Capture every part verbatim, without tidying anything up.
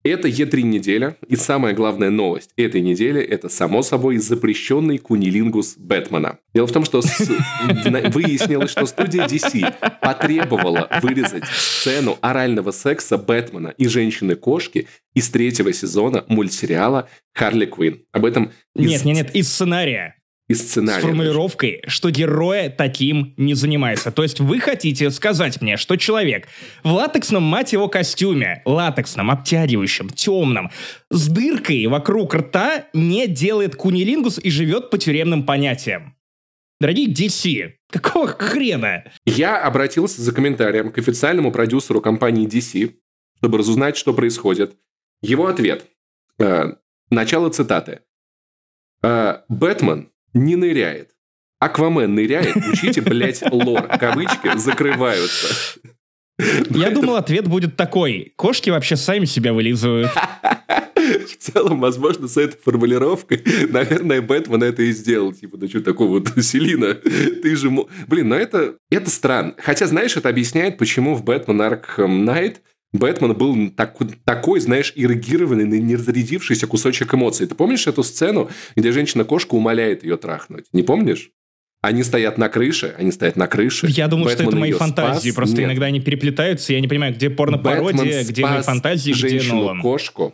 Это и три неделя, и самая главная новость этой недели – это, само собой, запрещенный кунилингус Бэтмена. Дело в том, что с... выяснилось, что студия ди си потребовала вырезать сцену орального секса Бэтмена и женщины-кошки из третьего сезона мультсериала «Харли Квинн». Об этом... Из... Нет, нет, нет, из сценария. Из сценария. С формулировкой, что герои таким не занимаются. То есть вы хотите сказать мне, что человек в латексном, мать его, костюме, латексном, обтягивающем, темном, с дыркой вокруг рта не делает кунилингус и живет по тюремным понятиям? Дорогие ди си, какого хрена? Я обратился за комментарием к официальному продюсеру компании ди си, чтобы разузнать, что происходит. Его ответ. Э, начало цитаты. Э, «Бэтмен не ныряет. Аквамен ныряет, учите, блять, лор. Кавычки закрываются». Я думал, ответ будет такой. Кошки вообще сами себя вылизывают. В целом, возможно, с этой формулировкой, наверное, Бэтмен это и сделал. Типа, да что такого вот, Селина, ты же... Блин, ну это, это странно. Хотя, знаешь, это объясняет, почему в Бэтмен Аркхэм Найт Бэтмен был так, такой, знаешь, эрегированный, не разрядившийся кусочек эмоций. Ты помнишь эту сцену, где женщина-кошка умоляет ее трахнуть? Не помнишь? Они стоят на крыше, они стоят на крыше. Я думал, Бэтмен что это мои фантазии, спас. просто Нет. иногда они переплетаются, я не понимаю, где порно-пародия, где мои фантазии, где Нолан. Женщину-кошку,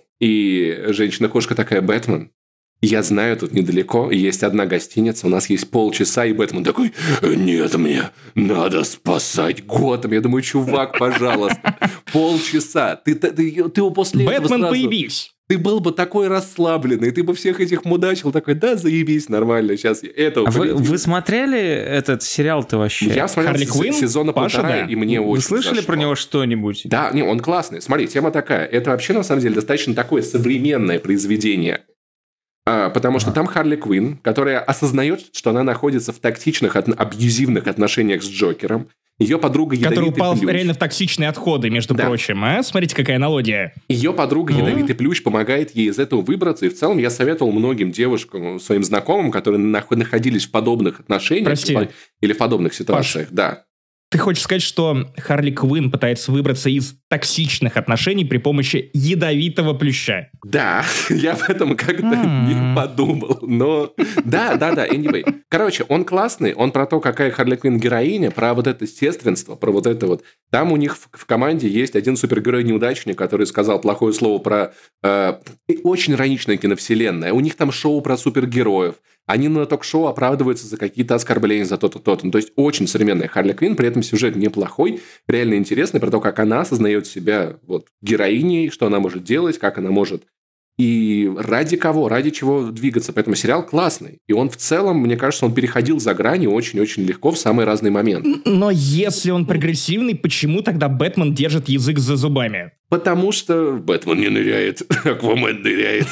и женщина-кошка такая: «Бэтмен, я знаю, тут недалеко есть одна гостиница, у нас есть полчаса», и Бэтмен такой: «Нет, мне надо спасать Готэм». Я думаю, чувак, пожалуйста, полчаса. Ты, ты, ты, ты после Бэтмен, этого сразу... поебись. Ты был бы такой расслабленный, ты бы всех этих мудачил, такой: да, заебись, нормально, сейчас я этого... А вы, вы смотрели этот сериал-то вообще? Я смотрел Харли с- Квинн? сезона Паша, полтора, да. и мне Вы очень слышали зашло. про него что-нибудь? Да, не, он классный. Смотри, тема такая. Это вообще, на самом деле, достаточно такое современное произведение. А, потому что там Харли Квинн, которая осознает, что она находится в токсичных, от- абьюзивных отношениях с Джокером. Ее подруга Который Ядовитый упал Плющ. реально в токсичные отходы, между Да. прочим. А? Смотрите, какая аналогия. Ее подруга Ядовитый Плющ помогает ей из этого выбраться. И в целом я советовал многим девушкам, своим знакомым, которые нах- находились в подобных отношениях Прости. или, по- или в подобных ситуациях. Да. Ты хочешь сказать, что Харли Квинн пытается выбраться из токсичных отношений при помощи ядовитого плюща? Да, я об этом как-то не подумал, но... Да, да, да, anyway. Короче, он классный, он про то, какая Харли Квинн героиня, про вот это естественство, про вот это вот. Там у них в, в команде есть один супергерой-неудачник, который сказал плохое слово про... Э, очень ироничная киновселенная. У них там шоу про супергероев. Они на ток-шоу оправдываются за какие-то оскорбления, за то-то, то-то. Ну, то есть, очень современная Харли Квинн, при этом сюжет неплохой, реально интересный, про то, как она осознает себя вот, героиней, что она может делать, как она может... И ради кого, ради чего двигаться. Поэтому сериал классный. И он в целом, мне кажется, он переходил за грани очень-очень легко в самые разные моменты. Но если он прогрессивный, почему тогда Бэтмен держит язык за зубами? Потому что Бэтмен не ныряет, Аквамен ныряет.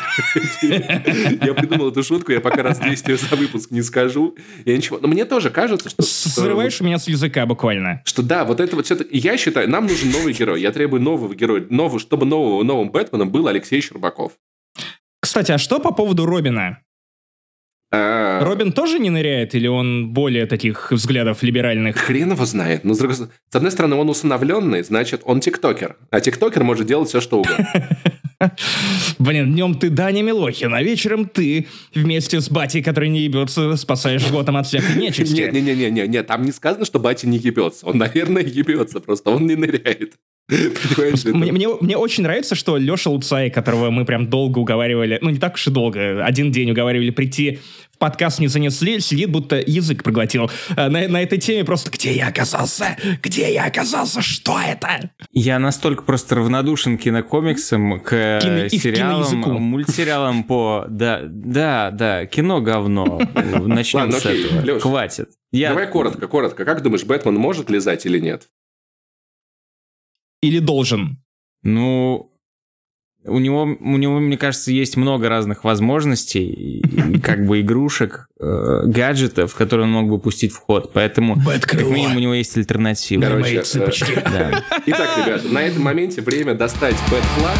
Я придумал эту шутку, я пока раз десять ее за выпуск не скажу. Я ничего. Но мне тоже кажется, что... Срываешь у меня с языка буквально. Что да, вот это вот все-таки... Я считаю, нам нужен новый герой. Я требую нового героя. Нового, чтобы нового, новым Бэтменом был Алексей Щербаков. Кстати, а что по поводу Робина? А, Робин тоже не ныряет, или он более таких взглядов либеральных? Хрен его знает. Но, с, другой стороны, с одной стороны, он усыновленный, значит, он тиктокер. А тиктокер может делать все, что угодно. Блин, днем ты Даня Милохин, а вечером ты вместе с батей, который не ебется, спасаешь Готэм от всякой нечисти. Нет, нет, нет, нет, нет, там не сказано, что батя не ебется. Он, наверное, ебется, просто он не ныряет. Понимаешь, это- Мне, мне, мне очень нравится, что Леша Луцай, которого мы прям долго уговаривали, ну не так уж и долго, один день уговаривали прийти в подкаст, не занесли, сидит, будто язык проглотил. А На, на этой теме просто «Где я оказался? Где я оказался? Что это?» Я настолько просто равнодушен к кинокомиксам, к Кино- и к сериалам, киноязыку. мультсериалам по... Да, да, да, кино говно. Начнем Ладно, с окей, этого. Лёш, Хватит. Я... Давай коротко, коротко. Как думаешь, Бэтмен может лизать или нет? Или должен? Ну, у него, у него, мне кажется, есть много разных возможностей, и как бы игрушек, э, гаджетов, которые он мог бы пустить в ход. Поэтому, как минимум, у него есть альтернатива. Короче, Мои цыпочки. Да. Итак, ребята, на этом моменте время достать бэтфлаг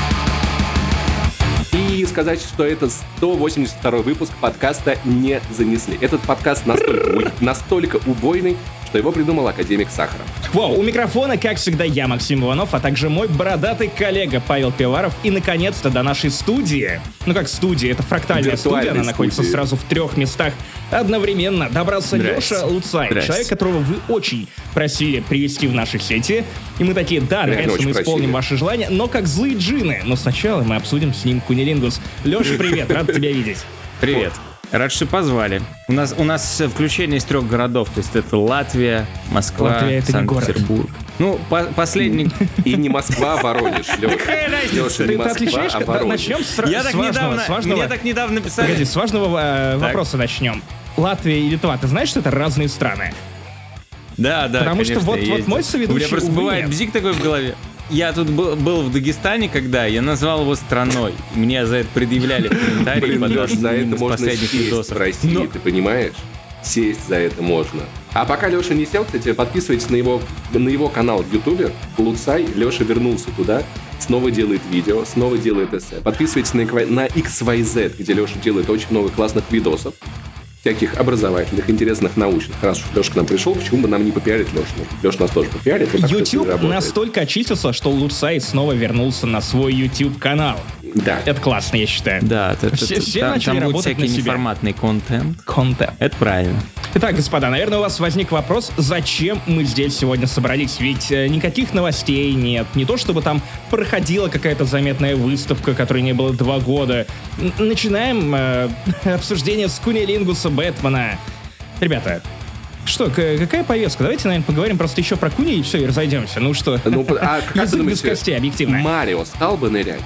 и сказать, что это сто восемьдесят второй выпуск подкаста «Не занесли». Этот подкаст настолько, у- настолько убойный, что его придумал академик Сахаров. Вау, у микрофона, как всегда, я, Максим Иванов, а также мой бородатый коллега Павел Пиваров. И, наконец-то, до нашей студии, ну как студия, это фрактальная студия, она находится студии. сразу в трех местах одновременно, добрался Здрасте. Леша Луцай, Здрасте. человек, которого вы очень просили привести в наши сети. И мы такие, да, Реально наконец-то очень мы исполним просили. ваши желания, но как злые джинны. Но сначала мы обсудим с ним Кунилингус. Леша, привет, рад тебя видеть. Привет. Рад, что позвали. У нас, у нас включение из трех городов, то есть это Латвия, Москва, Латвия — это не город. Санкт-Петербург. Ну, по- последний... И не Москва, а Воронеж, Леша. Леша, Ты, не ты Москва, отличаешь? а Да, Воронеж. начнем с, Я с так важного, недавно, с важного. мне так недавно писали. Погоди, с важного э, Так. вопроса начнем. Латвия и Литва, ты знаешь, что это разные страны? Да, да, Потому что конечно, вот- я вот ездил. мой соведущий, У меня просто увы, бывает нет. бзик такой в голове. Я тут был, был в Дагестане, когда я назвал его страной. Мне за это предъявляли в комментарии Блин, под Леш, за одним это из можно последних сесть видосов. в России, Но- ты понимаешь? Сесть за это можно. А пока Леша не сел, кстати, подписывайтесь на его, на его канал в Ютубе. Луцай, Леша вернулся туда, снова делает видео, снова делает эссе. Подписывайтесь на, икс- на икс вай зет, где Леша делает очень много классных видосов, всяких образовательных, интересных, научных. Раз уж Леша к нам пришел, почему бы нам не попиарить Лешу? Леша нас тоже попиарит. вот так это YouTube работает. настолько очистился, что Луцай снова вернулся на свой YouTube-канал. Да. Это классно, я считаю. Да, это- Все- это- все там, начали там будет работать всякий на себя. неформатный контент. Контент. Это правильно. Итак, господа, наверное, у вас возник вопрос, зачем мы здесь сегодня собрались? Ведь э, никаких новостей нет. Не то, чтобы там проходила какая-то заметная выставка, которой не было два года. Н- начинаем э, обсуждение с Кунилингуса Бэтмена. Ребята, что, к- какая повестка? Давайте, наверное, поговорим просто еще про Куни и все, и разойдемся. Ну что, Ну, а как вы язык без думаете, костей, объективно. Марио стал бы нырять?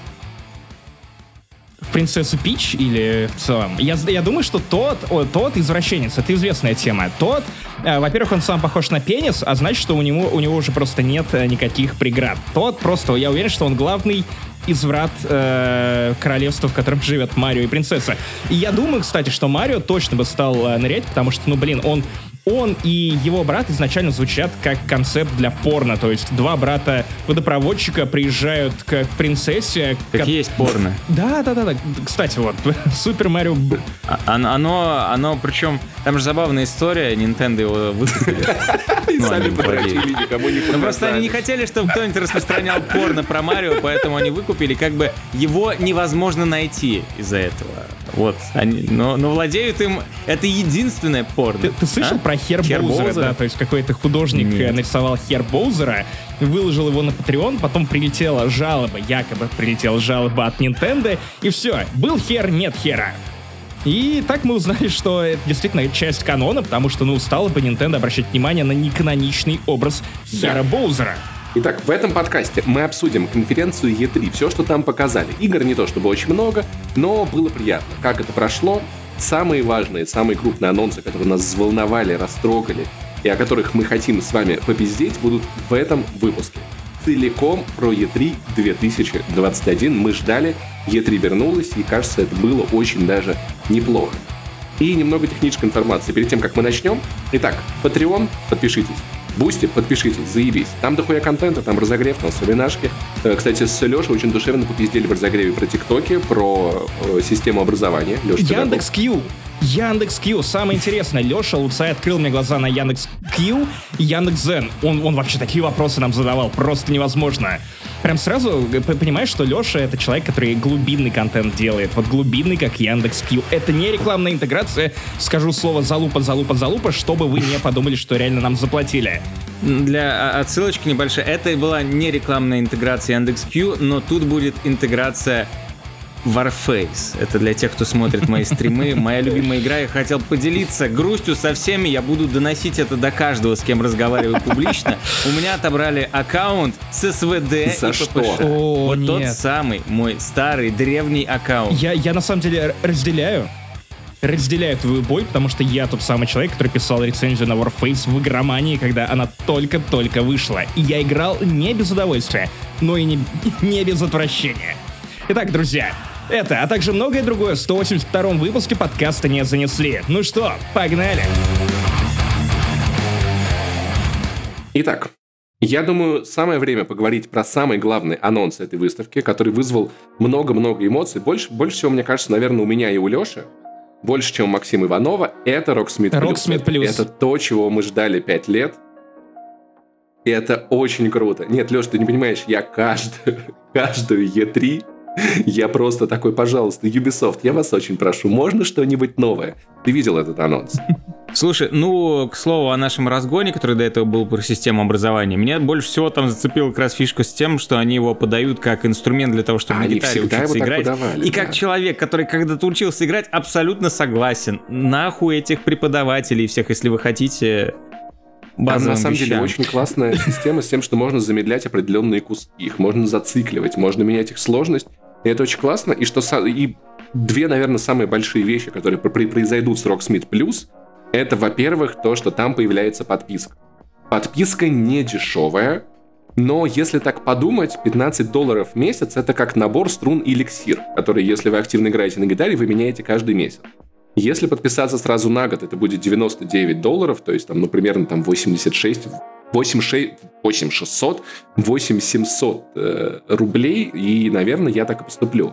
В «Принцессу Пич» или в целом? Я, я думаю, что тот, о, тот извращенец, это известная тема. Тот, э, во-первых, он сам похож на пенис, а значит, что у него, у него уже просто нет э, никаких преград. Тот просто, я уверен, что он главный изврат э, королевства, в котором живет Марио и принцесса. И я думаю, кстати, что Марио точно бы стал э, нырять, потому что, ну, блин, он... Он и его брат изначально звучат как концепт для порно. То есть два брата-водопроводчика приезжают к принцессе. Как ко- есть порно. Да, да, да, да. Кстати, вот, Супер Марио... Б- А- Оно, оно, оно, причем, там же забавная история, Nintendo его выкупили. И Ну, сами они подрочили, владеют. никому не Ну просто они не показали. хотели, чтобы кто-нибудь распространял порно про Марио, поэтому они выкупили, как бы его невозможно найти из-за этого. Вот, они, но, но владеют им, это единственное порно. Ты, ты слышал А? про Хер Хер Боузера? Боузера? Да, то есть какой-то художник Нет. э, нарисовал Хер Боузера, выложил его на Patreon, потом прилетела жалоба, якобы прилетела жалоба от Nintendo, и все, был хер, нет хера. И так мы узнали, что это действительно часть канона, потому что, ну, стало бы Nintendo обращать внимание на неканоничный образ Хера Да. Боузера. Итак, в этом подкасте мы обсудим конференцию и три, все, что там показали. Игр не то чтобы очень много, но было приятно. Как это прошло, самые важные, самые крупные анонсы, которые нас взволновали, растрогали, и о которых мы хотим с вами попиздеть, будут в этом выпуске. Целиком про и три две тысячи двадцать один мы ждали, и три вернулась, и кажется, это было очень даже неплохо. И немного технической информации перед тем, как мы начнем. Итак, Patreon, подпишитесь. Бусти, подпишитесь, заебись. Там дохуя контента, там разогрев, там совинашки. Э, Кстати, с Лешей очень душевно попиздели в разогреве про ТикТоки, про э, систему образования. Леша, ты Яндекс.Кью. Яндекс.Кью. Самое интересное, Леша Луцай открыл мне глаза на Яндекс.Кью и Яндекс.Зен. Он, он вообще такие вопросы нам задавал, просто невозможно. Прям сразу п- понимаешь, что Леша — это человек, который глубинный контент делает. Вот глубинный, как Яндекс.Кью. Это не рекламная интеграция. Скажу слово залупа, залупа, залупа, чтобы вы не подумали, что реально нам заплатили. Для а, отсылочки небольшая, это была не рекламная интеграция Яндекс.Кью, но тут будет интеграция Warface. Это для тех, кто смотрит мои стримы. Моя любимая игра. Я хотел поделиться грустью со всеми. Я буду доносить это до каждого, с кем разговариваю публично. У меня отобрали аккаунт с СВД За и что? ППШ. О, Вот тот нет. самый мой старый древний аккаунт. Я, я на самом деле р- разделяю. Разделяю твою боль, потому что я тот самый человек, который писал рецензию на Warface в игромании, когда она только-только вышла. И я играл не без удовольствия, но и не, не без отвращения. Итак, друзья, это, а также многое другое в сто восемьдесят втором выпуске подкаста не занесли. Ну что, погнали! Итак, я думаю, самое время поговорить про самый главный анонс этой выставки, который вызвал много-много эмоций. Больше, больше всего, мне кажется, наверное, у меня и у Леши. больше, чем у Максима Иванова, это Rocksmith+. Rocksmith+. Это то, чего мы ждали пять лет. И это очень круто. Нет, Леш, ты не понимаешь, я каждую, каждую и три, я просто такой, пожалуйста, Ubisoft, я вас очень прошу, можно что-нибудь новое? Ты видел этот анонс? Слушай, ну, к слову о нашем разгоне, который до этого был про систему образования, меня больше всего там зацепила как раз фишка с тем, что они его подают как инструмент для того, чтобы а на гитаре учиться играть. Подавали, и да. как человек, который когда-то учился играть, абсолютно согласен. Нахуй этих преподавателей всех, если вы хотите базовым Там, на самом вещам. деле, очень классная система с тем, что можно замедлять определенные куски, их можно зацикливать, можно менять их сложность. И это очень классно. И что и две, наверное, самые большие вещи, которые произойдут с Rocksmith+, это, во-первых, то, что там появляется подписка. Подписка не дешевая, но если так подумать, пятнадцать долларов в месяц — это как набор струн эликсир, который, если вы активно играете на гитаре, вы меняете каждый месяц. Если подписаться сразу на год, это будет девяносто девять долларов, то есть, там, ну, примерно там восемьдесят шесть, восемь шестьсот, восемь семьсот э, рублей, и, наверное, я так и поступлю.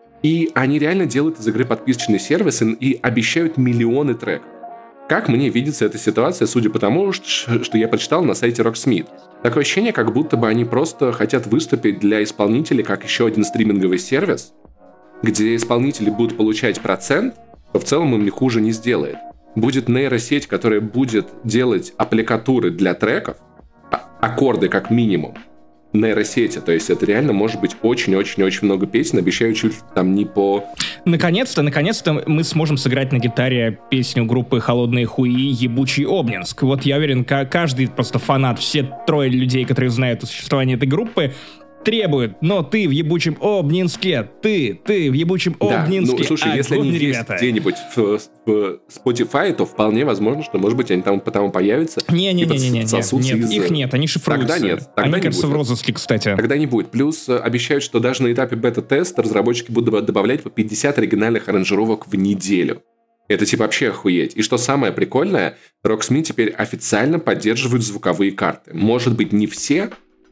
И они реально делают из игры подписочный сервис и, и обещают миллионы треков. Как мне видится эта ситуация, судя по тому, что я прочитал на сайте Rocksmith? Такое ощущение, как будто бы они просто хотят выступить для исполнителей как еще один стриминговый сервис, где исполнители будут получать процент, то в целом им не хуже не сделает. Будет нейросеть, которая будет делать аппликатуры для треков, аккорды как минимум, нейросети, то есть это реально может быть очень-очень-очень много песен, обещаю чуть там не по... Наконец-то, наконец-то мы сможем сыграть на гитаре песню группы «Холодные хуи» «Ебучий Обнинск». Вот я уверен, каждый просто фанат, все трое людей, которые знают о существовании этой группы, требует, но ты в ебучем Обнинске, ты, ты в ебучем да, Обнинске. Ну, слушай, огонь, если они ребята. есть где-нибудь в, в Spotify, то вполне возможно, что, может быть, они там потом появятся. Не-не-не-не, нет, из... их нет, они шифруются. Тогда нет. Тогда они, не кажется, будет. в розыске, кстати. Тогда не будет. Плюс обещают, что даже на этапе бета-теста разработчики будут добавлять по пятьдесят оригинальных аранжировок в неделю. Это типа вообще охуеть. И что самое прикольное, Rocksmith теперь официально поддерживают звуковые карты. Может быть, не все,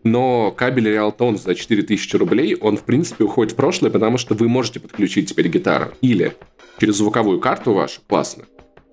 но кабель Realtone за четыре тысячи рублей, он, в принципе, уходит в прошлое, потому что вы можете подключить теперь гитару или через звуковую карту вашу, классно,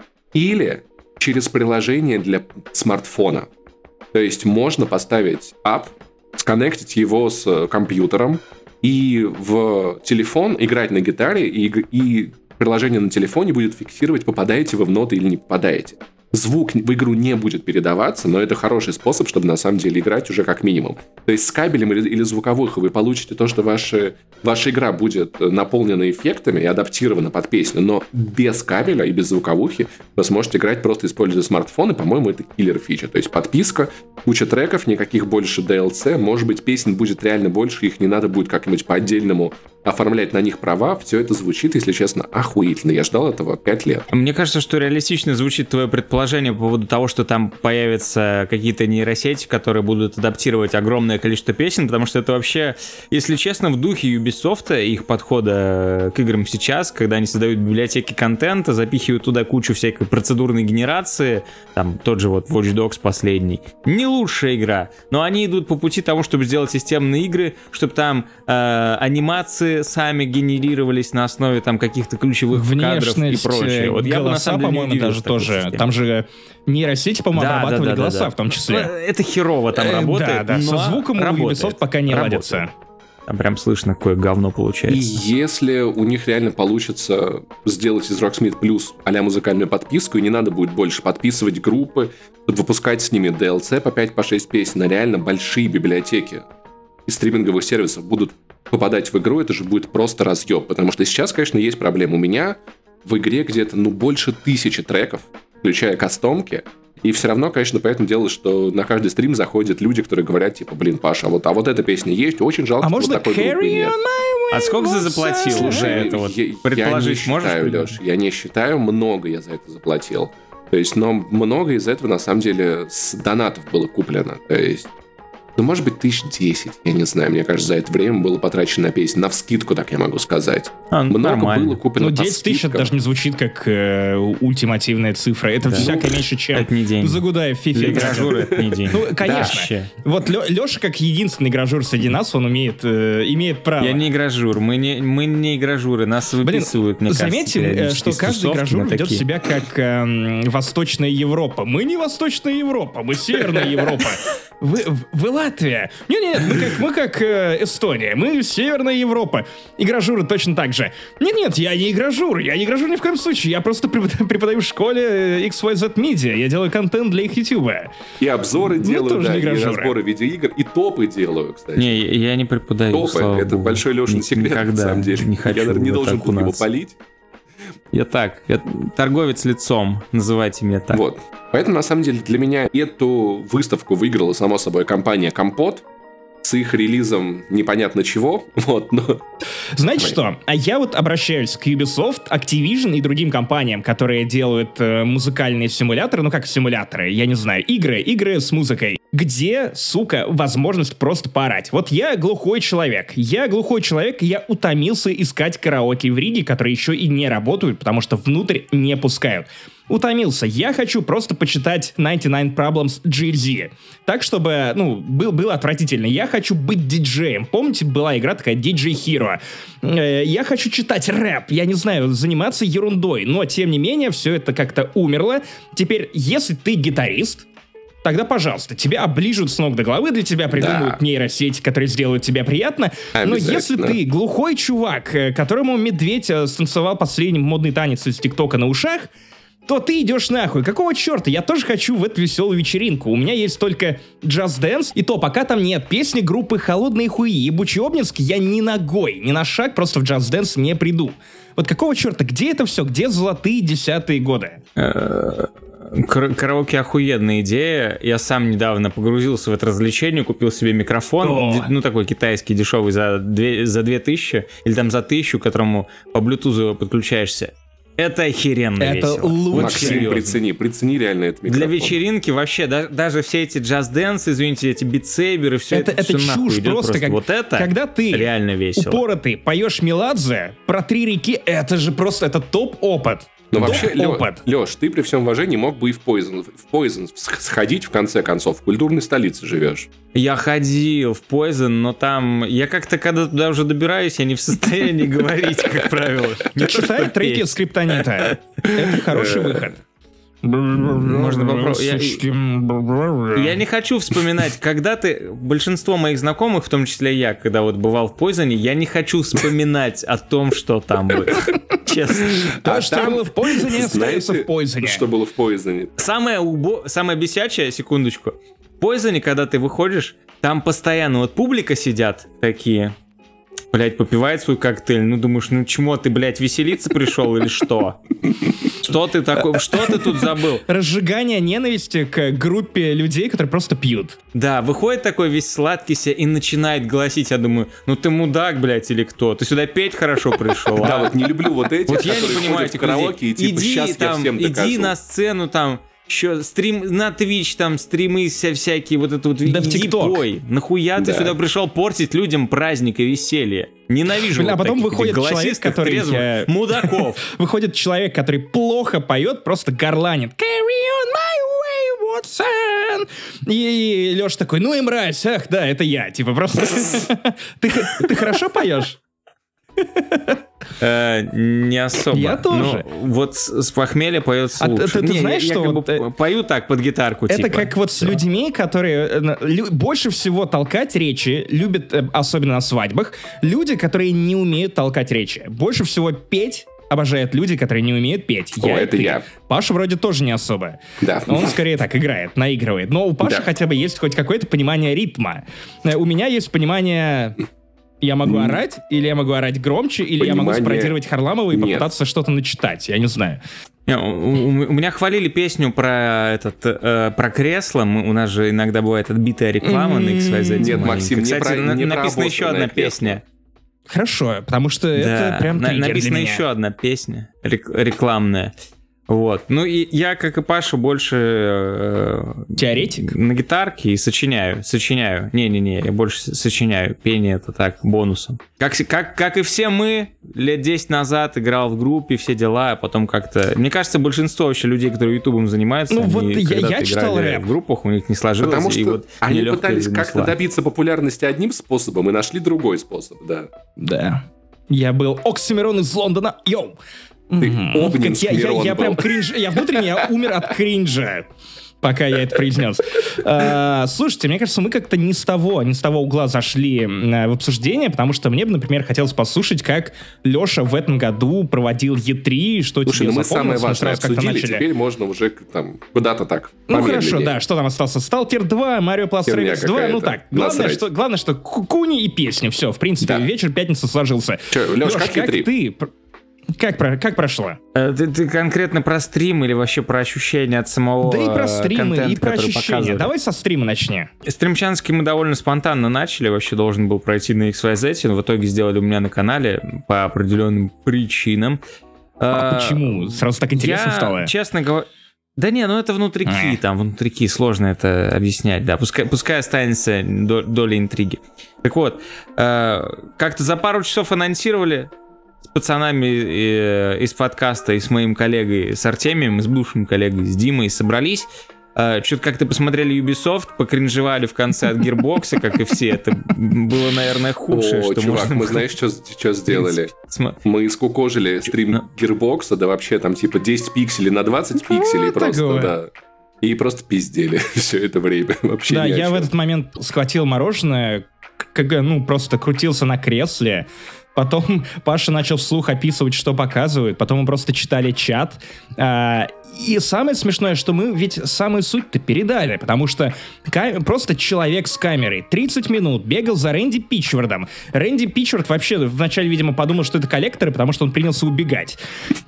или через приложение для смартфона. То есть можно поставить ап, сконнектить его с компьютером и в телефон играть на гитаре, и, и приложение на телефоне будет фиксировать, попадаете вы в ноты или не попадаете. Звук в игру не будет передаваться, но это хороший способ, чтобы на самом деле играть уже как минимум. То есть с кабелем или, или звуковухой вы получите то, что ваши, ваша игра будет наполнена эффектами и адаптирована под песню, но без кабеля и без звуковухи вы сможете играть, просто используя смартфон, и, по-моему, это киллер фича. То есть подписка, куча треков, никаких больше ди эл си, может быть, песен будет реально больше, их не надо будет как-нибудь по-отдельному оформлять на них права, все это звучит, если честно, охуительно. Я ждал этого пять лет. Мне кажется, что реалистично звучит твое предположение по поводу того, что там появятся какие-то нейросети, которые будут адаптировать огромное количество песен, потому что это вообще, если честно, в духе Ubisoft, их подхода к играм сейчас, когда они создают библиотеки контента, запихивают туда кучу всякой процедурной генерации, там тот же вот Watch Dogs последний. Не лучшая игра, но они идут по пути того, чтобы сделать системные игры, чтобы там э, анимации сами генерировались на основе там каких-то ключевых внешность, кадров и прочее. Вот я голоса, бы, на по-моему, даже тоже. Системе. Там же нейросети, по-моему, да, обрабатывали да, да, голоса да, да. в том числе. Это херово там работает. Да, да, со звуком работает. у Ubisoft пока не работает. ладится. Там прям слышно, какое говно получается. И если у них реально получится сделать из Rocksmith Plus а-ля музыкальную подписку, и не надо будет больше подписывать группы, выпускать с ними ди эл си по пять шесть песен, а реально большие библиотеки из стриминговых сервисов будут попадать в игру, это же будет просто разъеб. Потому что сейчас, конечно, есть проблема. У меня в игре где-то, ну, больше тысячи треков, включая кастомки, и все равно, конечно, поэтому дело, что на каждый стрим заходят люди, которые говорят, типа, блин, Паша, а вот, а вот эта песня есть, очень жалко, а что можно вот такой группы нет. А сколько ты заплатил Слушай, уже это вот? Я, Предположить я не считаю, можешь? Леш, я не считаю, много я за это заплатил. То есть, но много из этого, на самом деле, с донатов было куплено. То есть, ну, может быть, тысяч десять, я не знаю. Мне кажется, за это время было потрачено на песни. Навскидку, так я могу сказать. А, ну, Много нормально. было куплено Ну, по десять тысяч это скидкам. даже не звучит как э, ультимативная цифра. Это Да. всяко меньше, чем Это не деньги. Загудаев в Для фифе. гражуры это не деньги. Ну, конечно. Вообще. Вот Лё- Лёша, как единственный гражур среди нас, он умеет, э, имеет право. Я не гражур, мы не, мы не гражуры, нас выписывают, мне Заметьте, кажется, э, что из каждый тусовки гражур на ведет такие. себя как эм, Восточная Европа. Мы не Восточная Европа, мы Северная Европа. Вы, вы Латвия. Нет-нет, мы как, мы как э, Эстония, мы Северная Европа. И гражуры точно так же. Нет-нет, я не гражур, я не гражур ни в коем случае. Я просто преподаю, преподаю в школе икс уай зет Media. Я делаю контент для их ютуба. И обзоры Ну, делаю, тоже да, не и гражуры. разборы видеоигр, и топы делаю, кстати. Не, я не преподаю, Топы, слава это богу. большой Лешин Ни- секрет, никогда на самом деле. не хочу я, наверное, не в это должен был его окунаться. палить. Я так, я торговец лицом, называйте меня так. Вот. Поэтому, на самом деле, для меня эту выставку выиграла, само собой, компания Компот с их релизом непонятно чего. Вот, но... Знаете Давай. что? А я вот обращаюсь к Ubisoft, Activision и другим компаниям, которые делают э, музыкальные симуляторы, ну как симуляторы, я не знаю, игры, игры с музыкой. Где, сука, возможность просто поорать? Вот я глухой человек. Я глухой человек, я утомился искать караоке в Риге, которые еще и не работают, потому что внутрь не пускают. Утомился. Я хочу просто почитать девяносто девять Problems джи эл зет. Так, чтобы, ну, был, было отвратительно. Я хочу быть диджеем. Помните, была игра такая ди джей Hero? Э, я хочу читать рэп. Я не знаю, заниматься ерундой. Но, тем не менее, все это как-то умерло. Теперь, если ты гитарист, тогда, пожалуйста, тебя оближут с ног до головы, для тебя придумают Да. нейросети, которые сделают тебе приятно. Но если Обязательно. ты глухой чувак, э, которому медведь э, станцевал последний модный танец из ТикТока на ушах, то ты идешь нахуй. Какого черта? Я тоже хочу в эту веселую вечеринку. У меня есть только Just Dance, и то пока там нет песни группы «Холодные хуи». Ебучий Обнинск я ни ногой, ни на шаг просто в Just Dance не приду. Вот какого черта? Где это все? Где золотые десятые годы? Кар- караоке охуенная идея. Я сам недавно погрузился в это развлечение, купил себе микрофон, О. д- ну такой китайский, дешевый, за две, за две тысячи, или там за тысячу, к которому по Bluetooth подключаешься. Это охеренно Это весело. лучше. Вот Максим, серьезно. прицени, прицени реально этот микрофон. Для вечеринки вообще, да- даже все эти Just Dance, извините, эти битсейберы, все Это, это, это всё нахуй чушь идет просто. Как, Вот это когда ты реально весело. упоротый поешь Меладзе про три реки, это же просто это топ-опыт. Но вообще, Лё- Топ-опыт. Лёш, ты при всем уважении мог бы и в Poison, в Poison сходить, в конце концов. В культурной столице живешь. Я ходил в Poison, но там... Я как-то, когда туда уже добираюсь, я не в состоянии говорить, как правило. Не то, что Читай треки петь. скриптонита. Это хороший выход. Можно попробовать. Я- Я не хочу вспоминать, когда ты... Большинство моих знакомых, в том числе я, когда вот бывал в Poison, я не хочу вспоминать о том, что там было. Честно. То, А что там, было в Пойзоне, остается знаете, в Пойзоне. Что было в Poison? Самое, убо... Самое бесячее, секундочку, в Poison, когда ты выходишь, там постоянно вот публика сидят такие, блядь, попивает свой коктейль, ну думаешь, ну чему ты, блядь, веселиться пришел или что? Что ты такой, что ты тут забыл? Разжигание ненависти к группе людей, которые просто пьют. Да, выходит такой весь сладкий себе и начинает гласить, я думаю, ну ты мудак, блядь, или кто? Ты сюда петь хорошо пришел, Да, а? вот не люблю вот эти, Вот я не которые понимаю ходят в этих караоке и людей. типа Иди сейчас я там, всем докажу. иди на сцену там, еще стрим на Twitch, там стримы вся всякие, вот это вот, Да в иди TikTok. пой. Нахуя ты Да. сюда пришел портить людям праздник и веселье? Ненавижу Блин, а вот потом таких выходит голосистых, человек, который, трезвых э, мудаков. Выходит человек, который плохо поет, просто горланит. Carry on my wayward son. И Леша такой, ну и мразь, ах, да, это я. Типа просто... Ты ты хорошо поешь? Э, Не особо. Я тоже. Но вот с с похмелья поется А ты- лучше. ты- ты Не, знаешь, я что как вот, бы э, пою так под гитарку, Это типа. как вот с людьми, которые э, на- лю- больше всего толкать речи, любят, э, особенно на свадьбах, люди, которые не умеют толкать речи. Больше всего петь обожают люди, которые не умеют петь. О, и это ты. я. Паша вроде тоже не особо. Да. Он скорее так играет, наигрывает. Но у Паши Да. хотя бы есть хоть какое-то понимание ритма. Э, У меня есть понимание... Я могу орать, или я могу орать громче, или я могу Понимание спародировать Харламова и нет. попытаться что-то начитать. Я не знаю. Не, У, у- у меня хвалили песню про этот э, про кресло. Мы- у нас же иногда бывает отбитая реклама на икс уай зет. Нет, маленькой. Максим, не Кстати, про- на- не про написана еще одна обоссанное кресло. песня. Хорошо, потому что это Да, прям на- триггер для написана меня. еще одна песня рек- рекламная. Вот. Ну и я, как и Паша, больше... Э, Теоретик? На гитарке и сочиняю. Сочиняю. Не-не-не, я больше сочиняю. Пение это так, бонусом. Как, как, как и все мы, лет десять назад играл в группе, все дела, а потом как-то... Мне кажется, большинство вообще людей, которые ютубом занимаются, ну, они вот я, я читал рэп. В группах, у них не сложилось. Потому что и вот они пытались как-то добиться популярности одним способом и нашли другой способ, да. Да. Я был Оксимирон из Лондона. Йоу! Ты обним я, я, я прям кринж, я внутренне я умер от кринжа, пока я это произнес. А, слушайте, мне кажется, мы как-то не с того, не с того угла зашли в обсуждение, потому что мне бы, например, хотелось послушать, как Леша в этом году проводил и три, что Слушай, тебе ну мы запомнилось, самое важное обсудили, начали. Теперь можно уже там куда-то так Ну хорошо, да, что там остался? Сталкер два, Марио Plus Rabbids два, ну так. Главное, что, главное, что Куни и песни, все, в принципе, да. Вечер пятницы сложился. Че, Леш, Леш, как, как ты... Как, про, как прошло? Ты, ты конкретно про стрим или вообще про ощущения от самого контента? Да и про стримы, контента, и про ощущения. Показывали? Давай со стрима начни. Стримчанский мы довольно спонтанно начали. Вообще должен был пройти на икс уай зет, но в итоге сделали у меня на канале по определенным причинам. А, а почему? Сразу так интересно я, стало? Честно говоря... Да не, ну это внутрики, а. там внутрики, сложно это объяснять, да, пускай, пускай останется доля интриги. Так вот, э, как-то за пару часов анонсировали с пацанами э, из подкаста и с моим коллегой, с Артемием, с бывшим коллегой, с Димой собрались. Э, что-то как-то посмотрели Ubisoft, покринжевали в конце от Gearbox, как и все. Это было, наверное, худшее, О, что чувак, можно... мы знаешь, что, что сделали? Мы скукожили стрим no. Gearbox, да вообще там типа десять пикселей на двадцать пикселей просто, такое. Да. И просто пиздели все это время. Вообще да, я в этот момент схватил мороженое, как, ну, просто крутился на кресле. Потом Паша начал вслух описывать, что показывают. Потом мы просто читали чат. А, и самое смешное, что мы ведь самую суть-то передали. Потому что кам- просто человек с камерой тридцать минут бегал за Рэнди Пичвардом. Рэнди Пичвард вообще вначале, видимо, подумал, что это коллекторы, потому что он принялся убегать.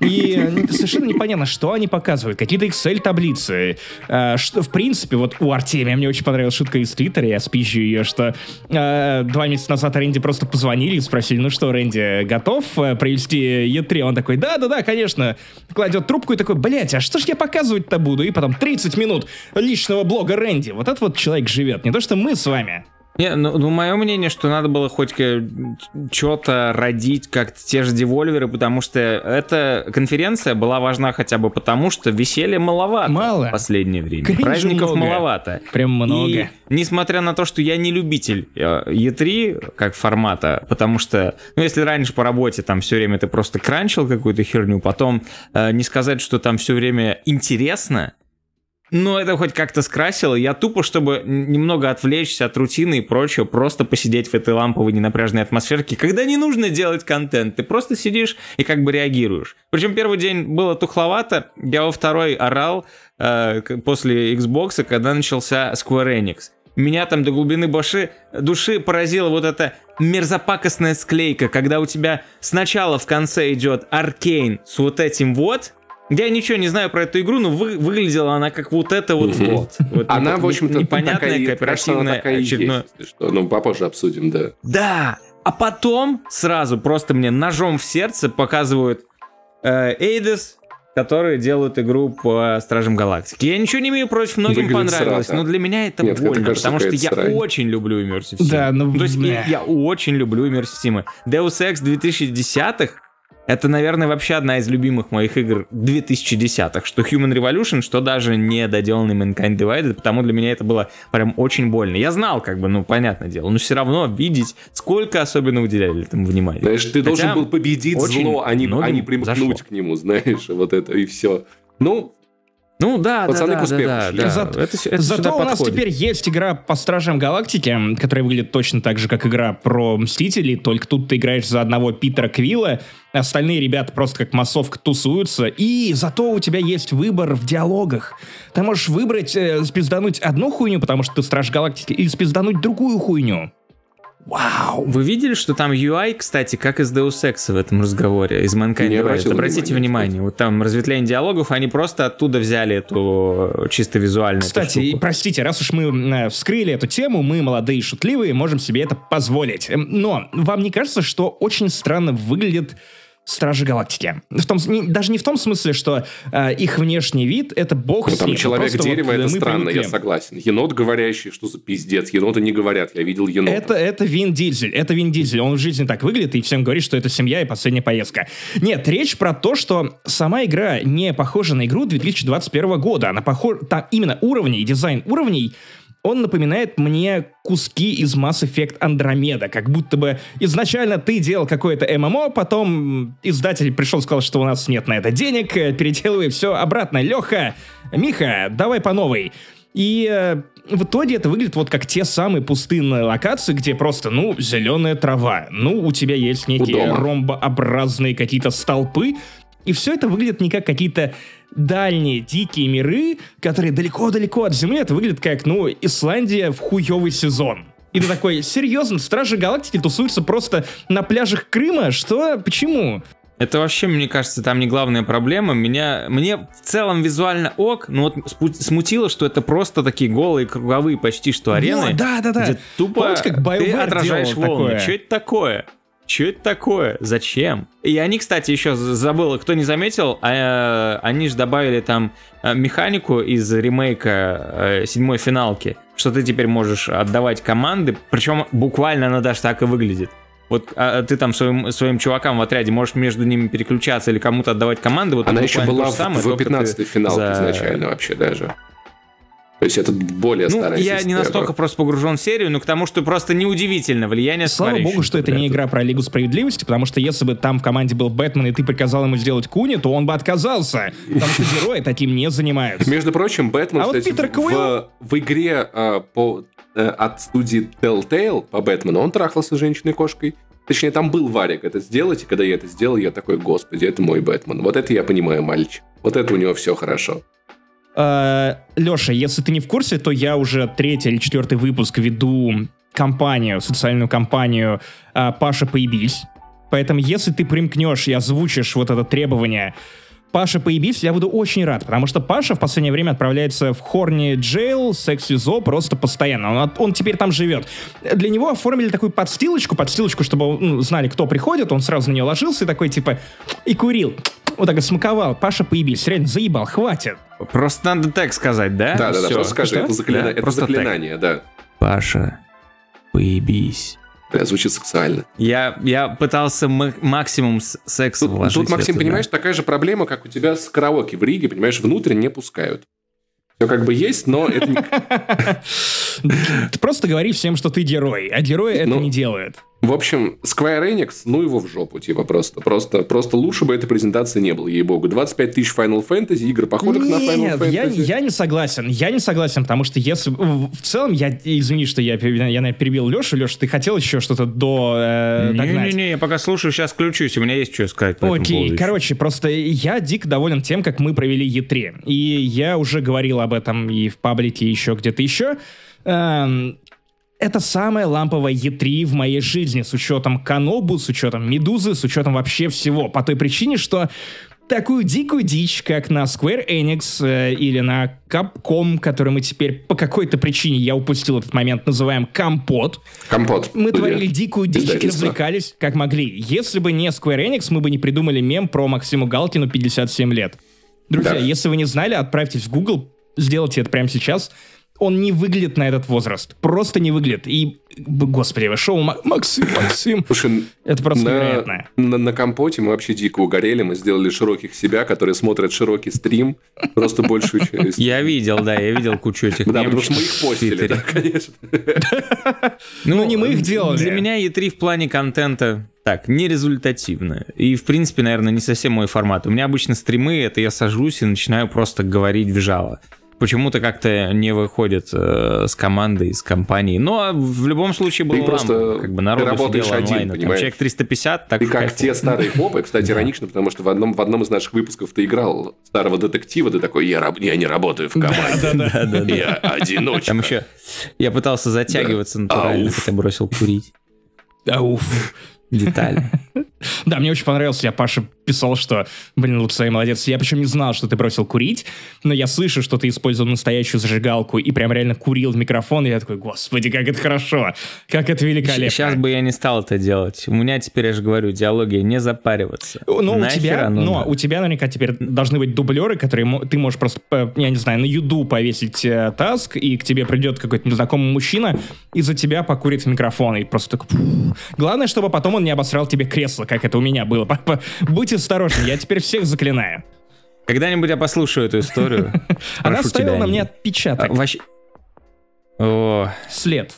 И совершенно непонятно, что они показывают. Какие-то Excel-таблицы. А, что, в принципе, вот у Артемия мне очень понравилась шутка из Твиттера. Я спизжу ее, что а, два месяца назад Рэнди просто позвонили и спросили, ну что, Рэнди, готов провести и три? Он такой, да-да-да, конечно. Кладет трубку и такой, блять, а что ж я показывать-то буду? И потом тридцать минут личного блога Рэнди. Вот этот вот человек живет, не то что мы с вами. Не, ну, ну, мое мнение, что надо было хоть что-то родить, как-то те же девольверы, потому что эта конференция была важна хотя бы потому, что веселья маловато Мало. в последнее время. Кринжа Праздников много. маловато. Прям много. И несмотря на то, что я не любитель и три как формата, потому что, ну, если раньше по работе там все время ты просто кранчил какую-то херню, потом э, не сказать, что там все время интересно, но это хоть как-то скрасило. Я тупо, чтобы немного отвлечься от рутины и прочего, просто посидеть в этой ламповой ненапряженной атмосферке, когда не нужно делать контент. Ты просто сидишь и как бы реагируешь. Причем первый день было тухловато. Я во второй орал э, после Xbox, когда начался Square Enix. Меня там до глубины баши, души поразила вот эта мерзопакостная склейка, когда у тебя сначала в конце идет Аркейн с вот этим вот. Я ничего не знаю про эту игру, но вы, выглядела она как вот это вот mm-hmm. вот. вот. Она, в общем-то, непонятная, такая, кооперативная, такая очередная. Есть, что. Ну, попозже обсудим, да. Да, а потом сразу просто мне ножом в сердце показывают э, Эйдос, которые делают игру по Стражам Галактики. Я ничего не имею против, многим Выглядит понравилось, срата. но для меня это Нет, больно, это кажется, потому что я срань. очень люблю Immersive Sim. Да, ну, То есть да. я, я очень люблю Immersive Sim. Deus Ex две тысячи десятых это, наверное, вообще одна из любимых моих игр две тысячи десятых, что Human Revolution, что даже не доделанный Mankind Divided, потому для меня это было прям очень больно. Я знал, как бы, ну, понятное дело, но все равно видеть, сколько особенно уделяли этому внимания. Знаешь, ты Хотя должен был победить зло, а не, а не примкнуть зашло. к нему, знаешь, вот это, и все. Ну... Ну да, пацаны да, к успеху да, шли. да, Зато, это, это зато у нас подходит. теперь есть игра по Стражам Галактики, которая выглядит точно так же, как игра про Мстителей, только тут ты играешь за одного Питера Квилла, остальные ребята просто как массовка тусуются, и зато у тебя есть выбор в диалогах. Ты можешь выбрать, э, спиздануть одну хуйню, потому что ты Страж Галактики, или спиздануть другую хуйню. Вау! Вы видели, что там ю ай, кстати, как из Deus Ex в этом разговоре, из Mankind Divided? Обратите внимание, внимание вот там разветвление диалогов, они просто оттуда взяли эту чисто визуальную Кстати, и, простите, раз уж мы э, вскрыли эту тему, мы молодые и шутливые, можем себе это позволить. Но вам не кажется, что очень странно выглядит Стражи Галактики. В том, не, даже не в том смысле, что э, их внешний вид — это бог ну, с ним. Там человек-дерево, вот, это странно, привыкли. я согласен. Енот говорящий, что за пиздец. Еноты не говорят, я видел енота. Это, это Вин Дизель, это Вин Дизель. Он в жизни так выглядит и всем говорит, что это семья и последняя поездка. Нет, речь про то, что сама игра не похожа на игру две тысячи двадцать первого года. Она похожа... Там именно уровни, дизайн уровней, он напоминает мне куски из Mass Effect Andromeda, как будто бы изначально ты делал какое-то эм эм о, потом издатель пришел и сказал, что у нас нет на это денег, переделывай все обратно. Леха, Миха, давай по новой. И э, в итоге это выглядит вот как те самые пустынные локации, где просто, ну, зеленая трава, ну, у тебя есть некие Удобно. ромбообразные какие-то столпы, и все это выглядит не как какие-то дальние дикие миры, которые далеко-далеко от Земли. Это выглядит как, ну, Исландия в хуёвый сезон. И ты такой, серьезно, Стражи Галактики тусуются просто на пляжах Крыма? Что? Почему? Это вообще, мне кажется, там не главная проблема. Меня, мне в целом визуально ок, но вот спу- смутило, что это просто такие голые, круговые почти что арены. Вот, да, да, да. Где тупо Помните, как ты BioWare отражаешь делал волны. такое? Что это такое? Что это такое? Зачем? И они, кстати, еще забыл, кто не заметил, а, они же добавили там механику из ремейка седьмой финалки, что ты теперь можешь отдавать команды, причем буквально она даже так и выглядит. Вот а, ты там своим, своим чувакам в отряде можешь между ними переключаться или кому-то отдавать команды. Вот Она еще была самое, в пятнадцатой финалке за... изначально вообще даже. То есть это более ну, старая я система. не настолько просто погружен в серию, но к тому, что просто неудивительно влияние Слава Square богу, Enix, что это не игра про Лигу Справедливости, потому что если бы там в команде был Бэтмен, и ты приказал ему сделать Куни, то он бы отказался, потому что герои таким не занимаются. Между прочим, Бэтмен, А вот кстати, Питер Квилл- в, в игре а, по, а, от студии Telltale по Бэтмену, он трахался с женщиной-кошкой. Точнее, там был варик это сделать, и когда я это сделал, я такой, господи, это мой Бэтмен. Вот это я понимаю, мальчик. Вот это у него все хорошо. Леша, если ты не в курсе, то я уже третий или четвертый выпуск веду кампанию, социальную кампанию а, «Паша, поебись». Поэтому если ты примкнешь и озвучишь вот это требование «Паша, поебись», я буду очень рад, потому что Паша в последнее время отправляется в Хорни Джейл, секс-визо просто постоянно. Он, он теперь там живет. Для него оформили такую подстилочку, подстилочку, чтобы ну, знали, кто приходит, он сразу на нее ложился и такой типа и курил. Вот так и смаковал. Паша, поебись. Реально, заебал, хватит. Просто надо так сказать, да? Да-да-да, Всё. просто скажи, Что? это, заклина... Да, это просто заклинание, да. Паша, поебись. Да, звучит сексуально. Я, я пытался м- максимум с- секса Тут, вложить тут, Максим, в это, понимаешь, да. такая же проблема, как у тебя с караоке в Риге, понимаешь, внутрь не пускают. Все как бы есть, но это не... Ты просто говори всем, что ты герой, а герой это Ну, не делает. В общем, Square Enix, ну его в жопу, типа, просто. Просто, просто лучше бы этой презентации не было, ей-богу. двадцать пять тысяч Final Fantasy, игр, похожих на Final Нет, Fantasy. я, я не согласен. Я не согласен, потому что если... В в целом, я... Извини, что я, я, я наверное, перебил Лешу. Леша, ты хотел еще что-то до... Э, догнать? Не-не-не, я пока слушаю, сейчас включусь, у меня есть что сказать по этому Окей, поводу. короче, просто я дико доволен тем, как мы провели и три. И я уже говорил об этом и в паблике, и еще где-то еще. Эм, это самая ламповая и три в моей жизни, с учетом Канобу, с учетом Медузы, с учетом вообще всего. По той причине, что такую дикую дичь, как на Square Enix э, или на Capcom, который мы теперь по какой-то причине, я упустил этот момент, называем Компот. Компот. Мы Студия. творили дикую дичь и Издательство. развлекались, как могли. Если бы не Square Enix, мы бы не придумали мем про Максиму Галкину пятьдесят семь лет. Друзья, Да. если вы не знали, отправьтесь в Google, сделайте это прямо сейчас. Он не выглядит на этот возраст. Просто не выглядит. И, б- господи, вы шоу Ма- Максим, Максим. Слушай, Это просто на, невероятно. на, на Компоте мы вообще дико угорели. Мы сделали широких себя, которые смотрят широкий стрим. Просто большую часть. Я видел, да, я видел кучу этих Да, потому мемов что мы их в постили, Твиттере. да, конечно. Ну, не мы их делали. Для меня и три в плане контента так, нерезультативно. И, в принципе, наверное, не совсем мой формат. У меня обычно стримы, это я сажусь и начинаю просто говорить в жало. Почему-то как-то не выходит э, с командой, с компанией. Но в любом случае было Ты просто- лампово. Как бы народу ты работаешь сидело один, онлайн. Там понимаешь? человек триста пятьдесят, так Ты что как кайфово. те старые копы, кстати, иронично, потому что в одном, в одном из наших выпусков ты играл старого детектива, ты такой, я, раб- я не работаю в команде, я одиночка. Там еще я пытался затягиваться натурально, Ауф. хотя бросил курить. Ауф. Детали. Да, мне очень понравилось, я Паша писал, что, блин, Лупсай молодец. Я причем не знал, что ты бросил курить, но я слышу, что ты использовал настоящую зажигалку и прям реально курил в микрофон, и я такой, господи, как это хорошо, как это великолепно. Сейчас бы я не стал это делать. У меня теперь, я же говорю, диалоги не запариваться. Ну, у тебя, ну, но у тебя наверняка теперь должны быть дублеры, которые ты можешь просто, я не знаю, на юду повесить э, таск, и к тебе придет какой-то незнакомый мужчина, и за тебя покурит в микрофон, и просто так... Главное, чтобы потом он не обосрал тебе кресло, как это у меня было. Будь осторожен, я теперь всех заклинаю. Когда-нибудь я послушаю эту историю. Она оставила на мне отпечаток. След.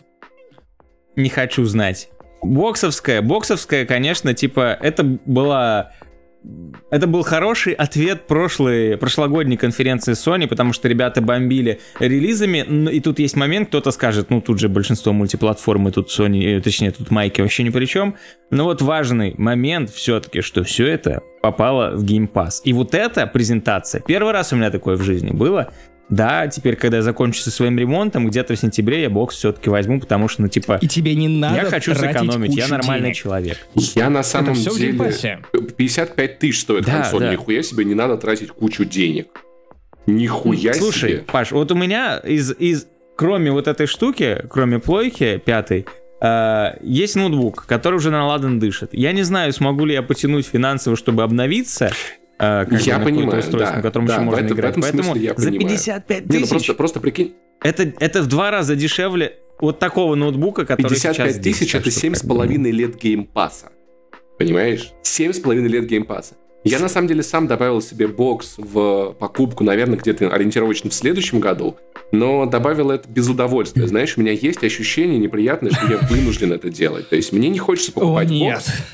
Не хочу знать. Боксовская, боксовская, конечно, типа, это была... Это был хороший ответ прошлой, прошлогодней конференции Sony, потому что ребята бомбили релизами, и тут есть момент, кто-то скажет, ну тут же большинство мультиплатформы, тут Sony, точнее тут майки вообще ни при чем, но вот важный момент все-таки, что все это попало в Game Pass. И вот эта презентация, первый раз у меня такое в жизни было. Да, теперь, когда я закончу со своим ремонтом, где-то в сентябре я бокс все-таки возьму, потому что, ну, типа... И тебе не надо я хочу сэкономить, я нормальный денег. человек. Я на самом деле... пятьдесят пять тысяч стоит да, консоль, да. Нихуя себе, не надо тратить кучу денег. Нихуя Слушай, себе. Слушай, Паш, вот у меня из, из... Кроме вот этой штуки, кроме плойки пятой, Uh, есть ноутбук, который уже наладан дышит. Я не знаю, смогу ли я потянуть финансово, чтобы обновиться. Uh, как я бы, понимаю, устройство, да, на котором да, еще можно это, играть. Поэтому я за понимаю. пятьдесят пять тысяч... Не, ну просто, просто прикинь. Это, это в два раза дешевле вот такого ноутбука, который пятьдесят пять сейчас тысяч это семь с половиной лет геймпасса. Понимаешь? семь с половиной лет геймпасса. Я на самом деле сам добавил себе бокс в покупку, наверное, где-то ориентировочно в следующем году, но добавил это без удовольствия. Знаешь, у меня есть ощущение неприятное, что я вынужден это делать. То есть мне не хочется покупать О, нет. бокс,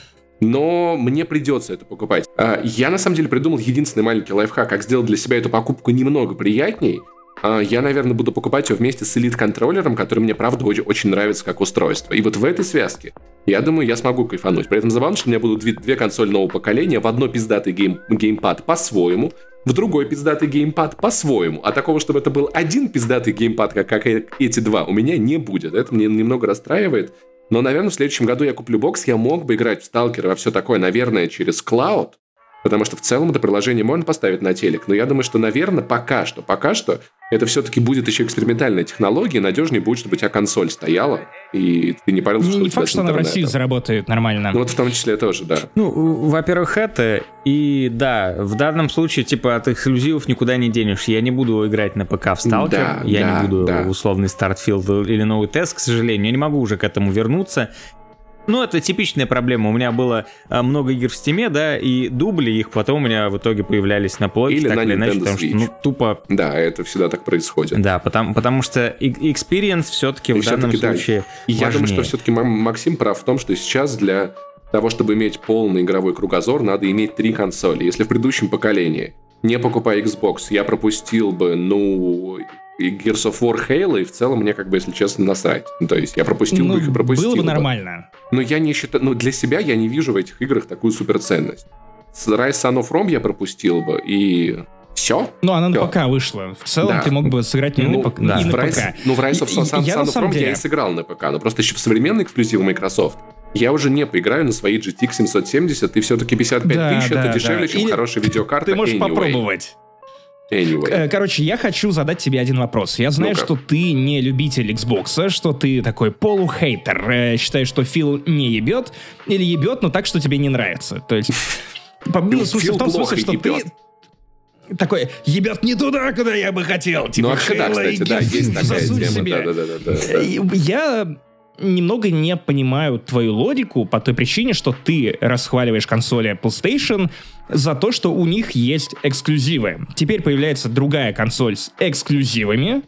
но мне придется это покупать. Я на самом деле придумал единственный маленький лайфхак, как сделать для себя эту покупку немного приятней. Я, наверное, буду покупать ее вместе с Elite-контроллером, который мне, правда, очень, очень нравится как устройство. И вот в этой связке, я думаю, я смогу кайфануть. При этом забавно, что у меня будут две, две консоли нового поколения, в одно пиздатый гейм, геймпад по-своему, в другой пиздатый геймпад по-своему. А такого, чтобы это был один пиздатый геймпад, как, как эти два, у меня не будет. Это мне немного расстраивает. Но, наверное, в следующем году я куплю бокс, я мог бы играть в Сталкера во все такое, наверное, через клауд, потому что в целом это приложение можно поставить на телек. Но я думаю, что, наверное, пока что, пока что это все-таки будет еще экспериментальная технология, надежнее будет, чтобы у тебя консоль стояла, и ты не парился, не, что не факт, что она в России заработает нормально. Ну вот в том числе тоже, да. Ну, во-первых, это, и да, в данном случае, типа, от эксклюзивов никуда не денешься. Я не буду играть на ПК в Stalker, да, я да, не буду да. условный Starfield или новый тест, к сожалению, я не могу уже к этому вернуться. Ну, это типичная проблема. У меня было а, много игр в Steam, да, и дубли их потом у меня в итоге появлялись на плойке, или так на или иначе, Nintendo потому Switch. что, ну, тупо... Да, это всегда так происходит. Да, потому, потому что experience все-таки и в данном да. случае И важнее. Я думаю, что все-таки Максим прав в том, что сейчас для того, чтобы иметь полный игровой кругозор, надо иметь три консоли. Если в предыдущем поколении, не покупая Xbox, я пропустил бы, ну... и Gears of War, Halo, и в целом мне, как бы, если честно, насрать. Ну, то есть я пропустил ну, бы их и пропустил было бы бы. нормально. Но я не считаю... Ну, для себя я не вижу в этих играх такую суперценность. С Rise Son of Rome я пропустил бы, и... Все? Ну, она Всё. на ПК вышла. В целом да. ты мог бы сыграть не ну, на, да. и на Rise, ПК. Ну, в Rise of Son, я, Son of Rome деле... я и сыграл на ПК, но просто еще в современные эксклюзивы Microsoft я уже не поиграю на свои джи ти экс семьсот семьдесят, и все-таки пятьдесят пять да, тысяч да, это дешевле, да. чем Или хорошая видеокарта. Ты можешь anyway. попробовать. Anyway. Короче, я хочу задать тебе один вопрос. Я знаю, Ну-ка. что ты не любитель Xbox, что ты такой полухейтер. Считаешь, что Фил не ебет, или ебет, но так, что тебе не нравится. То есть, ну, слушай, в том смысле, что ты такой, ебет не туда, куда я бы хотел. Типа, ну, вообще, да, кстати, да, есть такая тема. Да, да, да, да. Я немного не понимаю твою логику по той причине, что ты расхваливаешь консоли PlayStation за то, что у них есть эксклюзивы. Теперь появляется другая консоль с эксклюзивами,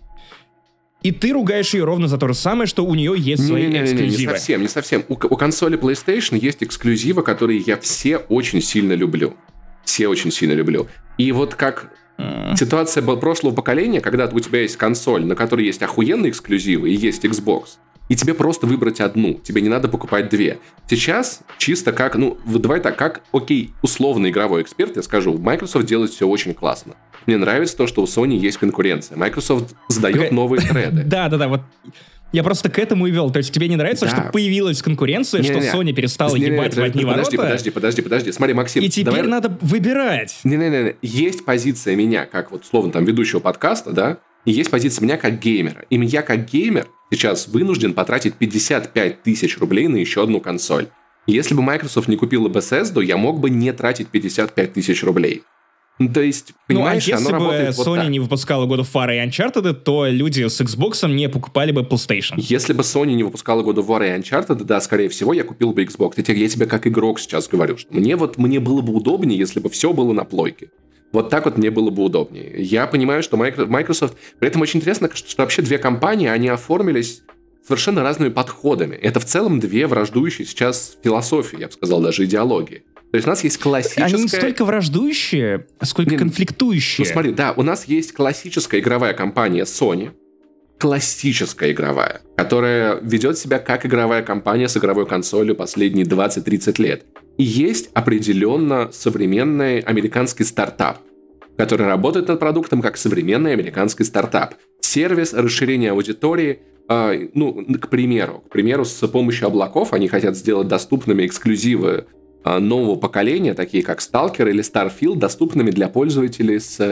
и ты ругаешь ее ровно за то же самое, что у нее есть свои не, не, не, эксклюзивы. Не, не совсем, не совсем. У, у консоли PlayStation есть эксклюзивы, которые я все очень сильно люблю. Все очень сильно люблю. И вот как mm. ситуация была прошлого поколения, когда у тебя есть консоль, на которой есть охуенные эксклюзивы, и есть Xbox, и тебе просто выбрать одну, тебе не надо покупать две. Сейчас чисто как, ну, давай так, как, окей, условный игровой эксперт, я скажу, Microsoft делает все очень классно. Мне нравится то, что у Sony есть конкуренция. Microsoft задает okay. новые треды. Да-да-да, вот Я просто к этому и вел. То есть тебе не нравится, да. что появилась конкуренция, не, что не, не. Sony перестала не, ебать не, не, в одни подожди, ворота? Подожди, подожди, подожди. Смотри, Максим. И теперь давай... надо выбирать. Не-не-не. Есть позиция меня, как вот, словно там, ведущего подкаста, да, и есть позиция меня как геймера. И я как геймер сейчас вынужден потратить пятьдесят пять тысяч рублей на еще одну консоль. Если бы Microsoft не купила Bethesda, я мог бы не тратить пятьдесят пять тысяч рублей. То есть, понимаешь, ну, а если оно бы работает Sony вот так. не выпускала God of War и Uncharted, то люди с Xbox не покупали бы PlayStation. Если бы Sony не выпускала God of War и Uncharted, да, скорее всего, я купил бы Xbox. Я тебе, я тебе как игрок сейчас говорю, что мне вот мне было бы удобнее, если бы все было на плойке. Вот так вот мне было бы удобнее. Я понимаю, что Microsoft... При этом очень интересно, что вообще две компании, они оформились совершенно разными подходами. Это в целом две враждующие сейчас философии, я бы сказал, даже идеологии. То есть у нас есть классическая... Они не столько враждующие, сколько не, конфликтующие. Ну смотри, да, у нас есть классическая игровая компания Sony, классическая игровая, которая ведет себя как игровая компания с игровой консолью последние двадцать-тридцать лет. И есть определенно современный американский стартап, который работает над продуктом как современный американский стартап. Сервис, расширение аудитории, э, ну, к примеру, к примеру, с помощью облаков они хотят сделать доступными эксклюзивы нового поколения, такие как Stalker или Starfield, доступными для пользователей с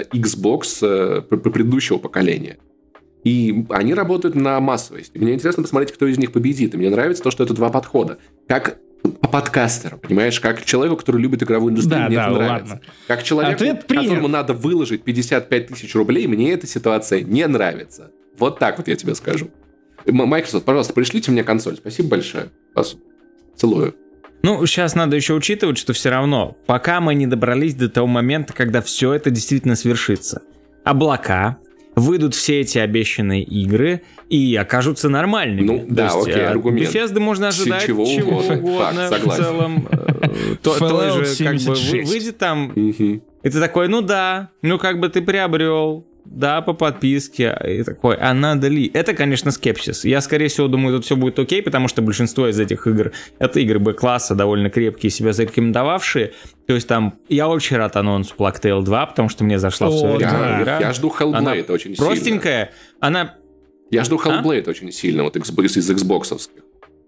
Xbox предыдущего поколения. И они работают на массовость. Мне интересно посмотреть, кто из них победит. И мне нравится то, что это два подхода. Как по подкастеру, понимаешь? Как человеку, который любит игровую индустрию, да, мне да, это нравится. Ладно. Как человеку, которому надо выложить пятьдесят пять тысяч рублей, мне эта ситуация не нравится. Вот так вот я тебе скажу. Microsoft, пожалуйста, пришлите мне консоль. Спасибо большое. Вас целую. Ну, сейчас надо еще учитывать, что все равно, пока мы не добрались до того момента, когда все это действительно свершится, облака, выйдут все эти обещанные игры и окажутся нормальными. Ну, то да, есть, окей, аргумент. Bethesda можно ожидать чего, чего угодно. Факт, в целом. Той же, как бы, выйдет там, и ты такой, ну да, ну как бы ты приобрел, да, по подписке, и такой, а надо ли? Это, конечно, скепсис. Я, скорее всего, думаю, тут все будет окей, потому что большинство из этих игр, это игры Б-класса, довольно крепкие, себя зарекомендовавшие. То есть там, я очень рад анонсу Plague Tale два, потому что мне зашла О, в свое время да. игра. Я жду Hellblade она очень сильно. Простенькая, она... Я жду Hellblade а? очень сильно, вот из Xbox-овских.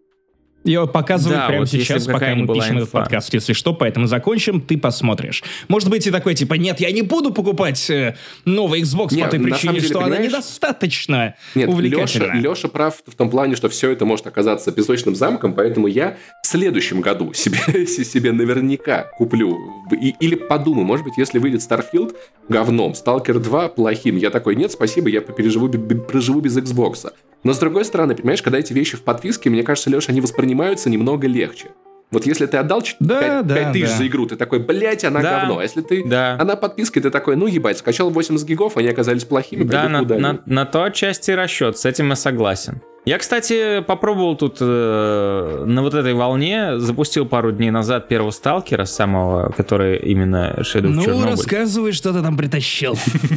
Ее показывают да, прямо вот сейчас, пока мы пишем этот подкаст, если что, поэтому закончим, ты посмотришь. Может быть, и такой, типа, нет, я не буду покупать э, новый Xbox нет, по той причине, деле, что она недостаточно нет, увлекательна. Леша, Леша прав в том плане, что все это может оказаться песочным замком, поэтому я в следующем году себе, себе наверняка куплю, и, или подумаю, может быть, если выйдет Starfield говном, Stalker два плохим, я такой, нет, спасибо, я переживу, проживу без Xbox. Но с другой стороны, понимаешь, когда эти вещи в подписке, мне кажется, Леша, они воспринимаются немного легче. Вот если ты отдал да, пять тысяч да, да. за игру, ты такой, блять, она да, говно. А если ты да. она подпиской, ты такой, ну ебать, скачал восемьдесят гигов, они оказались плохими, да, на, на, на то отчасти расчет, с этим я согласен. Я, кстати, попробовал тут э, на вот этой волне, запустил пару дней назад первого Сталкера, самого, который именно Shadow of Chernobyl. Ну, рассказывай, что ты там притащил.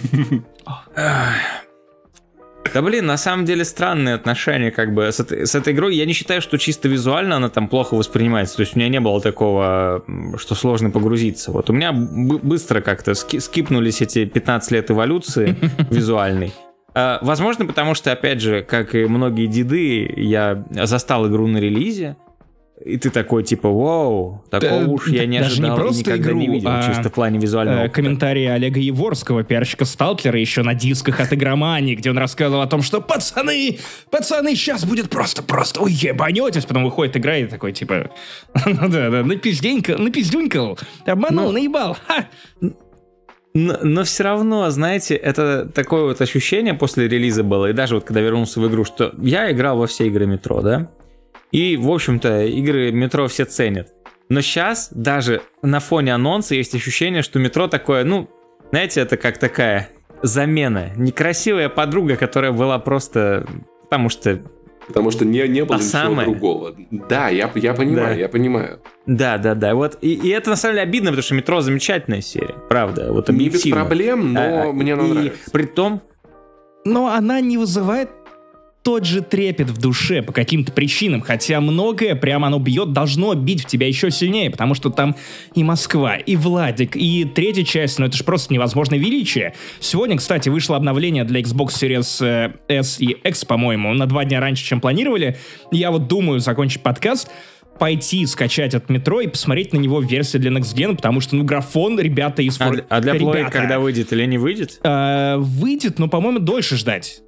Да блин, на самом деле странные отношения как бы с этой, с этой игрой. Я не считаю, что чисто визуально она там плохо воспринимается. То есть у меня не было такого, что сложно погрузиться. Вот у меня б- быстро как-то ски- скипнулись эти пятнадцать лет эволюции визуальной. А, возможно, потому что, опять же, как и многие деды, я застал игру на релизе. И ты такой, типа, вау, такого да, уж я не ожидал не и никогда игру, не видел, а, чисто в плане визуального. А, комментарии Олега Еворского, пиарщика Сталкера, еще на дисках от Игромании, где он рассказывал о том, что пацаны, пацаны, сейчас будет просто-просто, ой, ебанетесь, потом выходит игра и такой, типа, ну да-да, напизденькал, напиздюнькал, обманул, наебал, ха! Но, но все равно, знаете, это такое вот ощущение после релиза было, и даже вот когда вернулся в игру, что я играл во все игры Метро, да? И, в общем-то, игры Метро все ценят. Но сейчас даже на фоне анонса есть ощущение, что Метро такое, ну, знаете, это как такая замена. Некрасивая подруга, которая была просто... Потому что... Потому что не, не было а ничего самое... другого. Да, я, я понимаю, да. я понимаю. Да, да, да. Вот. И, и это, на самом деле, обидно, потому что Метро замечательная серия. Правда, вот объективно. Не без проблем, но а, мне она и нравится. При том... Но она не вызывает тот же трепет в душе по каким-то причинам, хотя многое прямо оно бьет, должно бить в тебя еще сильнее, потому что там и Москва, и Владик, и третья часть, ну это же просто невозможное величие. Сегодня, кстати, вышло обновление для Xbox Series S и X, по-моему, на два дня раньше, чем планировали. Я вот думаю закончить подкаст, пойти скачать от метро и посмотреть на него в версии для Next Gen, потому что, ну, графон, ребята, из... А, а для Play ребята, когда выйдет или не выйдет? Э, выйдет, но, по-моему, дольше ждать.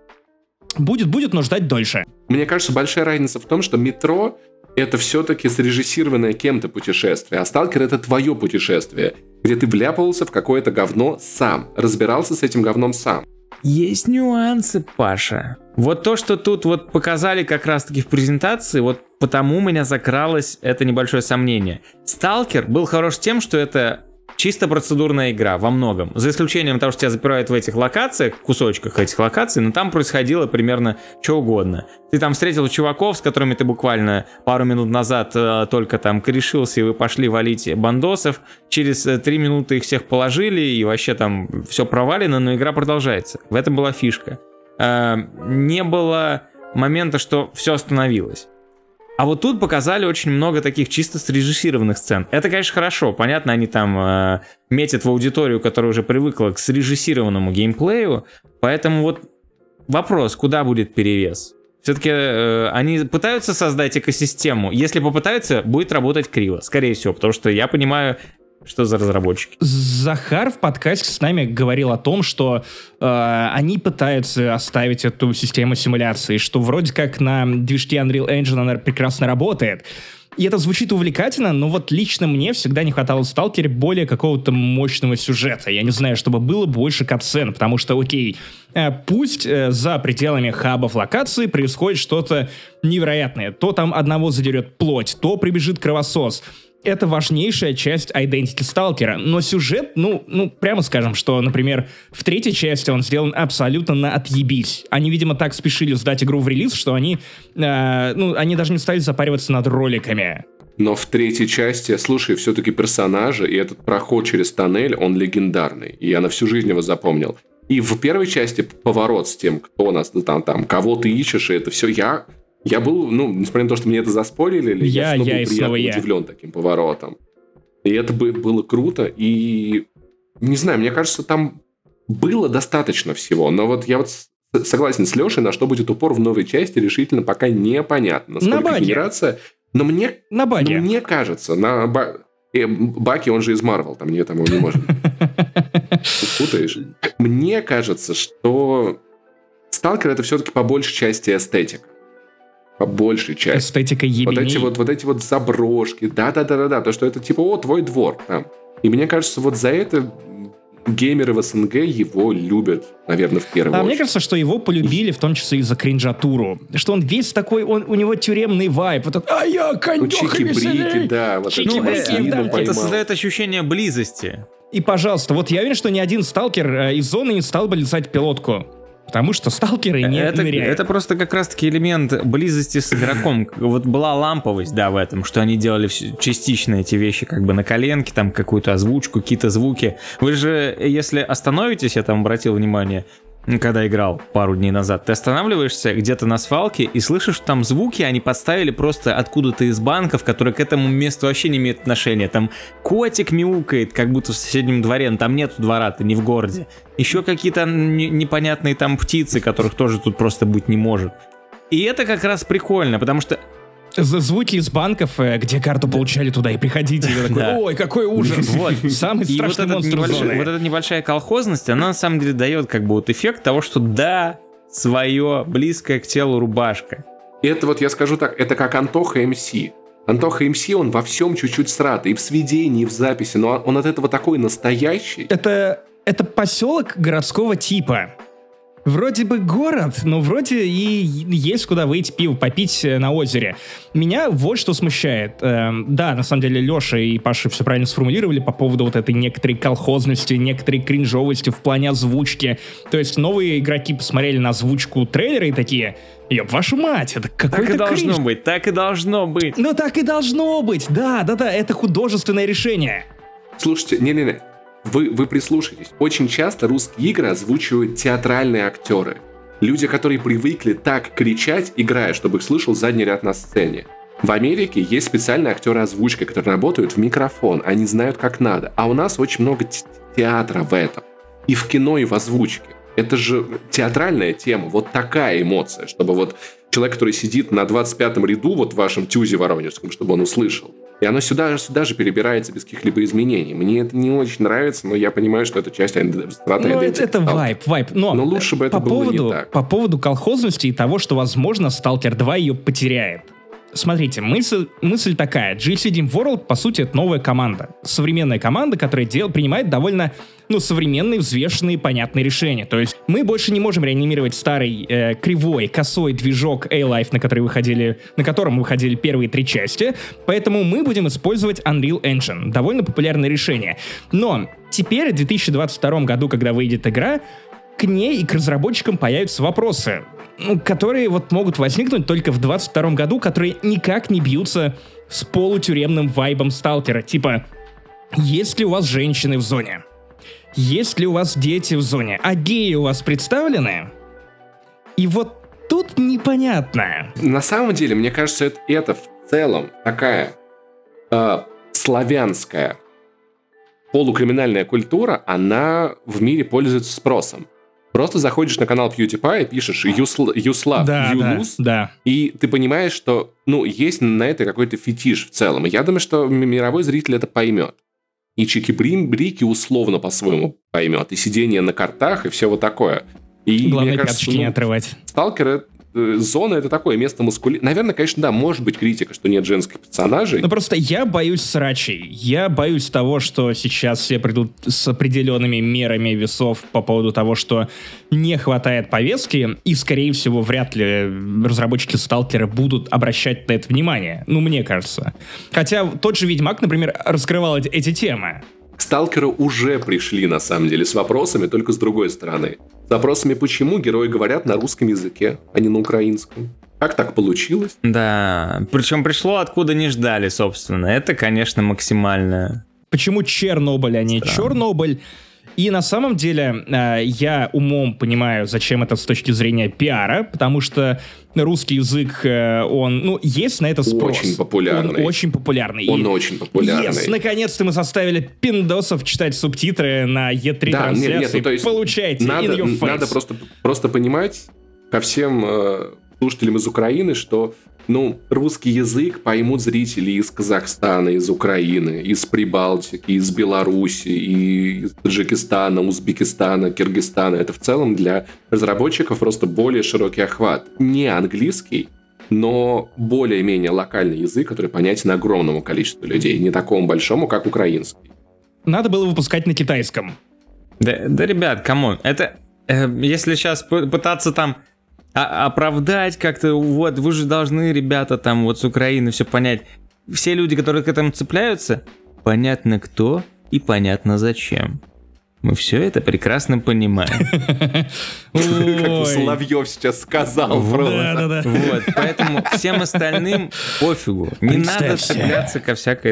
Будет, будет, но ждать дольше. Мне кажется, большая разница в том, что метро — это все-таки срежиссированное кем-то путешествие, а Сталкер — это твое путешествие, где ты вляпывался в какое-то говно сам, разбирался с этим говном сам. Есть нюансы, Паша. Вот то, что тут вот показали как раз-таки в презентации, вот потому у меня закралось это небольшое сомнение. Сталкер был хорош тем, что это чисто процедурная игра во многом. За исключением того, что тебя запирают в этих локациях, кусочках этих локаций, но там происходило примерно что угодно. Ты там встретил чуваков, с которыми ты буквально пару минут назад э, только там корешился, и вы пошли валить бандосов. Через э, три минуты их всех положили, и вообще там все провалено, но игра продолжается. В этом была фишка. Э, не было момента, что все остановилось. А вот тут показали очень много таких чисто срежиссированных сцен. Это, конечно, хорошо. Понятно, они там э, метят в аудиторию, которая уже привыкла к срежиссированному геймплею. Поэтому вот вопрос, куда будет перевес? Все-таки э, они пытаются создать экосистему. Если попытаются, будет работать криво, скорее всего. Потому что я понимаю, что за разработчики. Захар в подкасте с нами говорил о том, что э, они пытаются оставить эту систему симуляции, что вроде как на движке Unreal Engine она прекрасно работает. И это звучит увлекательно, но вот лично мне всегда не хватало в Сталкере более какого-то мощного сюжета. Я не знаю, чтобы было больше катсцен, потому что, окей, э, пусть э, за пределами хабов локации происходит что-то невероятное. То там одного задерет плоть, то прибежит кровосос. Это важнейшая часть identity сталкера, но сюжет, ну, ну, прямо скажем, что, например, в третьей части он сделан абсолютно на отъебись. Они, видимо, так спешили сдать игру в релиз, что они, э, ну, они даже не стали запариваться над роликами. Но в третьей части, слушай, все-таки персонажи и этот проход через тоннель, он легендарный, и я на всю жизнь его запомнил. И в первой части поворот с тем, кто нас там, там, кого ты ищешь, и это все я... Я был, ну, несмотря на то, что мне это заспойлерили, я, я, я был приятно я. удивлен таким поворотом. И это бы было круто. И, не знаю, мне кажется, там было достаточно всего. Но вот я вот согласен с Лешей, на что будет упор в новой части, решительно пока непонятно. На баге. Генерация. Но мне, на баге. Но мне кажется, на ба... э, Баки, он же из Марвел, там не, там его не может. Путаешь. Мне кажется, что Сталкер — это все-таки по большей части эстетика. По большей части. Эстетика ебеней. Вот эти вот, вот эти вот заброшки. Да-да-да-да-да. То, что это типа, о, твой двор там. И мне кажется, вот за это геймеры в СНГ его любят, наверное, в первую а очередь. Мне кажется, что его полюбили в том числе и за кринжатуру. Что он весь такой, он, у него тюремный вайб. Вот этот, а я конёх веселей. Да, вот ну, это, да, да. это создает ощущение близости. И, пожалуйста, вот я уверен, что ни один сталкер э, из зоны не стал бы лизать пилотку. Потому что сталкеры не это, ныряют. Это просто как раз-таки элемент близости с игроком. Вот была ламповость, да, в этом, что они делали все, частично эти вещи как бы на коленке, там какую-то озвучку, какие-то звуки. Вы же, если остановитесь, я там обратил внимание, когда играл пару дней назад, ты останавливаешься где-то на свалке и слышишь, там звуки они подставили просто откуда-то из банков, которые к этому месту вообще не имеют отношения. Там котик мяукает, как будто в соседнем дворе, но там нету двора, ты не в городе. Еще какие-то непонятные там птицы, которых тоже тут просто быть не может. И это как раз прикольно, потому что звуки из банков, где карту получали, туда и приходите. Я такой, да. Ой, какой ужас. Вот. Самый и страшный вот монстр небольш... зоны. Вот эта небольшая колхозность, она на самом деле дает как бы вот эффект того, что да, свое близкое к телу рубашка. И это вот я скажу так, это как Антоха МС. Антоха МС, он во всем чуть-чуть сратый, и в сведении, и в записи, но он от этого такой настоящий. Это, это поселок городского типа. Вроде бы город, но вроде и есть куда выйти пиво попить на озере. Меня вот что смущает. Эм, да, на самом деле Леша и Паша все правильно сформулировали по поводу вот этой некоторой колхозности, некоторой кринжовости в плане озвучки. То есть новые игроки посмотрели на озвучку трейлера и такие: ёб вашу мать, это какой-то Так и должно кринж. быть, так и должно быть. Ну так и должно быть, да, да, да, это художественное решение. Слушайте, не-не-не. Вы, вы прислушайтесь. Очень часто русские игры озвучивают театральные актеры. Люди, которые привыкли так кричать, играя, чтобы их слышал задний ряд на сцене. В Америке есть специальные актеры озвучки, которые работают в микрофон, они знают, как надо. А у нас очень много те- театра в этом. И в кино, и в озвучке. Это же театральная тема, вот такая эмоция, чтобы вот человек, который сидит на двадцать пятом ряду, вот в вашем тюзе воронежском, чтобы он услышал. И оно сюда, сюда же перебирается без каких-либо изменений. Мне это не очень нравится, но я понимаю, что это часть страты. Ну, это, это вайп, вайп. Но, но лучше бы это по было поводу, не так. По поводу колхозности и того, что, возможно, Сталкер два ее потеряет. Смотрите, мысль, мысль такая. джи эс си Dream World, по сути, это новая команда. Современная команда, которая дел, принимает довольно, ну, современные, взвешенные, понятные решения. То есть мы больше не можем реанимировать старый, э, кривой, косой движок A-Life, на, который выходили, на котором выходили первые три части. Поэтому мы будем использовать Unreal Engine. Довольно популярное решение. Но теперь, в две тысячи двадцать втором году, когда выйдет игра, к ней и к разработчикам появятся вопросы, которые вот могут возникнуть только в двадцать втором году, которые никак не бьются с полутюремным вайбом Сталкера. Типа, есть ли у вас женщины в зоне? Есть ли у вас дети в зоне? А геи у вас представлены? И вот тут непонятно. На самом деле, мне кажется, это, это в целом такая э, славянская полукриминальная культура, она в мире пользуется спросом. Просто заходишь на канал PewDiePie и пишешь «You, sl- you slap, да, you да, lose», да. и ты понимаешь, что ну, есть на это какой-то фетиш в целом. И я думаю, что мировой зритель это поймет. И чики-брики условно по-своему поймет. И сидение на картах, и все вот такое. И, главное, мне кажется, пяточки ну, не отрывать. Сталкер зона — это такое место мускули... Наверное, конечно, да, может быть критика, что нет женских персонажей. Ну просто я боюсь срачей. Я боюсь того, что сейчас все придут с определенными мерами весов по поводу того, что не хватает повестки, и, скорее всего, вряд ли разработчики Сталкера будут обращать на это внимание. Ну, мне кажется. Хотя тот же Ведьмак, например, раскрывал эти, эти темы. К Сталкеру уже пришли, на самом деле, с вопросами, только с другой стороны. С вопросами, почему герои говорят на русском языке, а не на украинском. Как так получилось? Да, причем пришло откуда не ждали, собственно. Это, конечно, максимально... Почему Чернобыль, а не Странно. Чернобыль? И на самом деле э, я умом понимаю, зачем это с точки зрения пиара, потому что русский язык, э, он, ну, есть на это спрос. Очень популярный. Он очень популярный. Он И очень популярный. Yes, наконец-то мы заставили пиндосов читать субтитры на и три да, трансляции. нет, нет, ну, то есть Получайте надо, in your face. надо просто, просто понимать ко всем э, слушателям из Украины, что ну, русский язык поймут зрители из Казахстана, из Украины, из Прибалтики, из Беларуси, из Таджикистана, Узбекистана, Киргизстана. Это в целом для разработчиков просто более широкий охват. Не английский, но более-менее локальный язык, который понятен огромному количеству людей, не такому большому, как украинский. Надо было выпускать на китайском. Да, да ребят, камон, это... Э, если сейчас пытаться там а- оправдать как-то, вот, вы же должны, ребята, там, вот с Украины все понять. Все люди, которые к этому цепляются, понятно кто и понятно зачем. Мы все это прекрасно понимаем. Как Соловьев сейчас сказал. Да-да-да. Вот, поэтому всем остальным пофигу. Не надо цепляться ко всякой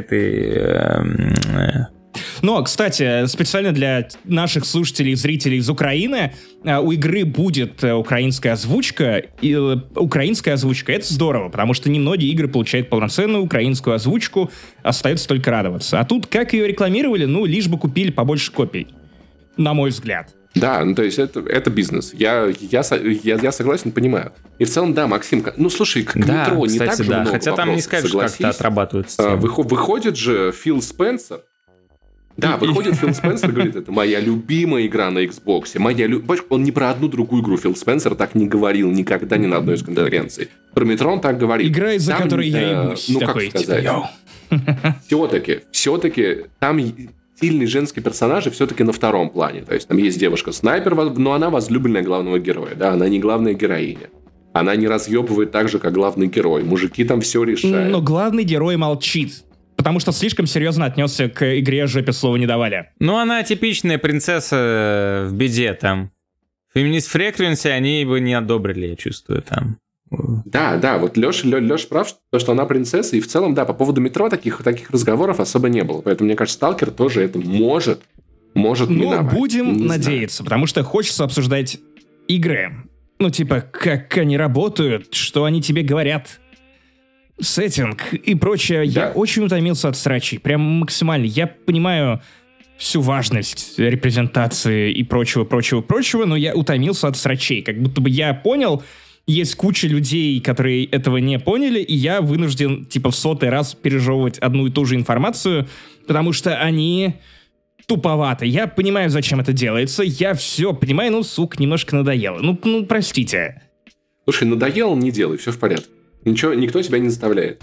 этой... Но, кстати, специально для наших слушателей и зрителей из Украины у игры будет украинская озвучка. И украинская озвучка — это здорово, потому что немногие игры получают полноценную украинскую озвучку, остается только радоваться. А тут, как ее рекламировали, ну, лишь бы купили побольше копий, на мой взгляд. Да, ну то есть это, это бизнес. Я, я, я, я согласен, понимаю. И в целом, да, Максим, ну слушай, к да, метро не кстати, так же да. много Хотя вопросов, там не скажешь, согласись. как-то отрабатывается. А, выход, выходит же Фил Спенсер. Да, выходит Фил Спенсер и говорит, это моя любимая игра на Xbox. Моя лю... Он не про одну другую игру Фил Спенсер так не говорил никогда ни на одной из конференций. Про метро он так говорит. Игра, из-за там, которой я э, ебусь. Ну, такой, как сказать? Типа, все-таки, все-таки там сильные женские персонажи все-таки на втором плане. То есть там есть девушка-снайпер, но она возлюбленная главного героя. Да, она не главная героиня. Она не разъебывает так же, как главный герой. Мужики там все решают. Но главный герой молчит. Потому что слишком серьезно отнесся к игре, жопе слова не давали. Ну, она типичная принцесса в беде там. Феминист Фреквенси они бы не одобрили, я чувствую, там. Да, да, вот Леша, Леша прав, что она принцесса, и в целом, да, по поводу метро таких, таких разговоров особо не было. Поэтому, мне кажется, Сталкер тоже это может, может Ну, миновать. будем Не надеяться, знаю. потому что хочется обсуждать игры. Ну, типа, как они работают, что они тебе говорят, сеттинг и прочее. Да. Я очень утомился от срачей, прям максимально. Я понимаю всю важность репрезентации и прочего, прочего, прочего, но я утомился от срачей. Как будто бы я понял, есть куча людей, которые этого не поняли, и я вынужден, типа, в сотый раз пережевывать одну и ту же информацию, потому что они туповаты. Я понимаю, зачем это делается, я все понимаю, ну, сука, немножко надоело. Ну, ну простите. Слушай, надоело, не делай, все в порядке. Ничего, никто тебя не заставляет.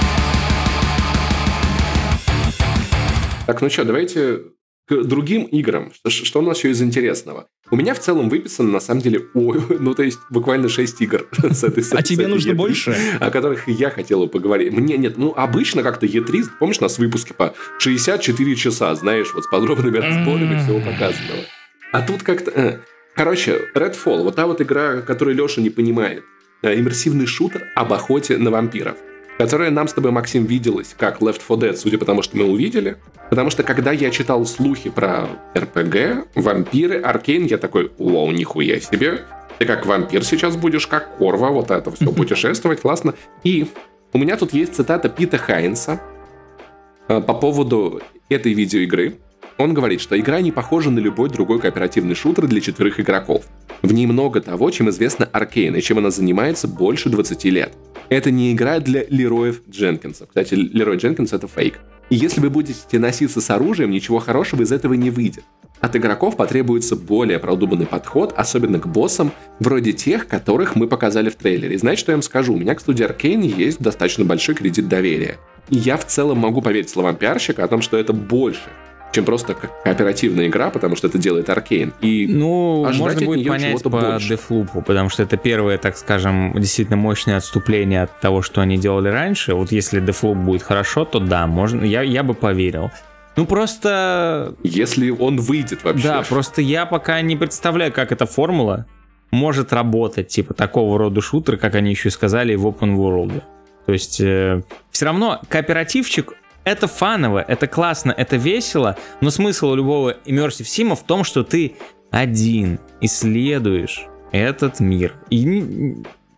Так, ну что, давайте к другим играм. Что, что у нас еще из интересного? У меня в целом выписано, на самом деле, ой, ну, то есть, буквально шесть игр с этой А тебе нужно больше? О которых я хотел бы поговорить. Мне нет, ну, обычно как-то и три, помнишь, у нас выпуски по шестьдесят четыре часа, знаешь, вот с подробными разборами всего показанного. А тут как-то... Короче, Redfall, вот та вот игра, которую Леша не понимает. Иммерсивный шутер об охоте на вампиров. Которая нам с тобой, Максим, виделась как Left four Dead, судя по тому, что мы увидели. Потому что, когда я читал слухи про эр пи джи, вампиры, Аркейн, я такой, вау, нихуя себе. Ты как вампир сейчас будешь, как Корва, вот это все, путешествовать, классно. И у меня тут есть цитата Пита Хайнса по поводу этой видеоигры. Он говорит, что игра не похожа на любой другой кооперативный шутер для четверых игроков. В ней много того, чем известно Аркейн, и чем она занимается больше двадцати лет. Это не игра для Лероев Дженкинса. Кстати, Лерой Дженкинс — это фейк. И если вы будете носиться с оружием, ничего хорошего из этого не выйдет. От игроков потребуется более продуманный подход, особенно к боссам, вроде тех, которых мы показали в трейлере. И знаете, что я вам скажу? У меня к студии Аркейн есть достаточно большой кредит доверия. И я в целом могу поверить словам пиарщика о том, что это больше, чем просто кооперативная игра, потому что это делает Аркейн. И ну, можно будет понять по Deathloop, потому что это первое, так скажем, действительно мощное отступление от того, что они делали раньше. Вот если Deathloop будет хорошо, то да, можно, я, я бы поверил. Ну, просто... Если он выйдет вообще. Да, просто я пока не представляю, как эта формула может работать, типа такого рода шутер, как они еще и сказали, в open world. То есть, э, все равно кооперативчик... Это фаново, это классно, это весело, но смысл у любого Immersive Sim в том, что ты один исследуешь этот мир. И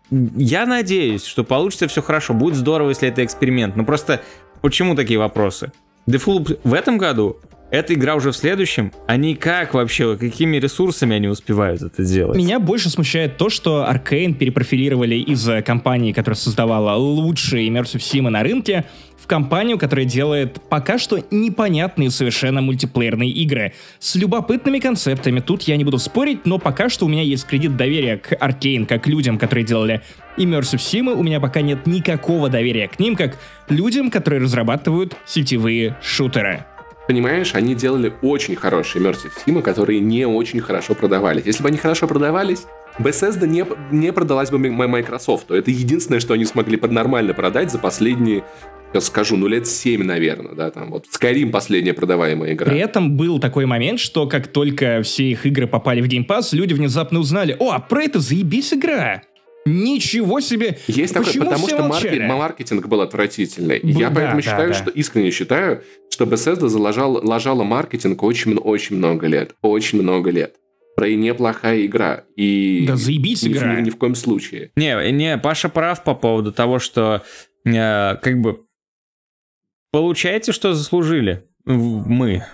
я надеюсь, что получится все хорошо. Будет здорово, если это эксперимент. Но просто почему такие вопросы? Deathloop в этом году, эта игра уже в следующем, они как вообще, какими ресурсами они успевают это делать? Меня больше смущает то, что Arcane перепрофилировали из компании, которая создавала лучшие Immersive Sim на рынке, в компанию, которая делает пока что непонятные совершенно мультиплеерные игры с любопытными концептами. Тут я не буду спорить, но пока что у меня есть кредит доверия к Arcane, как людям, которые делали Immersive Sim. У меня пока нет никакого доверия к ним, как людям, которые разрабатывают сетевые шутеры. Понимаешь, они делали очень хорошие Immersive Sim, которые не очень хорошо продавались. Если бы они хорошо продавались, Bethesda не, не продалась бы Microsoft. Это единственное, что они смогли нормально продать за последние, я скажу, ну лет семь, наверное. Да, там, вот Skyrim последняя продаваемая игра. При этом был такой момент, что как только все их игры попали в Game Pass, люди внезапно узнали: о, а про это заебись игра! Ничего себе! Есть такое, потому что маркет, маркетинг был отвратительный. Б- Я да, поэтому да, считаю, да. что искренне считаю, что Bethesda заложала, ложала маркетинг очень, очень много лет. Очень много лет. Про и неплохая игра. И да заебись ни, игра. Ни, ни в коем случае. Не, не, Паша прав по поводу того, что э, как бы получаете, что заслужили. Мы.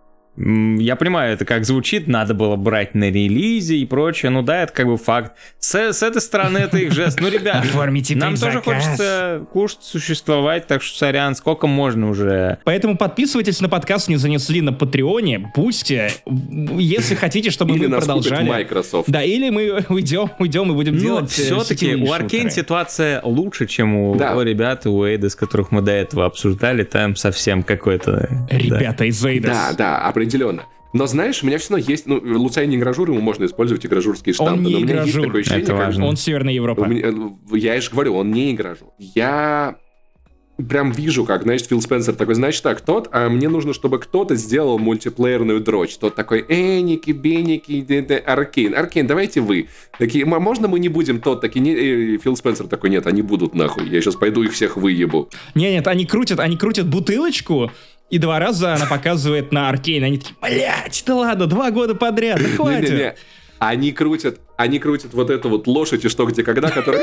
Я понимаю, это как звучит, надо было брать на релизе и прочее, ну да, это как бы факт. С, с этой стороны это их жест. Ну, ребят, оформите нам тоже заказ. Хочется кушать, существовать, так что, сорян, сколько можно уже. Поэтому подписывайтесь на подкаст «Не занесли» на Патреоне, Бусти, если хотите, чтобы или мы продолжали. Microsoft. Да, или мы уйдем, уйдем и будем ну, делать все-таки у Arcane ситуация лучше, чем у да. ребят у Eidos, которых мы до этого обсуждали, там совсем какой-то... Ребята да. из Eidos. Да, да, определенно. Но знаешь, у меня все равно есть... Ну, Луцай не игражур, ему можно использовать игражурские штампы. Он не но у меня игражур. есть такое ощущение, это важно. Он Северная Европа. Меня, я же говорю, он не игражур. Я прям вижу, как, знаешь, Фил Спенсер такой, значит так, тот, а мне нужно, чтобы кто-то сделал мультиплеерную дрочь. Тот такой, эники, беники, Аркейн. Аркейн, давайте вы. Такие, можно мы не будем тот? Такие, не... Фил Спенсер такой, нет, они будут нахуй. Я сейчас пойду их всех выебу. Не, нет, они крутят, они крутят бутылочку, и два раза она показывает на Аркейн. Они такие, блядь, да ладно, два года подряд, да хватит. Не-не-не. Они крутят, они крутят вот эту вот лошадь и что, где, когда, которая...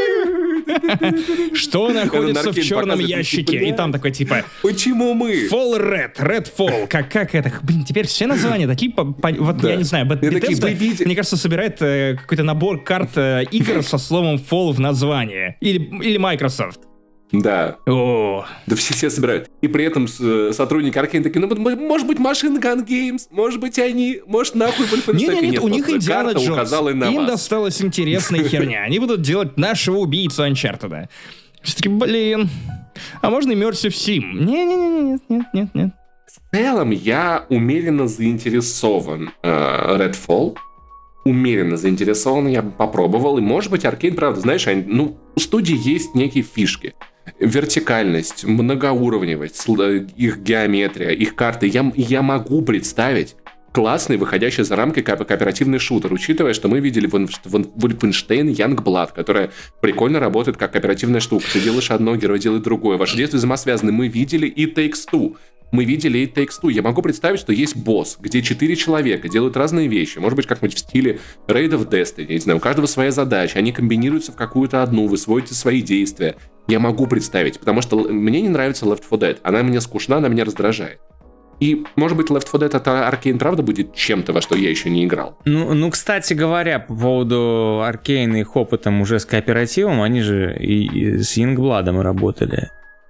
Что находится в черном ящике? И там такой типа... Почему мы? Fall Red, Red Fall. Как, как это? Блин, теперь все названия такие... По, по, вот да. Я не знаю, Bethesda, мне кажется, собирает э, какой-то набор карт э, игр со словом Fall в названии. Или, или Microsoft. Да. О. Да все, все собирают. И при этом сотрудники Аркейн такие, ну, может быть, Machine Gun Games, может быть, они, может, нахуй Wolfenstein. Нет, нет, нет, у них Индиана Джонс. Им вас. досталась интересная херня. Они будут делать нашего убийцу Uncharted. Все-таки, блин, а можно Immersive Sim? Не-не-не, нет, нет, нет. В целом, я умеренно заинтересован э, Redfall. Умеренно заинтересован, я бы попробовал. И, может быть, Аркейн, правда, знаешь, они, ну, у студии есть некие фишки. Вертикальность, многоуровневость, их геометрия, их карты. Я, я могу представить классный, выходящий за рамки ко- кооперативный шутер, учитывая, что мы видели Wolfenstein Youngblood, которая прикольно работает как кооперативная штука. Ты делаешь одно, герой делает другое. Ваши действия взаимосвязаны. Мы видели и Takes Two. Мы видели и Takes Two. Я могу представить, что есть босс, где четыре человека делают разные вещи. Может быть, как-нибудь в стиле Raid of Destiny. Я не знаю, у каждого своя задача. Они комбинируются в какую-то одну, вы сводите свои действия. Я могу представить, потому что мне не нравится Left фор Dead. Она мне скучна, она меня раздражает. И, может быть, Left фор Dead от Arcane правда будет чем-то, во что я еще не играл. Ну, ну, кстати говоря, по поводу Arcane и их опытом уже с кооперативом, они же и, и с Youngblood'ом работали.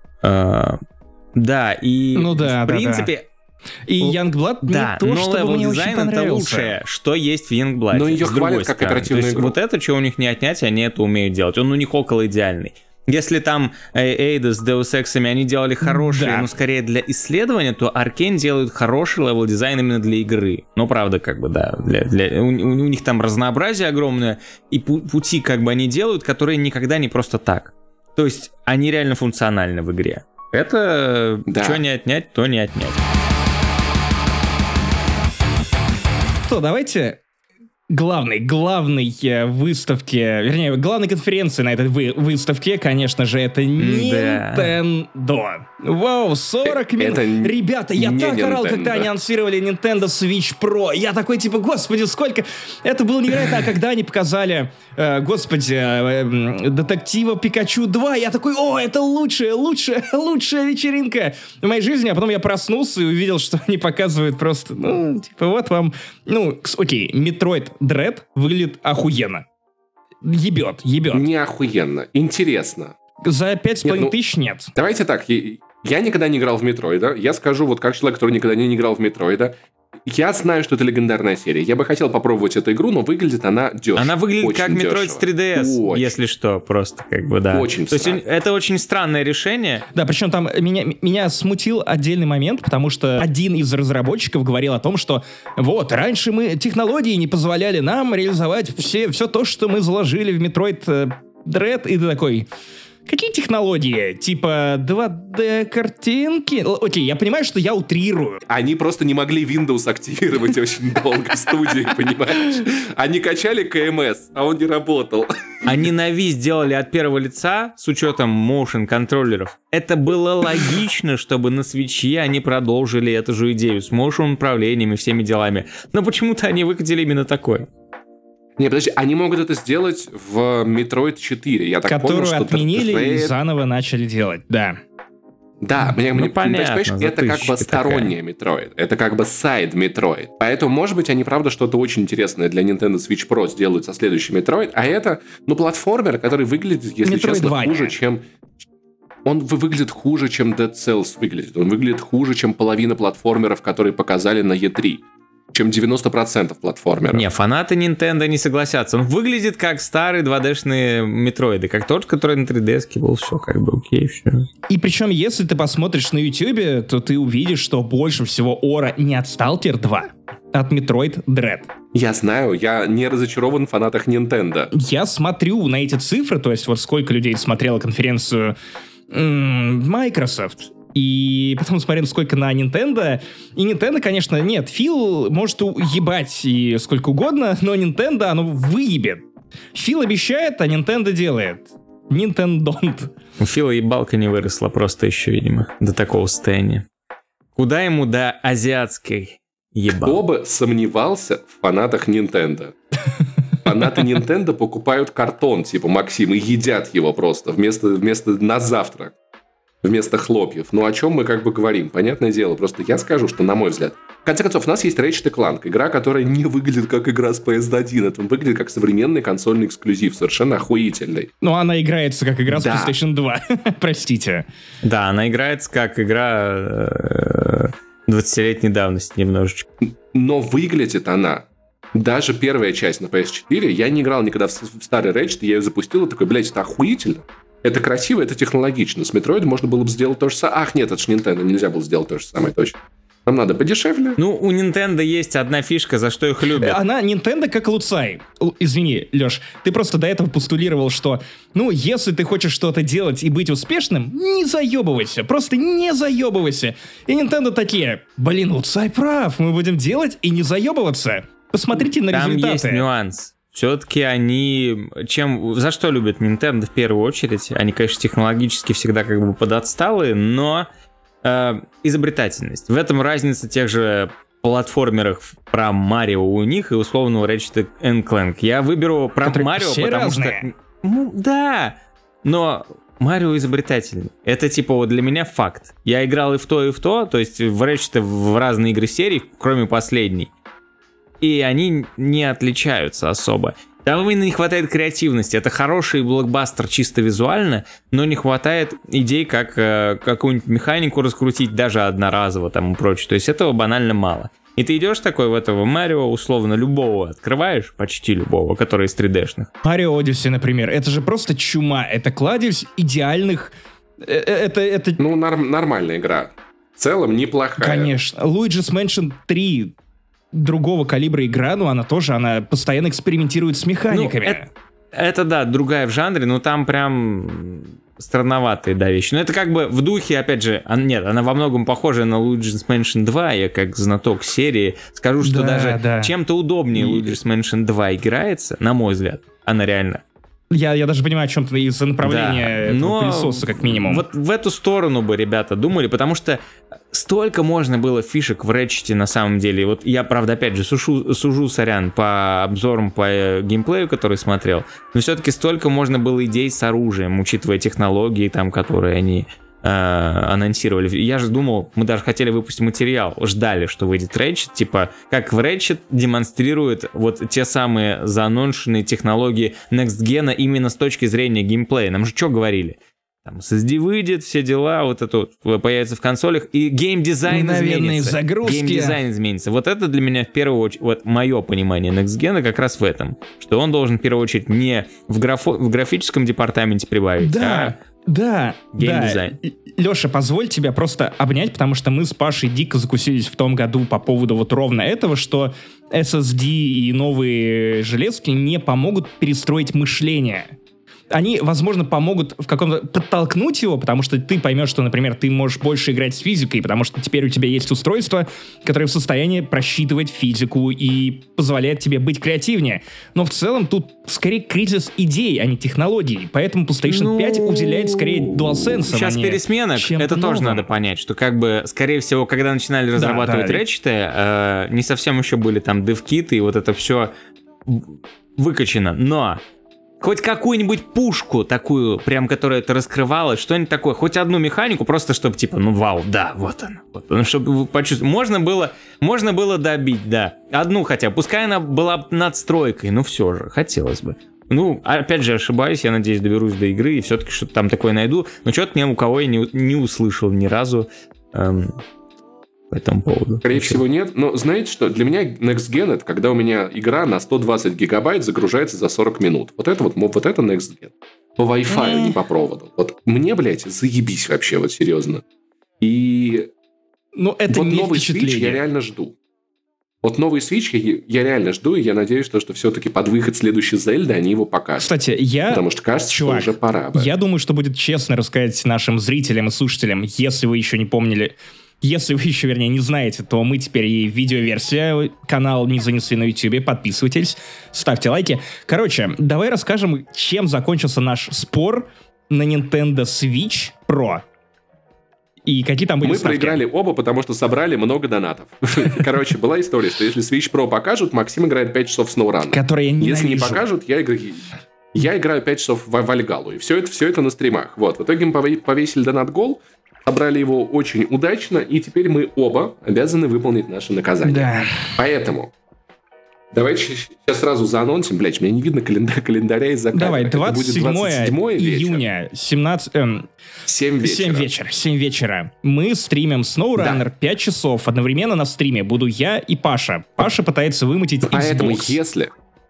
Uh, да, и ну, да, в да, принципе... Да. И Youngblood да, не то, чтобы мне очень понравился. Это лучшее, что есть в Youngblood. Но ее хвалят как кооперативную игру. То есть вот это, что у них не отнять, они это умеют делать. Он у них около идеальный. Если там Эйда с Deus Ex'ами они делали хорошие, да. но скорее для исследования, то Arcane делают хороший левел-дизайн именно для игры. Ну, правда, как бы, да. Для, для, у, у них там разнообразие огромное, и пу- пути как бы они делают, которые никогда не просто так. То есть они реально функциональны в игре. Это да. что не отнять, то не отнять. Что, давайте... Главной, главной выставки, вернее, главной конференции на этой вы, выставке, конечно же, это Nintendo. Да. Вау, сорок минут. Ребята, я так орал, когда они анонсировали Nintendo Switch Pro. Я такой, типа, господи, сколько... Это было невероятно. А когда они показали, э, господи, э, Детектива Пикачу два, я такой, о, это лучшая, лучшая, лучшая вечеринка в моей жизни. А потом я проснулся и увидел, что они показывают просто, ну, типа, вот вам... Ну, окей, Metroid Dread выглядит охуенно. Ебет, ебет. Не охуенно, интересно. За пять с половиной тысяч нет. Давайте так, я, я никогда не играл в Метроида. Я скажу, вот как человек, который никогда не, не играл в Метроида. Я знаю, что это легендарная серия. Я бы хотел попробовать эту игру, но выглядит она дешево. Она выглядит очень как Metroid с три ди эс, очень. Если что, просто как бы, да. Очень То странно. есть это очень странное решение. Да, причем там меня, меня смутил отдельный момент, потому что один из разработчиков говорил о том, что вот, раньше мы технологии не позволяли нам реализовать все, все то, что мы заложили в Metroid Dread, и ты такой... Какие технологии? Типа два дэ-картинки? Окей, я понимаю, что я утрирую. Они просто не могли Windows активировать очень долго в студии, понимаешь? Они качали КМС, а он не работал. Они на Wii сделали от первого лица с учетом motion контроллеров. Это было логично, чтобы на Switch'е они продолжили эту же идею с motion управлением и всеми делами. Но почему-то они выкатили именно такое. Не, подожди, они могут это сделать в Metroid четыре. Я так Которую понял, что отменили Dread... и заново начали делать, да. Да, мне, ну, мне понятно, это как бы сторонняя Metroid. Это как бы сайд Metroid. Поэтому, может быть, они, правда, что-то очень интересное для Nintendo Switch Pro сделают со следующим Metroid. А это, ну, платформер, который выглядит, если Metroid честно, Vania. хуже, чем... Он выглядит хуже, чем Dead Cells выглядит. Он выглядит хуже, чем половина платформеров, которые показали на и три. Чем девяносто процентов платформеров. Не, фанаты Nintendo не согласятся. Он выглядит как старые два дэ-шные метроиды, как тот, который на три ди эс был, все как бы окей, все. И причем, если ты посмотришь на YouTube, то ты увидишь, что больше всего ора не от Stalker два, а от Metroid Dread. Я знаю, я не разочарован в фанатах Nintendo. Я смотрю на эти цифры, то есть вот сколько людей смотрело конференцию м- Microsoft, и потом смотрел, сколько на Nintendo. И Nintendo, конечно, нет. Фил может уебать и сколько угодно, но Nintendo, оно выебет. Фил обещает, а Nintendo делает. Nintendo don't. У Фила ебалка не выросла просто еще, видимо, до такого состояния. Куда ему до азиатской ебал. Кто бы сомневался в фанатах Nintendo? Фанаты Nintendo покупают картон, типа Максим, и едят его просто вместо, вместо на завтрак. Вместо хлопьев. Ну, о чем мы как бы говорим? Понятное дело. Просто я скажу, что, на мой взгляд, в конце концов, у нас есть Ratchet энд Clank. Игра, которая не выглядит как игра с пи эс один. Это выглядит как современный консольный эксклюзив. Совершенно охуительный. Ну, она играется как игра да. с PlayStation два. Простите. Да, она играется как игра двадцатилетней давности немножечко. Но выглядит она... Даже первая часть на пи эс четыре, я не играл никогда в старый Ratchet, я ее запустил и такой, блядь, это охуительно. Это красиво, это технологично. С Metroid можно было бы сделать то же самое. Ах, нет, это же Nintendo, нельзя было сделать то же самое, точно. Нам надо подешевле. Ну, у Nintendo есть одна фишка, за что их любят. Она Nintendo как Луцай. Л- Извини, Леш, ты просто до этого постулировал, что, ну, если ты хочешь что-то делать и быть успешным, не заебывайся, просто не заебывайся. И Nintendo такие, блин, Луцай прав, мы будем делать и не заебываться. Посмотрите на Там результаты. есть нюанс. Все-таки они... Чем, за что любят Nintendo в первую очередь? Они, конечно, технологически всегда как бы подотсталые, но э, изобретательность. В этом разница тех же платформеров про Марио у них и условного Ratchet энд Clank. Я выберу про Которые Марио, все потому разные. что... Ну, да, но... Марио изобретательный. Это типа вот для меня факт. Я играл и в то, и в то, то есть в Ratchet в разные игры серии, кроме последней. И они не отличаются особо. Там именно не хватает креативности. Это хороший блокбастер чисто визуально, но не хватает идей, как э, какую-нибудь механику раскрутить даже одноразово там и прочее. То есть этого банально мало. И ты идешь такой в этого Марио, условно, любого открываешь, почти любого, который из три дэ-шных. Марио Odyssey, например, это же просто чума. Это кладезь идеальных... э, э, Это... это... Ну, норм- нормальная игра. В целом неплохая. Конечно. Luigi's Mansion три другого калибра игра, но она тоже, она постоянно экспериментирует с механиками. Ну, это, это да, другая в жанре, но там прям странноватые, да, вещи. Но это как бы в духе, опять же, она, нет, она во многом похожа на Luigi's Mansion два, я как знаток серии скажу, что Да, даже да. чем-то удобнее И- Luigi's Mansion два играется, на мой взгляд, она реально. Я, я даже понимаю, о чем ты из-за направления Да, этого но пылесоса, как минимум. Вот в эту сторону бы ребята думали, потому что столько можно было фишек в Ratchet на самом деле. Вот я, правда, опять же, сушу, сужу, сорян, по обзорам, по э, геймплею, который смотрел, но все-таки столько можно было идей с оружием, учитывая технологии, там, которые они э, анонсировали. Я же думал, мы даже хотели выпустить материал, ждали, что выйдет Ratchet, типа, как в Ratchet демонстрирует вот те самые зааноншенные технологии Next Gen именно с точки зрения геймплея. Нам же что говорили? Там эс эс ди выйдет, все дела, вот это вот появится в консолях, и геймдизайн Мгновенные изменится. загрузки. Геймдизайн изменится. Вот это для меня в первую очередь, вот мое понимание Next Gen как раз в этом, что он должен в первую очередь не в, графо- в графическом департаменте прибавить, Да, а да, геймдизайн. да. Леша, позволь тебя просто обнять, потому что мы с Пашей дико закусились в том году по поводу вот ровно этого, что эс эс ди и новые железки не помогут перестроить мышление. Они, возможно, помогут в каком-то подтолкнуть его, потому что ты поймешь, что, например, ты можешь больше играть с физикой, потому что теперь у тебя есть устройство, которое в состоянии просчитывать физику и позволяет тебе быть креативнее. Но в целом тут скорее кризис идей, а не технологий. Поэтому PlayStation Ну, пять уделяет скорее DualSense. Сейчас а не пересменок, чем-то это тоже новым. надо понять, что как бы, скорее всего, когда начинали разрабатывать да. Ratchet, э, не совсем еще были там дев-киты, и вот это все выкачано, но хоть какую-нибудь пушку такую, прям, которая это раскрывала, что-нибудь такое, хоть одну механику, просто чтобы, типа, ну вау, да, вот она, вот она, чтобы вы почувствовали. Можно было, можно было добить, да, одну хотя, пускай она была надстройкой, но все же, хотелось бы. Ну, опять же, ошибаюсь, я надеюсь, доберусь до игры и все-таки что-то там такое найду, но что-то ни у кого я не, не услышал ни разу эм, по этому поводу. Скорее Ничего. всего, нет. Но знаете что? Для меня Next Gen — это когда у меня игра на сто двадцать гигабайт загружается за сорок минут. Вот это вот, вот это Next Gen. По Wi-Fi, не по проводу. Вот мне, блядь, заебись вообще, вот серьезно. И Ну, это вот не новый Switch я впечатление. реально жду. Вот новый Switch я, я реально жду, и я надеюсь, что, что все-таки под выход следующей Зельды они его покажут. Кстати, я... Потому что кажется, Чувак, что уже пора бы. Я думаю, что будет честно рассказать нашим зрителям и слушателям, если вы еще не помнили, если вы еще, вернее, не знаете, то мы теперь и видеоверсия, канал не занесли на ютубе, подписывайтесь, ставьте лайки. Короче, давай расскажем, чем закончился наш спор на Nintendo Switch Pro. И какие там были Мы ставки? проиграли оба, потому что собрали много донатов. Короче, была история, что если Switch Pro покажут, Максим играет пять часов в SnowRunner. Которые я ненавижу. Если не покажут, я играю... Я играю пять часов в Вальгалу. И все это, все это на стримах. Вот. В итоге мы повесили донат-гол, собрали его очень удачно, и теперь мы оба обязаны выполнить наше наказание. Да. Поэтому... Давайте сейчас сразу заанонсим. Блядь, меня не видно календаря, календаря из-за камеры. Давай, двадцать седьмое июня, семнадцать... Эм, семь вечера. семь вечера. семь вечера. Мы стримим SnowRunner да. пять часов. Одновременно на стриме буду я и Паша. Паша пытается вымутить Xbox. Поэтому если...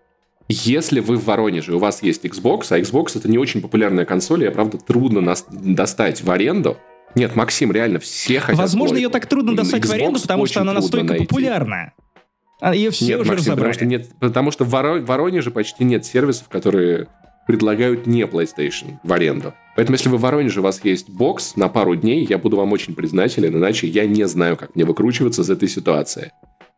Если вы в Воронеже, у вас есть Xbox, а Xbox это не очень популярная консоль, ее, правда, трудно нас достать в аренду. Нет, Максим, реально, все хотят... Возможно, плойку. ее так трудно достать Xbox в аренду, потому что она настолько найти. популярна. А ее все нет, уже Максим, разобрали. Потому что, нет, потому что в Воро- Воронеже почти нет сервисов, которые предлагают не PlayStation в аренду. Поэтому если вы в Воронеже, у вас есть бокс на пару дней, я буду вам очень признателен, иначе я не знаю, как мне выкручиваться из этой ситуации.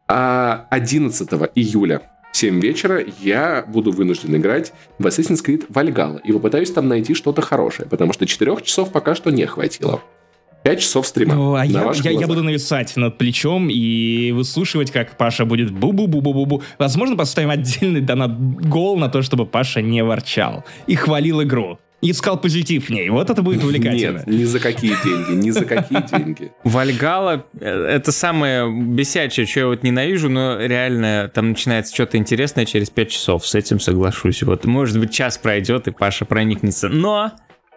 А одиннадцатого июля в семь вечера я буду вынужден играть в Assassin's Creed Valhalla и попытаюсь там найти что-то хорошее, потому что четырех часов пока что не хватило. Пять часов стрима. Ну, а я, я, я буду нависать над плечом и выслушивать, как Паша будет бу-бу-бу-бу-бу-бу. Возможно, поставим отдельный донат-гол на то, чтобы Паша не ворчал и хвалил игру. И искал позитив в ней. Вот это будет увлекательно. Нет, ни за какие деньги, ни за какие деньги. Вальгалла — это самое бесячее, что я вот ненавижу, но реально там начинается что-то интересное через пять часов. С этим соглашусь. Вот, может быть, час пройдет, и Паша проникнется. Но...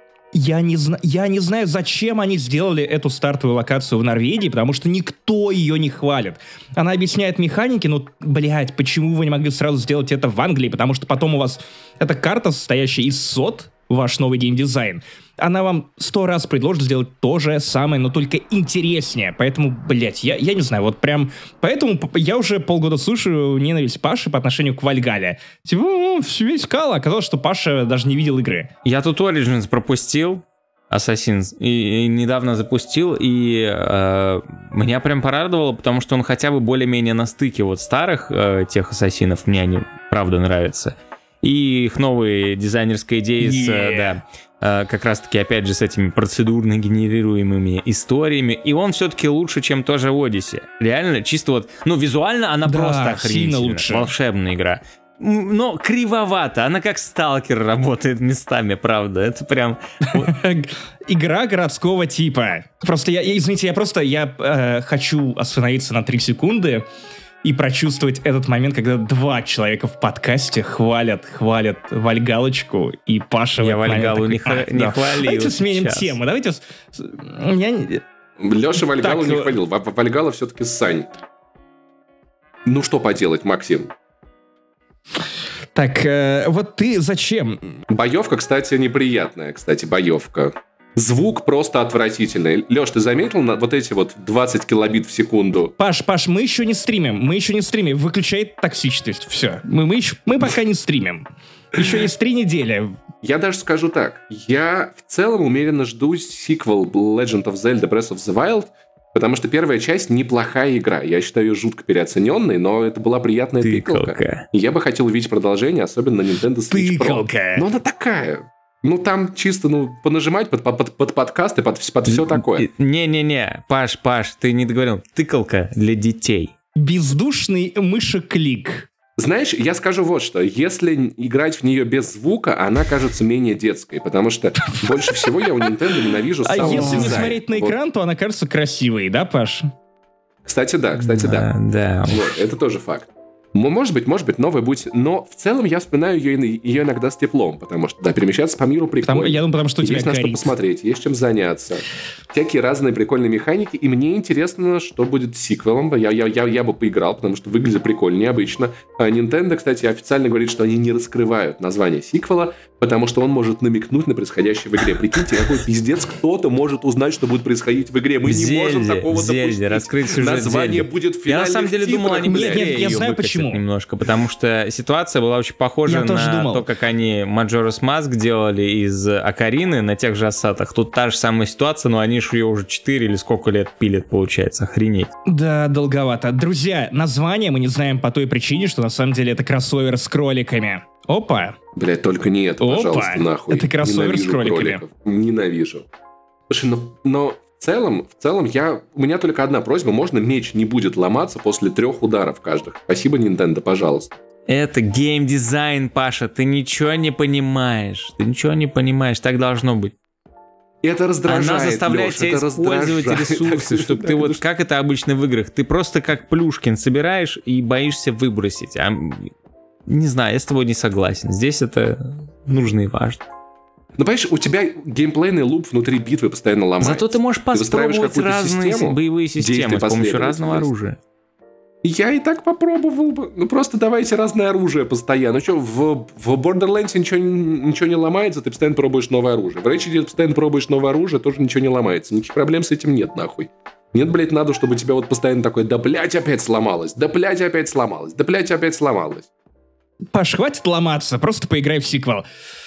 Я не, зна- я не знаю, зачем они сделали эту стартовую локацию в Норвегии, потому что никто ее не хвалит. Она объясняет механики, но, блядь, почему вы не могли сразу сделать это в Англии? Потому что потом у вас эта карта, состоящая из сот, ваш новый геймдизайн, она вам сто раз предложит сделать то же самое, но только интереснее. Поэтому, блядь, я, я не знаю, вот прям... Поэтому я уже полгода слушаю ненависть Паши по отношению к Вальгалле. Типа, ну, все искал, а оказалось, что Паша даже не видел игры. Я тут Origins пропустил, Assassin's, и, и недавно запустил, и э, меня прям порадовало, потому что он хотя бы более-менее на стыке вот старых э, тех Ассасинов, мне они правда нравятся. И их новые дизайнерские идеи yeah. с, да, э, как раз-таки, опять же, с этими процедурно генерируемыми историями. И он все-таки лучше, чем тоже Odyssey. Реально, чисто вот, ну, визуально она да, просто охренительная, лучше. волшебная игра. Но кривовато, она как сталкер работает местами, правда. Это прям... Игра городского типа. Просто я, извините, я просто, я э, хочу остановиться на три секунды и прочувствовать этот момент, когда два человека в подкасте хвалят, хвалят Вальгалочку, и Паша... Я Вальгалу не, такой, х... не да. хвалил. Давайте сменим сейчас. тему, давайте... Я... Леша Вальгалу так, не хвалил, Вальгала все-таки Сань. Ну что поделать, Максим? Так, э, вот ты зачем? Боевка, кстати, неприятная, кстати, боевка. Звук просто отвратительный. Леш, ты заметил на вот эти вот двадцать килобит в секунду? Паш, Паш, мы еще не стримим, мы еще не стримим. Выключай токсичность, все. Мы, мы, еще, мы пока не стримим. Еще есть три недели. Я даже скажу так. Я в целом умеренно жду сиквел Legend of Zelda Breath of the Wild, потому что первая часть неплохая игра. Я считаю ее жутко переоцененной, но это была приятная тыкалка. Тыкалка. И я бы хотел увидеть продолжение, особенно на Nintendo Switch Тыкалка. Pro. Но она такая... Ну, там чисто, ну, понажимать под, под, под подкасты, под, под все такое. Не-не-не, Паш, Паш, ты не договорил. Тыкалка для детей. Бездушный мышеклик. Знаешь, я скажу вот что. Если играть в нее без звука, она кажется менее детской, потому что больше всего я у Nintendo ненавижу А саунд-дизайн. если не смотреть на экран, вот. То она кажется красивой, да, Паш? Кстати, да, кстати, да. Да. Вот, это тоже факт. Может быть, может быть, новая будет... Но в целом я вспоминаю ее, ее иногда с теплом, потому что, да, перемещаться по миру прикольно. Там, я думаю, потому что у тебя есть на горит. что посмотреть, есть чем заняться. Всякие разные прикольные механики. И мне интересно, что будет с сиквелом. Я, я, я, я бы поиграл, потому что выглядит прикольно, необычно. А Nintendo, кстати, официально говорит, что они не раскрывают название сиквела, потому что он может намекнуть на происходящее в игре. Прикиньте, какой пиздец, кто-то может узнать, что будет происходить в игре. Мы Зельде, не можем такого Зельде, допустить. раскрыть сюжет Название Зельде. будет в финале. Я на самом деле думал, они Нет, быстрее нет, я ее знаю, выкатят почему. немножко, потому что ситуация была очень похожа Я тоже на думал. то, как они Majora's Mask делали из Окарины на тех же ассатах. Тут та же самая ситуация, но они же ее уже четыре или сколько лет пилят, получается. Охренеть. Да, долговато. Друзья, название мы не знаем по той причине, что на самом деле это кроссовер с кроликами. Опа. Блять, только не это, Опа. пожалуйста, нахуй. Это кроссовер Ненавижу с кроликами. кроликов. Ненавижу. Слушай, но, но целом, в целом я, у меня только одна просьба. Можно меч не будет ломаться после трех ударов каждых? Спасибо, Nintendo, пожалуйста. Это геймдизайн, Паша. Ты ничего не понимаешь. Ты ничего не понимаешь. Так должно быть. Это раздражает, Она заставляет Леш, тебя это использовать раздражает. ресурсы, Так, чтобы так, ты вот... так, Как это обычно в играх? Ты просто как Плюшкин собираешь и боишься выбросить. А, не знаю, я с тобой не согласен. Здесь это нужно и важно. Ну, понимаешь, у тебя геймплейный луп внутри битвы постоянно ломается. Зато ты можешь попробовать разные систему, боевые системы с помощью разного оружия. Я и так попробовал бы. Ну, просто давайте разное оружие постоянно. Ну, что, в, в Borderlands ничего, ничего не ломается, ты постоянно пробуешь новое оружие. В Ratchet ты постоянно пробуешь новое оружие, тоже ничего не ломается. Никаких проблем с этим нет, нахуй. Нет, блядь, надо, чтобы у тебя вот постоянно такой, да, блядь, опять сломалось, да, блядь, опять сломалось, да, блядь, опять сломалось. Паш, хватит ломаться, просто поиграй в сиквел.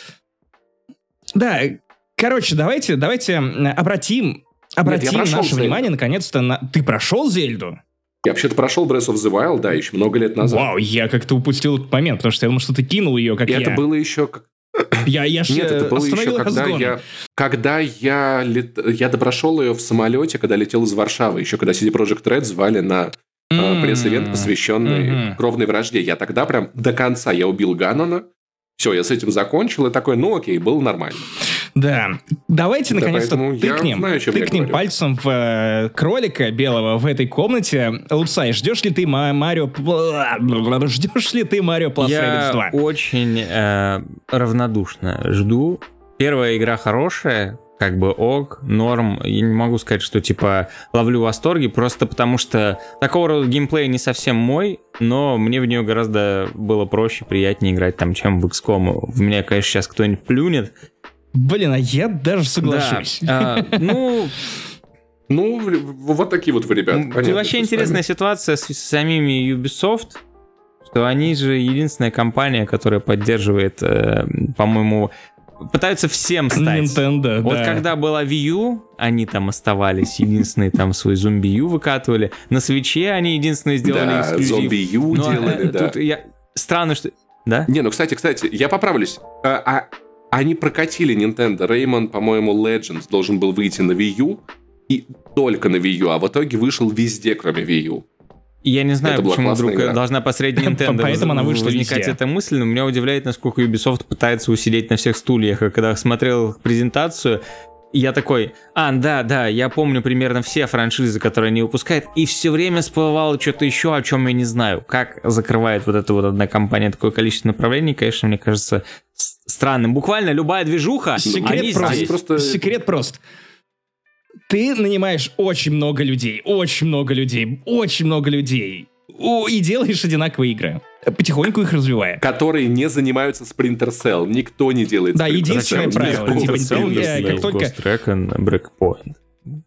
Да, короче, давайте, давайте обратим, обратим Нет, наше Зельду. внимание наконец-то на... Ты прошел Зельду? Я вообще-то прошел Breath of the Wild, да, еще много лет назад. Вау, я как-то упустил этот момент, потому что я думал, что ты кинул ее, как И я. это было еще... Я, я ж Нет, это было еще, остановил когда разгон. я, когда я, лет... я допрошел ее в самолете, когда летел из Варшавы, еще когда си ди Projekt Red звали на М-м-м. э, пресс-ивент, посвященный Мгм. кровной вражде. Я тогда прям до конца я убил Ганнона, все, я с этим закончил, и такой, ну окей, было нормально. Да, давайте Да, наконец-то поэтому я тыкнем, знаю, о чем я тыкнем говорю. пальцем в э, кролика белого в этой комнате. Луцай, ждешь ли ты Ма- Марио... Ждешь ли ты Марио Plus Rabbids Я два? очень э, равнодушно жду. Первая игра хорошая, как бы ок, норм. Я не могу сказать, что типа ловлю восторги, просто потому что такого рода геймплей не совсем мой, но мне в нее гораздо было проще, приятнее играть там, чем в икс ком. В меня, конечно, сейчас кто-нибудь плюнет. Блин, а я даже соглашусь. Да, а, ну, Ну, вот такие вот вы, ребят. м, понятно, вообще что с интересная вами. ситуация с, с самими Ubisoft, что они же единственная компания, которая поддерживает, э, по-моему, пытаются всем стать. Nintendo, Вот да. когда была Wii U, они там оставались, единственные там свой зомби Ю выкатывали. На Свитче они единственные сделали Да, эксклюзив. зомби Ю Но, делали, э, да. Тут я... Странно, что... Да? Не, ну, кстати, кстати, я поправлюсь. А, а они прокатили Nintendo. Rayman, по-моему, Legends должен был выйти на Wii U и только на Wii U, а в итоге вышел везде, кроме Wii U. Я не знаю, Это была почему классная вдруг игра. должна посреди Nintendo Поэтому она вышла возникать везде. эта мысль, но меня удивляет, насколько Ubisoft пытается усидеть на всех стульях. И когда смотрел их презентацию, я такой, а, да, да, я помню примерно все франшизы, которые они выпускают, и все время всплывало что-то еще, о чем я не знаю. Как закрывает вот эта вот одна компания такое количество направлений, конечно, мне кажется с- странным. Буквально любая движуха, Секрет они прост. здесь. просто- Секрет прост. Ты нанимаешь очень много людей, очень много людей, очень много людей, О, и делаешь одинаковые игры, потихоньку их развивая. Которые не занимаются Splinter Cell. Никто не делает Да, Splinter единственное Cell. правило, Никто. типа, ну, я как только- Ghost Recon, Breakpoint.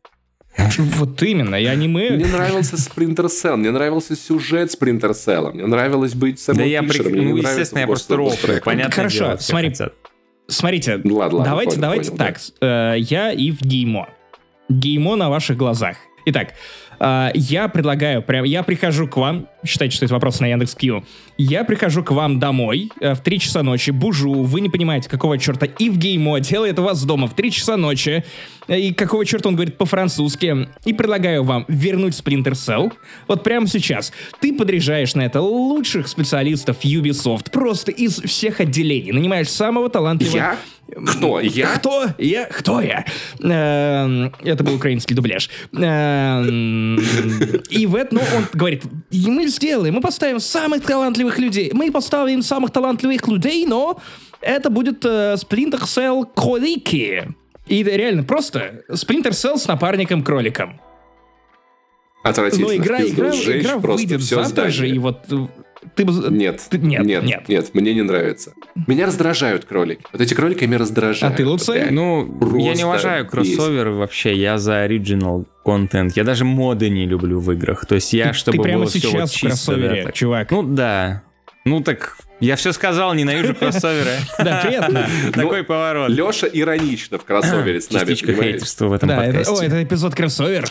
Вот именно, и аниме... Мне нравился Splinter Cell, мне нравился сюжет Splinter Cell, мне нравилось быть Сэмом Да я, Фишером, прик- мне не ну, нравится естественно, я Ghost просто of рофлю, Recon. понятно. Хорошо, смотри. Смотрите, Ну, ладно, ладно, давайте, понял, давайте понял, так. э, я и в Геймо. Геймо на ваших глазах. Итак, э, я предлагаю, прям, я прихожу к вам, считайте, что это вопрос на Яндекс.Кью, я прихожу к вам домой э, в три часа ночи, бужу, вы не понимаете, какого черта, и в Геймо делает у вас дома в три часа ночи, э, и какого черта он говорит по-французски, и предлагаю вам вернуть Splinter Cell, вот прямо сейчас. Ты подряжаешь на это лучших специалистов Ubisoft, просто из всех отделений, нанимаешь самого талантливого... Я? Кто? Я? Кто? Я? Кто я? Эм, Это был украинский дубляж. Эм, И в это, ну, он говорит, и мы сделаем, мы поставим самых талантливых людей, мы поставим самых талантливых людей, но это будет э, Splinter Cell кролики. И это реально просто Splinter Cell с напарником-кроликом. Отвратительно. Но игра, в пизду игра, сжечь игра просто выйдет всё завтра же, здание. и вот э, ты бы... Нет, Ты- нет, нет, нет. нет, мне не нравится. Меня раздражают кролики. Вот эти кролики меня раздражают. А ты, Луцай? Вот реально. Ну, Просто я не уважаю кроссоверы вообще, я за оригинал контент. Я даже моды не люблю в играх. То есть я, Ты- чтобы ты прямо было все сейчас вот в чисто, кроссовере, да, так. чувак. Ну да. Ну так, я все сказал, ненавижу кроссоверы. Да, приятно. Такой поворот. Леша иронично в кроссовере с нами, Частичка понимаешь? хейтерства в этом Да, это, подкасте. о, это эпизод кроссовер.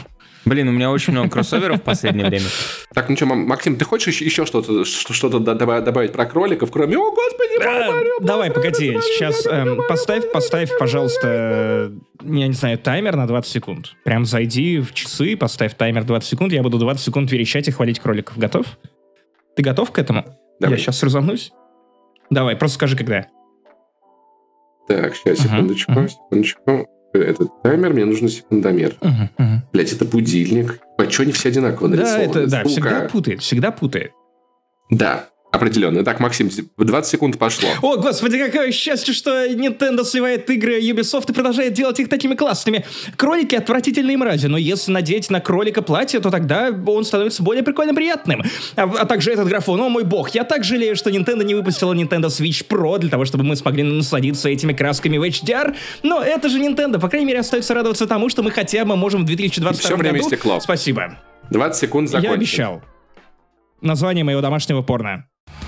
Блин, у меня очень много кроссоверов в последнее время. Так, ну что, Максим, ты хочешь еще что-то, что-то добавить про кроликов, кроме «О, господи, а, давай, погоди, сейчас эм, поставь, поставь, пожалуйста, я не знаю, таймер на двадцать секунд. Прям зайди в часы, поставь таймер двадцать секунд, я буду двадцать секунд верещать и хвалить кроликов. Готов? Ты готов к этому? Давай. Я сейчас разомнусь. Давай, просто скажи, когда. Так, сейчас, секундочку, uh-huh, uh-huh. секундочку. Этот таймер, мне нужен секундомер. Uh-huh, uh-huh. Блять, это будильник. А что они все одинаково нарисованы? Да, это, да, всегда путает, всегда путает. Да, определенно. Итак, Максим, двадцать секунд пошло. О, господи, какое счастье, что Nintendo сливает игры Ubisoft и продолжает делать их такими классными. Кролики отвратительные мрази, но если надеть на кролика платье, то тогда он становится более прикольно приятным. А, а также этот графон, о мой бог, я так жалею, что Nintendo не выпустила Nintendo Switch Pro для того, чтобы мы смогли насладиться этими красками в эйч ди ар, но это же Nintendo, по крайней мере, остается радоваться тому, что мы хотя бы можем в две тысячи двадцать втором году... Все время стекло. Спасибо. двадцать секунд закончено. Я обещал. Название моего домашнего порно.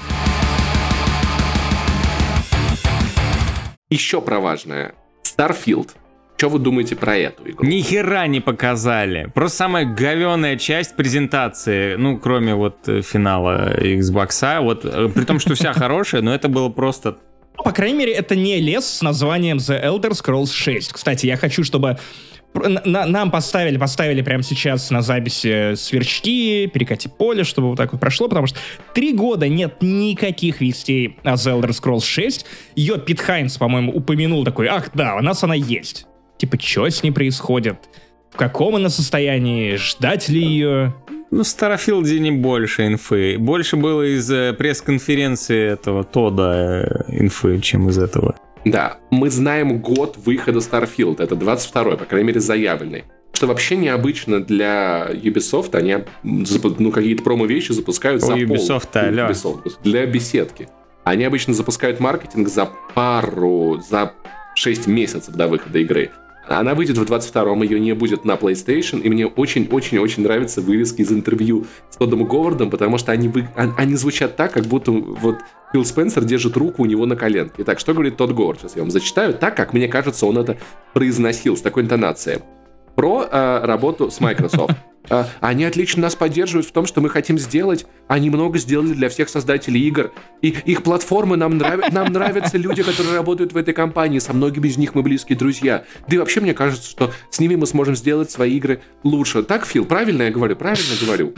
Еще про важное. Starfield. Что вы думаете про эту игру? Ни хера не показали. Просто самая говёная часть презентации, ну, кроме вот финала Xbox, вот, при том, что вся хорошая, но это было просто... По крайней мере, это не лес с названием The Elder Scrolls шесть. Кстати, я хочу, чтобы... На, нам поставили, поставили прямо сейчас на записи сверчки, перекати поле, чтобы вот так вот прошло, потому что три года нет никаких вестей о The Elder Scrolls шесть. Ее Пит Хайнс, по-моему, упомянул такой: ах да, у нас она есть. Типа, что с ней происходит? В каком она состоянии? Ждать ли ее? Ну, в Старфилде не больше инфы. Больше было из пресс-конференции этого Тодда инфы, чем из этого. Да, мы знаем год выхода Starfield, это двадцать второй, по крайней мере, заявленный. Что вообще необычно для Ubisoft, они ну, какие-то промо-вещи запускают О, за Ubisoft, пол. алло. Ubisoft, для беседки. Они обычно запускают маркетинг за пару, за шесть месяцев до выхода игры. Она выйдет в двадцать втором, ее не будет на PlayStation, и мне очень-очень-очень нравятся вырезки из интервью с Тоддом Говардом, потому что они, вы... они звучат так, как будто вот Фил Спенсер держит руку у него на коленке. Итак, что говорит Тодд Говард? Сейчас я вам зачитаю так, как мне кажется, он это произносил, с такой интонацией. Про э, работу с Microsoft. Э, они отлично нас поддерживают в том, что мы хотим сделать. Они много сделали для всех создателей игр. И их платформы нам, нрав... нам нравятся люди, которые работают в этой компании. Со многими из них мы близкие друзья. Да и вообще мне кажется, что с ними мы сможем сделать свои игры лучше. Так, Фил, правильно я говорю? Правильно говорю?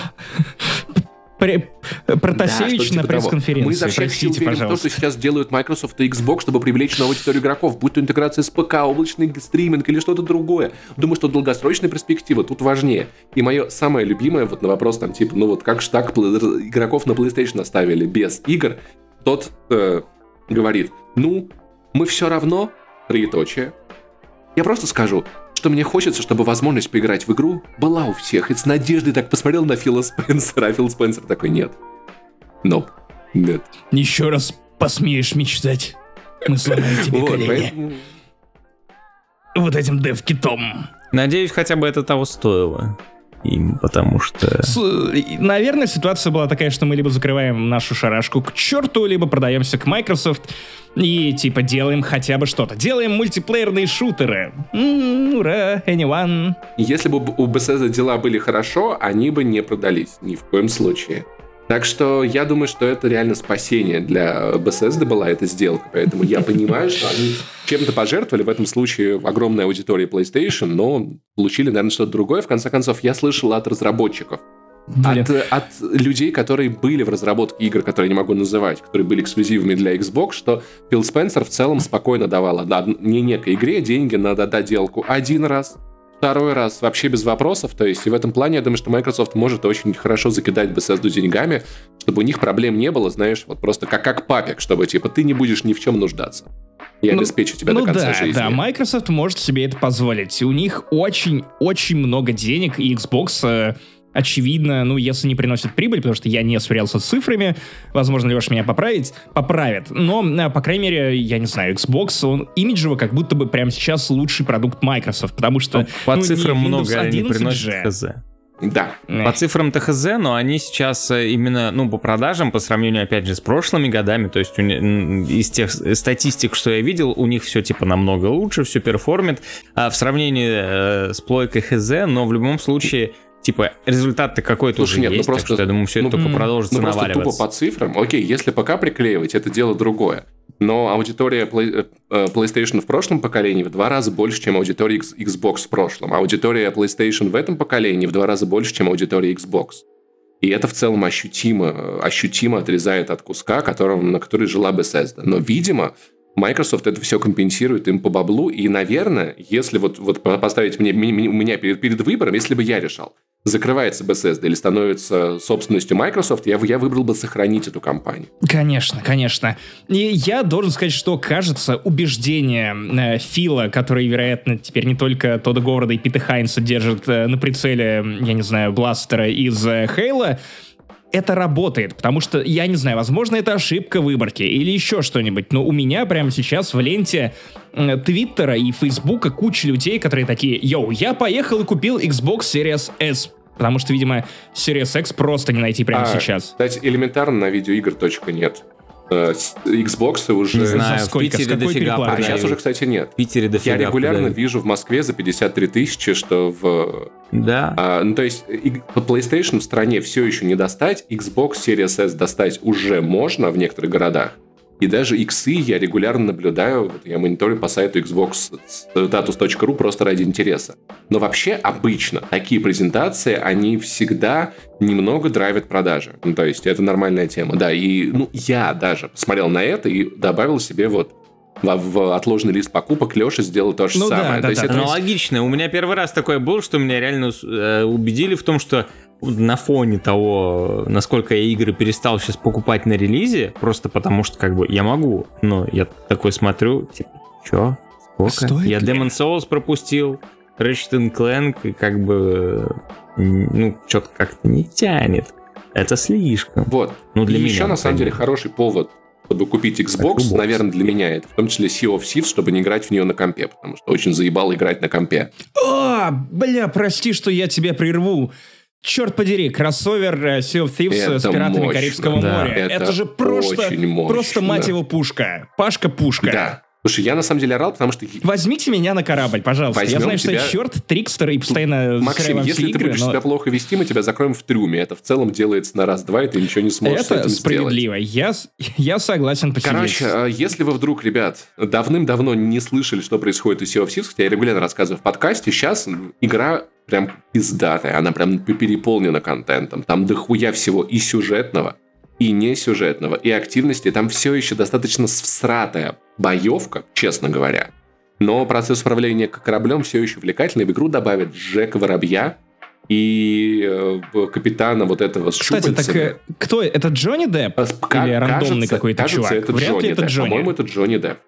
Протасевич да, на пресс-конференции. Мы изо всех сил верим в то, что сейчас делают Microsoft и Xbox, чтобы привлечь новую аудиторию игроков, будь то интеграция с ПК, облачный стриминг или что-то другое. Думаю, что долгосрочная перспектива тут важнее. И мое самое любимое вот на вопрос там типа, ну вот как же так игроков на PlayStation оставили без игр, тот э, говорит, ну, мы все равно, троеточие, я просто скажу, что мне хочется, чтобы возможность поиграть в игру была у всех. И с надеждой так посмотрел на Фила Спенсера, а Фил Спенсер такой: нет. Nope. Нет. Еще раз посмеешь мечтать, мы сломаем тебе вот, колени. Поэтому... Вот этим дев-китом. Надеюсь, хотя бы это того стоило. Им, потому что... С, наверное, ситуация была такая, что мы либо закрываем нашу шарашку к черту, либо продаемся к Microsoft и, типа, делаем хотя бы что-то. Делаем мультиплеерные шутеры. М-м, ура, anyone. Если бы у Bethesda дела были хорошо, они бы не продались. Ни в коем случае. Так что я думаю, что это реально спасение для Bethesda была эта сделка. Поэтому я понимаю, что они чем-то пожертвовали. В этом случае огромная аудитория PlayStation, но получили, наверное, что-то другое. В конце концов, я слышал от разработчиков. От, от людей, которые были в разработке игр, которые я не могу называть, которые были эксклюзивами для Xbox, что Фил Спенсер в целом спокойно давал не некой игре деньги на доделку один раз, второй раз вообще без вопросов. То есть и в этом плане я думаю, что Microsoft может очень хорошо закидать Bethesda деньгами, чтобы у них проблем не было, знаешь, вот просто как, как папик, чтобы типа ты не будешь ни в чем нуждаться. Я ну, обеспечу тебя ну до конца да, жизни. Да, Microsoft может себе это позволить. У них очень-очень много денег, и Xbox... очевидно, ну, если не приносит прибыль, потому что я не сверялся с цифрами, возможно, Леша меня поправить, поправит. Но, по крайней мере, я не знаю, Xbox, он имиджево как будто бы прямо сейчас лучший продукт Microsoft, потому что... По ну, цифрам не, много не приносит же. хз. Да. По цифрам тэ ха зэ, но они сейчас именно, ну, по продажам, по сравнению, опять же, с прошлыми годами, то есть из тех статистик, что я видел, у них все, типа, намного лучше, все перформит, а в сравнении э, с плойкой эйч зет, но в любом случае, типа, результат-то какой-то Слушай, уже нет, есть, ну просто, так что я думаю, все ну, это только м- продолжится ну, наваливаться. Просто тупо по цифрам, окей, если ПК приклеивать, это дело другое. Но аудитория Play, PlayStation в прошлом поколении в два раза больше, чем аудитория Xbox в прошлом. Аудитория PlayStation в этом поколении в два раза больше, чем аудитория Xbox. И это в целом ощутимо, ощутимо отрезает от куска, которым, на который жила Bethesda. Но, видимо, Microsoft это все компенсирует им по баблу. И, наверное, если вот, вот поставить мне, меня перед, перед выбором, если бы я решал, закрывается Bethesda или становится собственностью Microsoft, я, я выбрал бы сохранить эту компанию. Конечно, конечно. И я должен сказать, что, кажется, убеждение э, Фила, который, вероятно, теперь не только Тодда Говарда и Пита Хайнса держит э, на прицеле, я не знаю, бластера из э, Хейла, это работает, потому что, я не знаю, возможно, это ошибка выборки или еще что-нибудь, но у меня прямо сейчас в ленте э, Твиттера и Фейсбука куча людей, которые такие: «Йоу, я поехал и купил Xbox Series S», потому что, видимо, Series X просто не найти прямо а, сейчас. Кстати, элементарно на видеоигр точка нет. Xbox уже... Не знаю, за сколько, в Питере дофига А сейчас уже, кстати, нет. В Питере дофига Я регулярно продают. вижу в Москве за пятьдесят три тысячи, что в... Да. А, ну, то есть, по PlayStation в стране все еще не достать, Xbox Series S достать уже можно в некоторых городах. И даже иксы я регулярно наблюдаю, вот я мониторю по сайту xbox status точка ру просто ради интереса. Но вообще обычно такие презентации, они всегда немного драйвят продажи. Ну, то есть это нормальная тема. Да, и ну, я даже посмотрел на это и добавил себе вот в, в отложенный лист покупок. Леша сделал то же ну, самое. Да, то да, есть да, это... Аналогично. У меня первый раз такое было, что меня реально э, убедили в том, что на фоне того, насколько я игры перестал сейчас покупать на релизе, просто потому что как бы я могу, но я такой смотрю, типа, чё? Сколько? Стоит я ли? Demon's Souls пропустил, Ratchet and Clank, и как бы, ну, что-то как-то не тянет. Это слишком. Вот. Ну, для и меня, еще, на самом деле, конечно. хороший повод, чтобы купить Xbox, Xbox. наверное, для меня это, в том числе Sea of Thieves, чтобы не играть в нее на компе, потому что очень заебало играть на компе. О, бля, прости, что я тебя прерву. Черт подери, кроссовер э, Sea of Thieves Это с пиратами мощно, Карибского да. моря. Это Это же просто, очень мощно. просто, мать его, пушка. Пашка-пушка. Да. Слушай, я на самом деле орал, потому что... Возьмите меня на корабль, пожалуйста. Возьмем я знаю, что тебя- я черт, трикстер и постоянно Максим, засираю вам если все ты игры, будешь но себя плохо вести, мы тебя закроем в трюме. Это в целом делается на раз-два, и ты ничего не сможешь с это этим справедливо. Я, с- я согласен посидеть. Короче, а если вы вдруг, ребят, давным-давно не слышали, что происходит у Sea of Thieves, хотя я регулярно рассказываю в подкасте, сейчас игра прям пиздатая, она прям переполнена контентом. Там дохуя всего и сюжетного, и несюжетного, и активности. Там все еще достаточно всратая боевка, честно говоря. Но процесс управления кораблем все еще увлекательный. В игру добавят Джека Воробья и э, капитана вот этого с Кстати, так щупальцами. э, кто это? Джонни Депп? Ка- Или рандомный кажется- какой-то кажется, чувак? это Вряд ли Джонни это Депп. Джонни. По-моему, это Джонни Депп.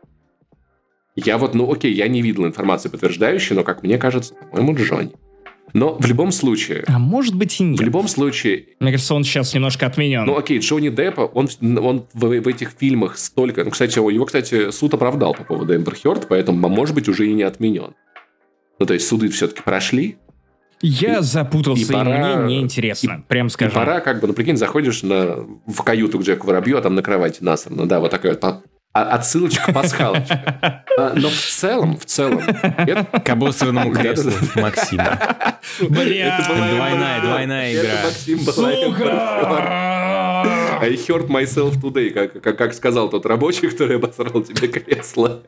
Я вот, ну окей, я не видел информации подтверждающей, но, как мне кажется, по-моему, Джонни. Но в любом случае, А может быть и нет. в любом случае, Мне кажется, он сейчас немножко отменен. ну окей, Джонни Деппа, он, он в, в этих фильмах столько... Ну, кстати, его, кстати, суд оправдал по поводу Эмбер Хёрд, поэтому, может быть, уже и не отменен. Ну, то есть, суды все-таки прошли, Я и- запутался, и и, пора- мне неинтересно, прям и скажу. пора, как бы, ну, прикинь, заходишь на, в каюту к Джеку Воробью, а там на кровати насрано, да, вот такая вот по- а- отсылочка, пасхалочка. А, Но в целом, в целом, это... К обосранному креслу Максима. Бля, Это была Двойная, Эмбер Хёрд. двойная Это, игра. Максим, была Эмбер Хёрд. I hurt myself today, как, как, как сказал тот рабочий, который обосрал тебе кресло.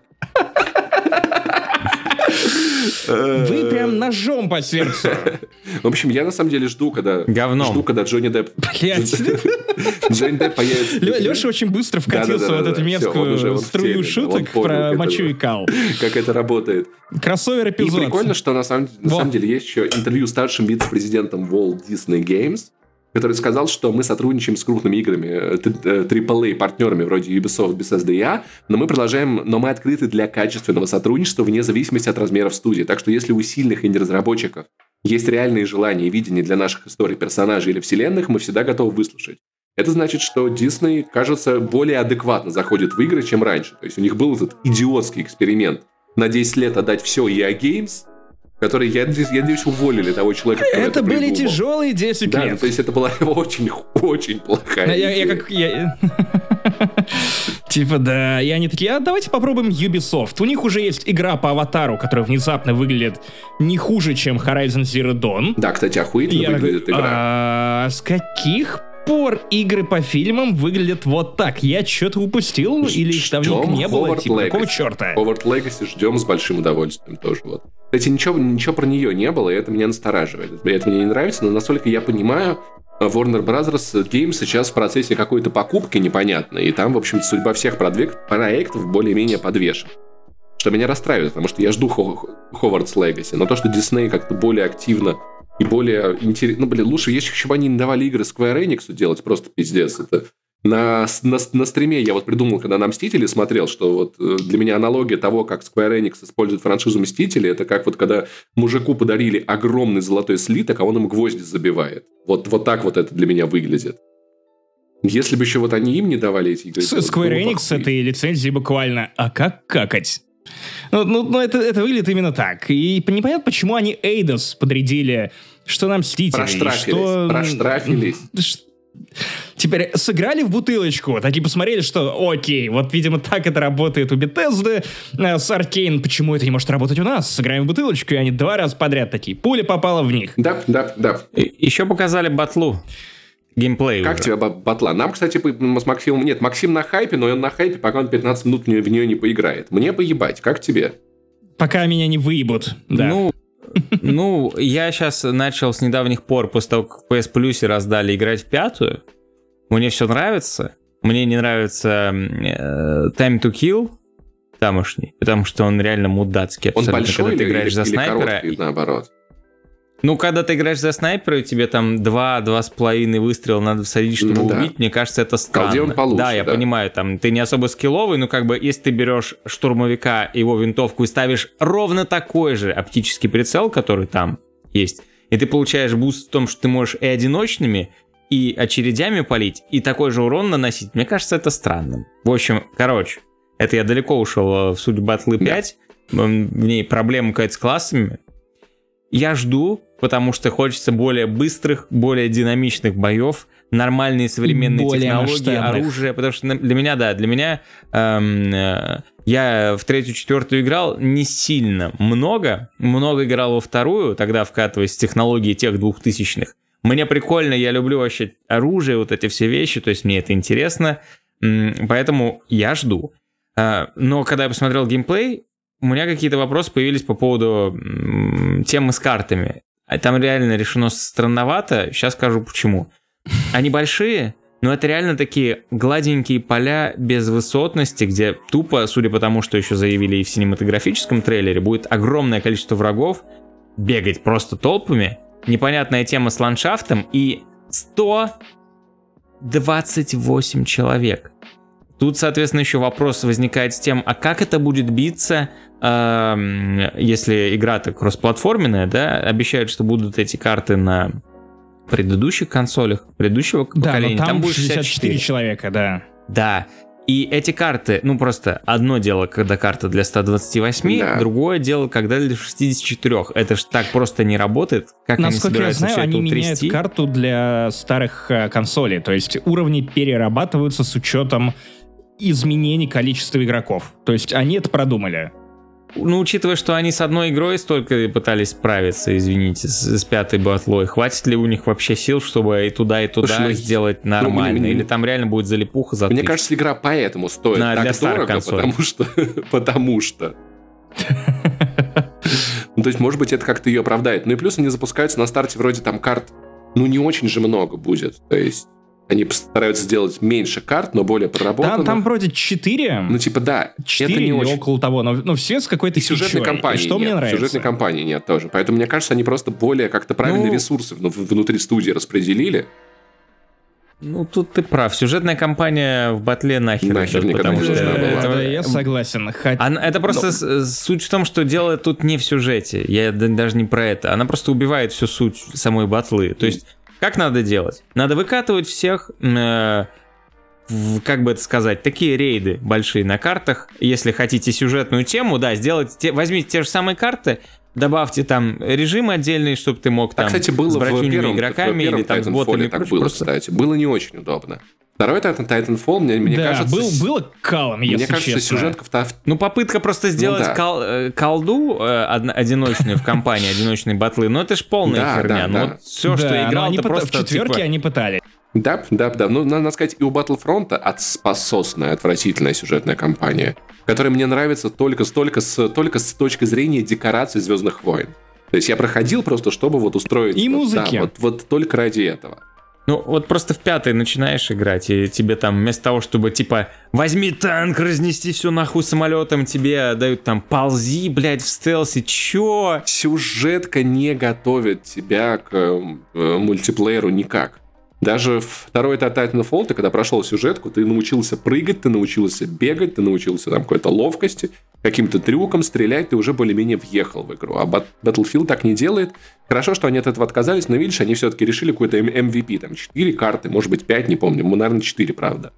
Вы прям ножом по сердцу. В общем, я на самом деле жду, когда... Говном. Жду, когда Джонни Депп... Блять. Джонни Депп появится. Леша очень быстро вкатился в Да-да-да-да, вот эту всё, он уже, мерзкую он в струю теме, да, шуток он понял, про как мочу это- и кал. Как это работает. Кроссовер И эпизод. прикольно, что на самом, на Во. самом деле есть еще интервью с старшим вице-президентом Walt Disney Games, который сказал, что мы сотрудничаем с крупными играми, трипл эй партнерами вроде Ubisoft, Bethesda и я, но мы продолжаем, но мы открыты для качественного сотрудничества вне зависимости от размеров студии. Так что если у сильных инди-разработчиков есть реальные желания и видения для наших историй, персонажей или вселенных, мы всегда готовы выслушать. Это значит, что Disney, кажется, более адекватно заходит в игры, чем раньше. То есть у них был этот идиотский эксперимент на десять лет отдать все и эй Games, который, я, я надеюсь, уволили того человека, который это, это были придумал. Тяжелые десять да, лет. Ну, то есть это была очень-очень плохая я, я как... Я... Типа, да, и они такие, а давайте попробуем Ubisoft. У них уже есть игра по Аватару, которая внезапно выглядит не хуже, чем Horizon Zero Dawn. Да, кстати, охуительно я выглядит такой, игра. А с каких пор игры по фильмам выглядят вот так? Я что-то упустил? Или их давненько не было? Типа, какого черта? Hogwarts Legacy ждем с большим удовольствием тоже. Вот. Кстати, ничего, ничего про нее не было, и это меня настораживает. Это мне не нравится, но насколько я понимаю, Warner Bros. Games сейчас в процессе какой-то покупки непонятной, и там, в общем-то, судьба всех проектов более-менее подвешена. Что меня расстраивает, потому что я жду Hogwarts Legacy, но то, что Disney как-то более активно и более интересно... Ну, блин, лучше, если бы они не давали игры Square Enix делать, просто пиздец. Это на, на, на стриме я вот придумал, когда на Мстители смотрел, что вот для меня аналогия того, как Square Enix использует франшизу Мстители, это как вот когда мужику подарили огромный золотой слиток, а он им гвозди забивает. Вот, вот так вот это для меня выглядит. Если бы еще вот они им не давали эти игры... Square Enix с этой лицензией буквально «а как какать?». Ну, ну, ну это, это выглядит именно так. И непонятно, почему они Эйдос подрядили, что нам Мстители. Проштрафились, что... проштрафились. Теперь сыграли в бутылочку, такие посмотрели, что окей, вот, видимо, так это работает у Bethesda, с Arcane, почему это не может работать у нас? Сыграем в бутылочку, и они два раза подряд такие, пуля попала в них. Да, да, да. Еще показали батлу. Геймплей Как уже. тебе батла? Нам, кстати, с Максимом... Нет, Максим на хайпе, но он на хайпе, пока он пятнадцать минут в нее, в нее не поиграет. Мне поебать. Как тебе? Пока меня не выебут, да. Ну, ну, я сейчас начал с недавних пор, после того, как в пи эс Plus раздали, играть в пятую. Мне все нравится. Мне не нравится э, Time to Kill тамошний, потому что он реально мудацкий. Он большой когда ты или, играешь или, за или снайпера, короткий, наоборот? Ну, когда ты играешь за снайпера, тебе там два-два с половиной выстрела надо всадить, чтобы ну, да. убить, мне кажется, это странно. Колде он получше, да, я да. понимаю, там ты не особо скилловый, но как бы если ты берешь штурмовика, его винтовку и ставишь ровно такой же оптический прицел, который там есть, и ты получаешь буст в том, что ты можешь и одиночными, и очередями палить, и такой же урон наносить, мне кажется, это странным. В общем, короче, это я далеко ушел в суть батлы пять, в ней проблема какая-то с классами. Я жду, потому что хочется более быстрых, более динамичных боев, нормальные современные более технологии, масштабных. оружие, потому что для меня, да, для меня эм, э, я в третью, четвертую играл не сильно много, много играл во вторую, тогда вкатываясь в технологии тех двухтысячных. Мне прикольно, я люблю вообще оружие, вот эти все вещи, то есть мне это интересно, поэтому я жду. Но когда я посмотрел геймплей, у меня какие-то вопросы появились по поводу м, темы с картами. Там реально решено странновато. Сейчас скажу почему. Они большие, но это реально такие гладенькие поля без высотности, где тупо, судя по тому, что еще заявили и в синематографическом трейлере, будет огромное количество врагов, бегать просто толпами, непонятная тема с ландшафтом и сто двадцать восемь человек. Тут, соответственно, еще вопрос возникает с тем, а как это будет биться, э, если игра-то кроссплатформенная, да, обещают, что будут эти карты на предыдущих консолях, предыдущего поколения. Да, но там, там будет шестьдесят четыре человека, да. Да, и эти карты, ну просто одно дело, когда карта для ста двадцати восьми, да. другое дело, когда для шестидесяти четырёх. Это ж так просто не работает. Как Насколько они я собираются знаю, все это они утрясти? меняют карту для старых э, консолей, то есть уровни перерабатываются с учетом изменений количества игроков. То есть они это продумали. Ну, учитывая, что они с одной игрой столько пытались справиться, извините, с, с пятой батлой, хватит ли у них вообще сил, чтобы и туда, и туда Слушай, ну, сделать нормально? ну, мне, Или там реально будет залипуха за Мне тысячу? кажется, игра поэтому стоит На, так для старых дорого, консолей. потому что... потому что... Ну, то есть, может быть, это как-то ее оправдает. Ну и плюс они запускаются на старте, вроде там карт, ну, не очень же много будет. То есть, они постараются сделать меньше карт, но более проработанных. Там, там вроде четыре. Ну, типа, да, четыре это не или очень... около того, но, но все с какой-то И сюжетной фичой. кампании И что нет. мне нравится? Сюжетной кампании нет тоже. Поэтому, мне кажется, они просто более как-то правильные Ну, ресурсы вну- внутри студии распределили. Ну, тут ты прав. Сюжетная кампания в батле нахер. Нахер идет, никогда потому не что нужна была. это- Да, я согласен. Хотя... Она- это просто Но- с- суть в том, что дело тут не в сюжете. Я д- даже не про это. Она просто убивает всю суть самой батлы. То есть, как надо делать? Надо выкатывать всех, э, в, как бы это сказать, такие рейды большие на картах. Если хотите сюжетную тему, да, сделать, те, возьмите те же самые карты, добавьте там режим отдельный, чтобы ты мог там а, кстати, было с братюнями игроками или там с ботами. Так было, просто... кстати. Было не очень удобно. Второй Titanfall, мне, мне да, кажется... был, было калом, если Мне кажется, честно. сюжетка... В... Ну, попытка просто сделать ну, да. кол, э, колду э, одиночную в компании, одиночные батлы, ну, это ж полная да, херня. Да, ну, да. вот все, что да, играл, это просто... В четверке типа... они пытались. Да, да, да. Ну, надо сказать, и у Battlefront отспососная, отвратительная сюжетная кампания, которая мне нравится только, только, с, только с точки зрения декораций «Звездных войн». То есть я проходил просто, чтобы вот устроить... И вот, музыки. Да, вот, вот только ради этого. Ну, вот просто в пятый начинаешь играть, и тебе там вместо того, чтобы, типа, возьми танк, разнести все нахуй самолетом, тебе дают там ползи, блядь, в стелсе, чё? Сюжетка не готовит тебя к э, мультиплееру никак. Даже второй Titanfall, ты когда прошел сюжетку, ты научился прыгать, ты научился бегать, ты научился там какой-то ловкости, каким-то трюком стрелять, ты уже более-менее въехал в игру. А Battlefield так не делает. Хорошо, что они от этого отказались, но, видишь, они все-таки решили какой-то эм ви пи, там, четыре карты, может быть, пять, не помню, ну, наверное, четыре, правда.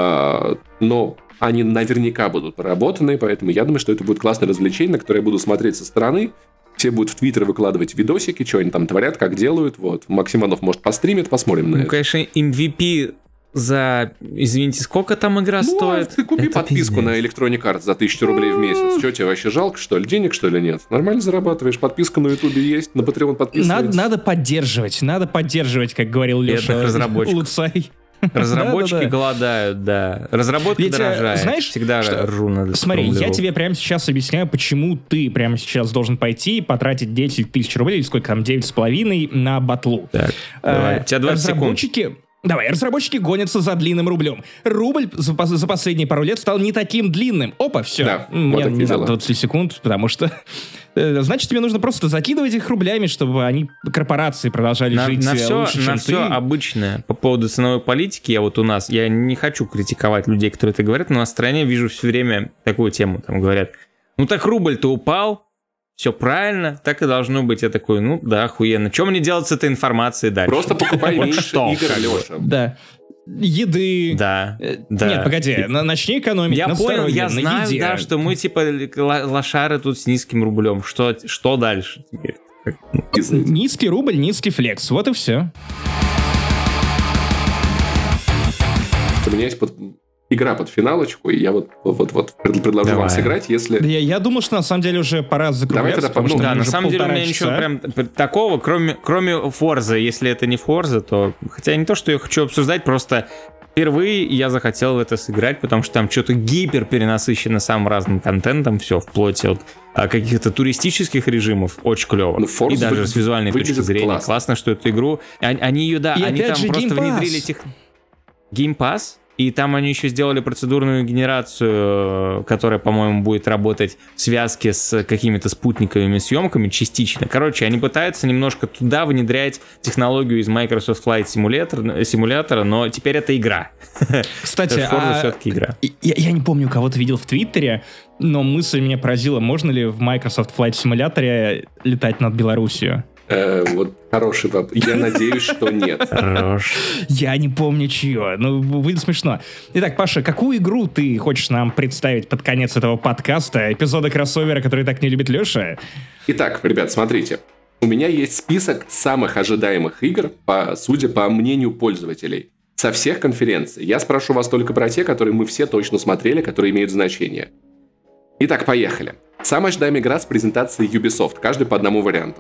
А, но они наверняка будут проработаны, поэтому я думаю, что это будет классное развлечение, на которое я буду смотреть со стороны. Все будут в Твиттер выкладывать видосики, что они там творят, как делают. Вот. Максиманов, может, постримит, посмотрим на ну, это. Ну, конечно, эм ви пи за... Извините, сколько там игра ну, стоит? Ты купи это подписку пиздец. На Electronic Arts за тысячу рублей в месяц. Что, тебе вообще жалко, что ли? Денег, что ли, нет? Нормально зарабатываешь. Подписка на Ютубе есть, на Patreon подписываешься. Надо, надо поддерживать. Надо поддерживать, как говорил Леша Луцай. Разработчики да, да, да. голодают, да. Разработка Ведь, дорожает. Знаешь, всегда что... ржу над Смотри, я тебе прямо сейчас объясняю, почему ты прямо сейчас должен пойти и потратить десять тысяч рублей, или сколько там, девять с половиной на батлу. Так, давай. У тебя двадцать разработчики... секунд. Давай, разработчики гонятся за длинным рублем. Рубль за, за последние пару лет стал не таким длинным. Опа, все. Да, Мне вот не надо двадцать секунд, потому что... Значит, тебе нужно просто закидывать их рублями, чтобы они, корпорации, продолжали на, жить на все, лучше, на чем все ты. обычное по поводу ценовой политики. Я вот у нас, я не хочу критиковать людей, которые это говорят, но на стране вижу все время такую тему. Там говорят, ну так рубль-то упал, все правильно, так и должно быть. Я такой, ну да, охуенно. Что мне делать с этой информацией дальше? Просто покупай меньше игр, Алеша. Да. Еды. Да, э, да. Нет, погоди, на, начни экономить. Я на понял, здоровье, я на знаю, еде. да, что мы типа лошары тут с низким рублем. Что, что дальше теперь? Низкий рубль, низкий флекс. Вот и все. У меня есть под... игра под финалочку, и я вот, вот, вот предложу Давай. вам сыграть, если... Я, я думаю, что на самом деле уже пора закругляться. Давай тогда, ну, да, на самом деле у меня ничего прям такого, кроме, кроме Forza. Если это не Forza, то... Хотя не то, что я хочу обсуждать, просто впервые я захотел в это сыграть, потому что там что-то гипер перенасыщено самым разным контентом, все, вплоть от а, каких-то туристических режимов, очень клево. Ну, и даже вы... с визуальной точки зрения. Классно. классно, что эту игру... Они, они ее, да, и они там же, просто внедрили тех... Game Pass? И там они еще сделали процедурную генерацию, которая, по-моему, будет работать в связке с какими-то спутниковыми съемками частично. Короче, они пытаются немножко туда внедрять технологию из Microsoft Flight Simulator, симулятора, но теперь это игра. Кстати, а... все-таки игра. Я, я не помню, кого-то видел в Твиттере, но мысль меня поразила. Можно ли в Microsoft Flight Simulator летать над Белоруссией? Э, вот хороший вопрос. Я надеюсь, что нет. Хорош. Я не помню, чье. Ну, будет смешно. Итак, Паша, какую игру ты хочешь нам представить под конец этого подкаста? Эпизода кроссовера, который так не любит Леша? Итак, ребят, смотрите. У меня есть список самых ожидаемых игр, по, судя по мнению пользователей, со всех конференций. Я спрошу вас только про те, которые мы все точно смотрели, которые имеют значение. Итак, поехали. Самая ожидаемая игра с презентацией Ubisoft. Каждый по одному варианту.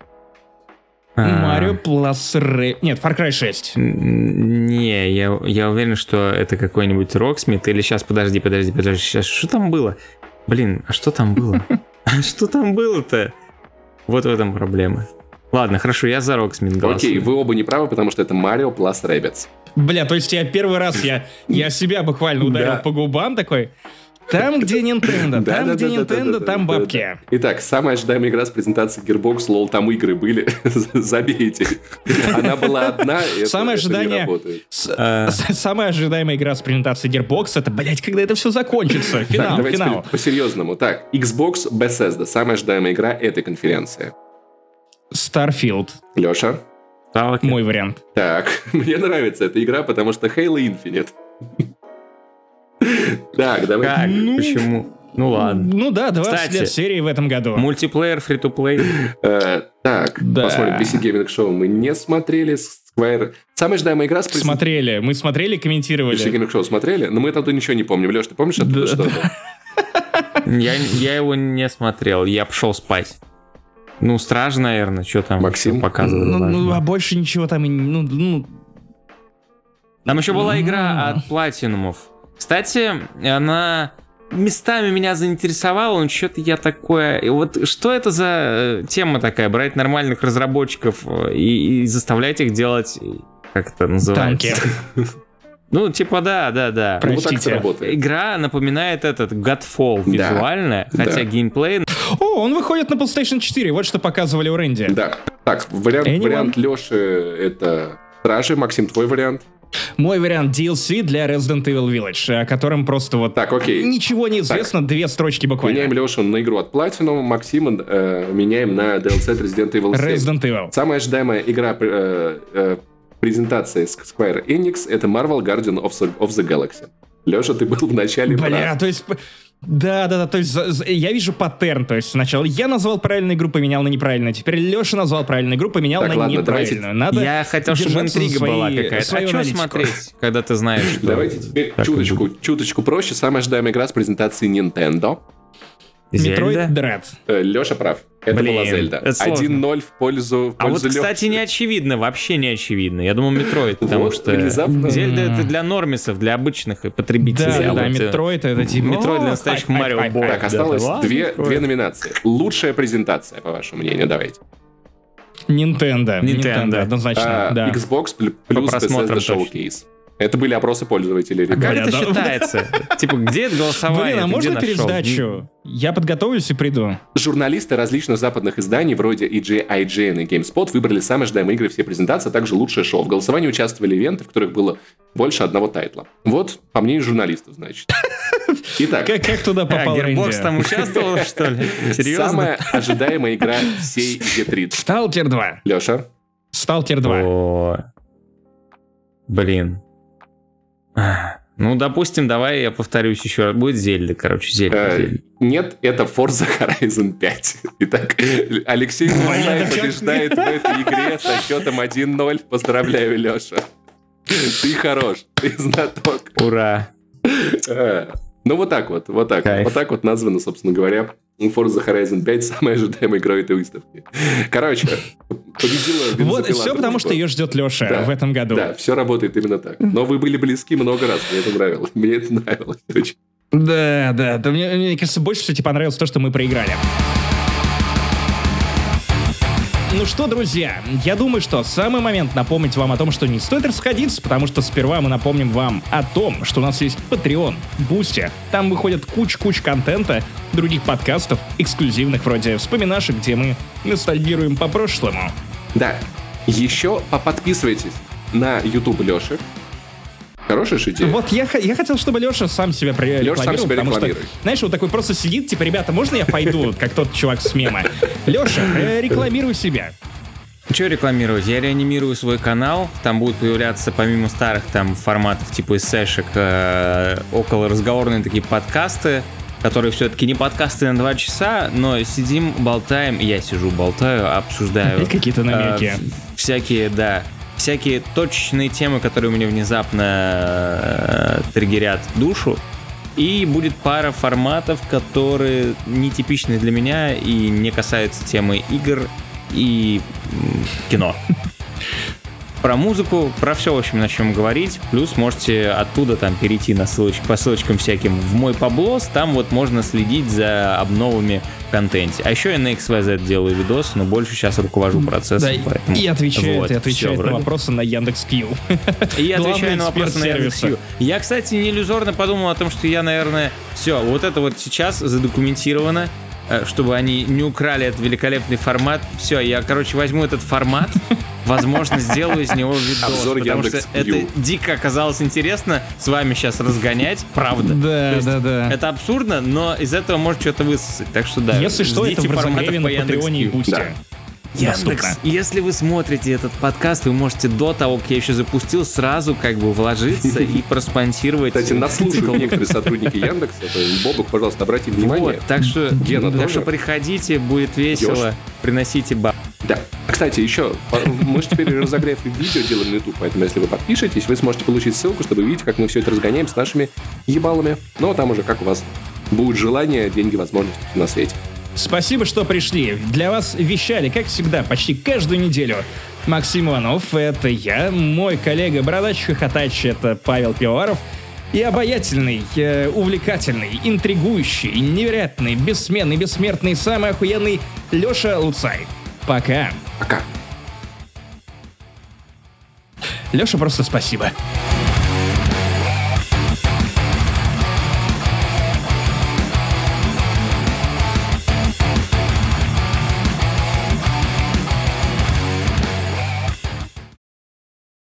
Марио плюс Рэ... Нет, Far Cry шесть. Не, я, я уверен, что это какой-нибудь Rocksmith. Или сейчас, подожди, подожди, подожди. Сейчас, что там было? Блин, а что там было? А что там было-то? Вот в этом проблема. Ладно, хорошо, я за Rocksmith голосую. Окей, вы оба не правы, потому что это Mario plus Rabbids. Бля, то есть я первый раз, я, я себя буквально ударил по губам такой... Там, где Nintendo, там, где Nintendo, там бабки. Итак, самая ожидаемая игра с презентацией Gearbox, лол, там игры были, забейте. Она была одна, и это, самое это ожидание, не работает. С, а... Самая ожидаемая игра с презентацией Gearbox, это, блять, когда это все закончится. Финал, так, давайте финал. По-серьезному. Так, Xbox Bethesda, самая ожидаемая игра этой конференции. Starfield. Леша? Stalker. Мой вариант. Так, мне нравится эта игра, потому что Halo Infinite. Так, давай. Как? Ну... Почему? Ну ладно. Ну да, двадцать Кстати, лет серии в этом году. Мультиплеер, фри-то-плей. Э, так, Да. посмотрим. пи си Gaming Show мы не смотрели. Square. Самая ожидаемая игра с презент- Смотрели, мы смотрели, пи си комментировали. Gaming Show смотрели, но мы оттуда ничего не помним. Леш, ты помнишь оттуда Да, что-то? Я, я его не смотрел, я пошел спать. Ну, Страж, наверное, что там Максим? еще показывали. Ну, ну, важно. а больше ничего там и... Ну, ну, Там еще была игра М. от Platinum'ов. Кстати, она местами меня заинтересовала, но что-то я такое... И вот что это за э, тема такая? Брать нормальных разработчиков э, и, и заставлять их делать... Как это называется? танки. Ну, типа, да, да, да. Ну, вот так Простите. это работает. Игра напоминает этот Godfall Да. визуально, Да. хотя геймплей... О, он выходит на PlayStation четыре, вот что показывали у Рэнди. Да. Так, вариант, Anyone? вариант Леши это Стражи. Максим, твой вариант? Мой вариант ди эл си для Resident Evil Village, о котором просто вот Так, окей. ничего не известно, две строчки буквально. Меняем Лешу на игру от Platinum, Максима э, меняем на ди эл си от Resident Evil семь. Resident Evil. Самая ожидаемая игра э, э, презентации Square Enix это Marvel Guardian of the, of the Galaxy. Леша, ты был в начале Бля, прав. то есть... Да, да, да, то есть за- за- я вижу паттерн, то есть сначала я назвал правильную игру, поменял на неправильную, теперь Леша назвал правильную игру, поменял Так, на ладно, неправильную. давайте- Надо Я хотел, чтобы держаться за интрига свои- была какая-то. свою А что аналитику. смотреть, когда ты знаешь, что... Давайте теперь так чуточку, чуточку проще. Самая ожидаемая игра с презентации Nintendo. Metroid Зельда? Dread. Э, Леша прав. Это Блин, была Зельда. это сложно. один ноль в пользу, в А вот, пользу кстати, Лёши. не очевидно, вообще не очевидно. Я думал, Metroid, потому Вот, что внезапно. Зельда это для нормисов, для обычных потребителей. Да, а да, вот, э, Metroid это типа... Metroid для О, настоящих хайп, Марио хайп, Бой. хайп. Так, Да, осталось да ладно, две, Metroid. две номинации. Лучшая презентация, по вашему мнению, давайте. Nintendo. Nintendo. Nintendo, однозначно, А, да. Xbox pl- плюс просмотрам Bethesda Showcase. Это были опросы пользователей. А как ребят. Бля, это да. считается? Типа, где это голосование? Блин, а Ты можно где нашел? пересдачу? Я подготовлюсь и приду. Журналисты различных западных изданий, вроде и джей ай джи эн и GameSpot, выбрали самые ожидаемые игры всей презентации, а также лучшее шоу. В голосовании участвовали ивенты, в которых было больше одного тайтла. Вот, по мнению журналистов, значит. Итак, Как, как туда А, попал Gearbox Рэнди? там участвовал, что ли? Серьезно? самая ожидаемая игра всей и три. Сталкер два. Леша? Сталкер два. О, блин. А, Ну, допустим, давай я повторюсь еще раз. Будет Зельда, короче, Зельда. Э, Зельда. Нет, это Forza Horizon пять. Итак, Алексей Мусаев это как побеждает в этой игре со счетом один ноль. Поздравляю, Леша. Ты хорош, ты знаток. Ура. Э, Ну, вот так вот, вот так. Кайф. Вот так вот названо, собственно говоря, Forza Horizon пять самой ожидаемой игрой этой выставки. Короче, победила Вот, бензопила все потому, дружба. что ее ждет Леша Да, в этом году. Да, все работает именно так. Но вы были близки много раз, мне это нравилось. Мне это нравилось очень. Да, да, да. Мне, мне кажется, больше всего тебе понравилось то, что мы проиграли. Ну что, друзья, я думаю, что самый момент напомнить вам о том, что не стоит расходиться, потому что сперва мы напомним вам о том, что у нас есть Patreon, Boosty. Там выходит куча-куча контента, других подкастов, эксклюзивных вроде вспоминашек, где мы ностальгируем по прошлому. Да, еще поподписывайтесь на YouTube Леши. Хорошая же идея. Вот я, х- я хотел, чтобы Леша сам себя при- Лёша сам рекламировал, себя потому что, рекламирует. знаешь, вот такой просто сидит, типа, ребята, можно я пойду, как тот чувак с мема? Леша, э, рекламируй себя. Что рекламировать? Я реанимирую свой канал. Там будут появляться, помимо старых там форматов типа эссешек, э, около разговорные такие подкасты, которые все-таки не подкасты на два часа, но сидим, болтаем. Я сижу, болтаю, обсуждаю. Опять какие-то намеки. э, всякие, да, всякие точечные темы, которые мне внезапно э, триггерят душу. И будет пара форматов, которые нетипичны для меня и не касаются темы игр и м, кино. Про музыку, про все, в общем, начнем говорить. Плюс можете оттуда там перейти на ссылоч- по ссылочкам всяким в мой поблос. Там вот можно следить за обновами в контенте. А еще я на икс вай зет делаю видос, но больше сейчас руковожу процессом. Да, поэтому и отвечает, вот, и всё отвечает на вроде. вопросы на Яндекс.Кью. И я Главный отвечаю на эксперт вопросы на сервиса. Яндекс.Кью. Я, кстати, не иллюзорно подумал о том, что я, наверное, все, вот это вот сейчас задокументировано, э, чтобы они не украли этот великолепный формат. Все, я, короче, возьму этот формат, возможно, сделаю из него видос, Обзор потому что Яндекс.Кью. это дико оказалось интересно с вами сейчас разгонять, правда. То Да, есть да, да. Это абсурдно, но из этого может что-то высосать, так что да. Если что, это ждите в форматов разогреве по на Патреоне и Яндекс.Кью. Бусти. Да. доступно. Яндекс, если вы смотрите этот подкаст, вы можете до того, как я еще запустил, сразу как бы вложиться и проспонсировать. Кстати, нас слушают некоторые сотрудники Яндекса. Бобук, пожалуйста, обратите внимание. Вот, так что, Гена так тоже. что приходите, будет весело, Ёж. приносите баб. Да. Кстати, еще, мы же теперь разогрев видео делаем на YouTube, поэтому если вы подпишетесь, вы сможете получить ссылку, чтобы видеть, как мы все это разгоняем с нашими ебалами. Ну, а там уже как у вас будет желание, деньги, возможности на свете. Спасибо, что пришли. Для вас вещали, как всегда, почти каждую неделю. Максим Иванов — это я, мой коллега Бородач Хохотач — это Павел Пивоваров, и обаятельный, э, увлекательный, интригующий, невероятный, бессменный, бессмертный, самый охуенный Леша Луцай. Пока. Пока. Леша, просто спасибо.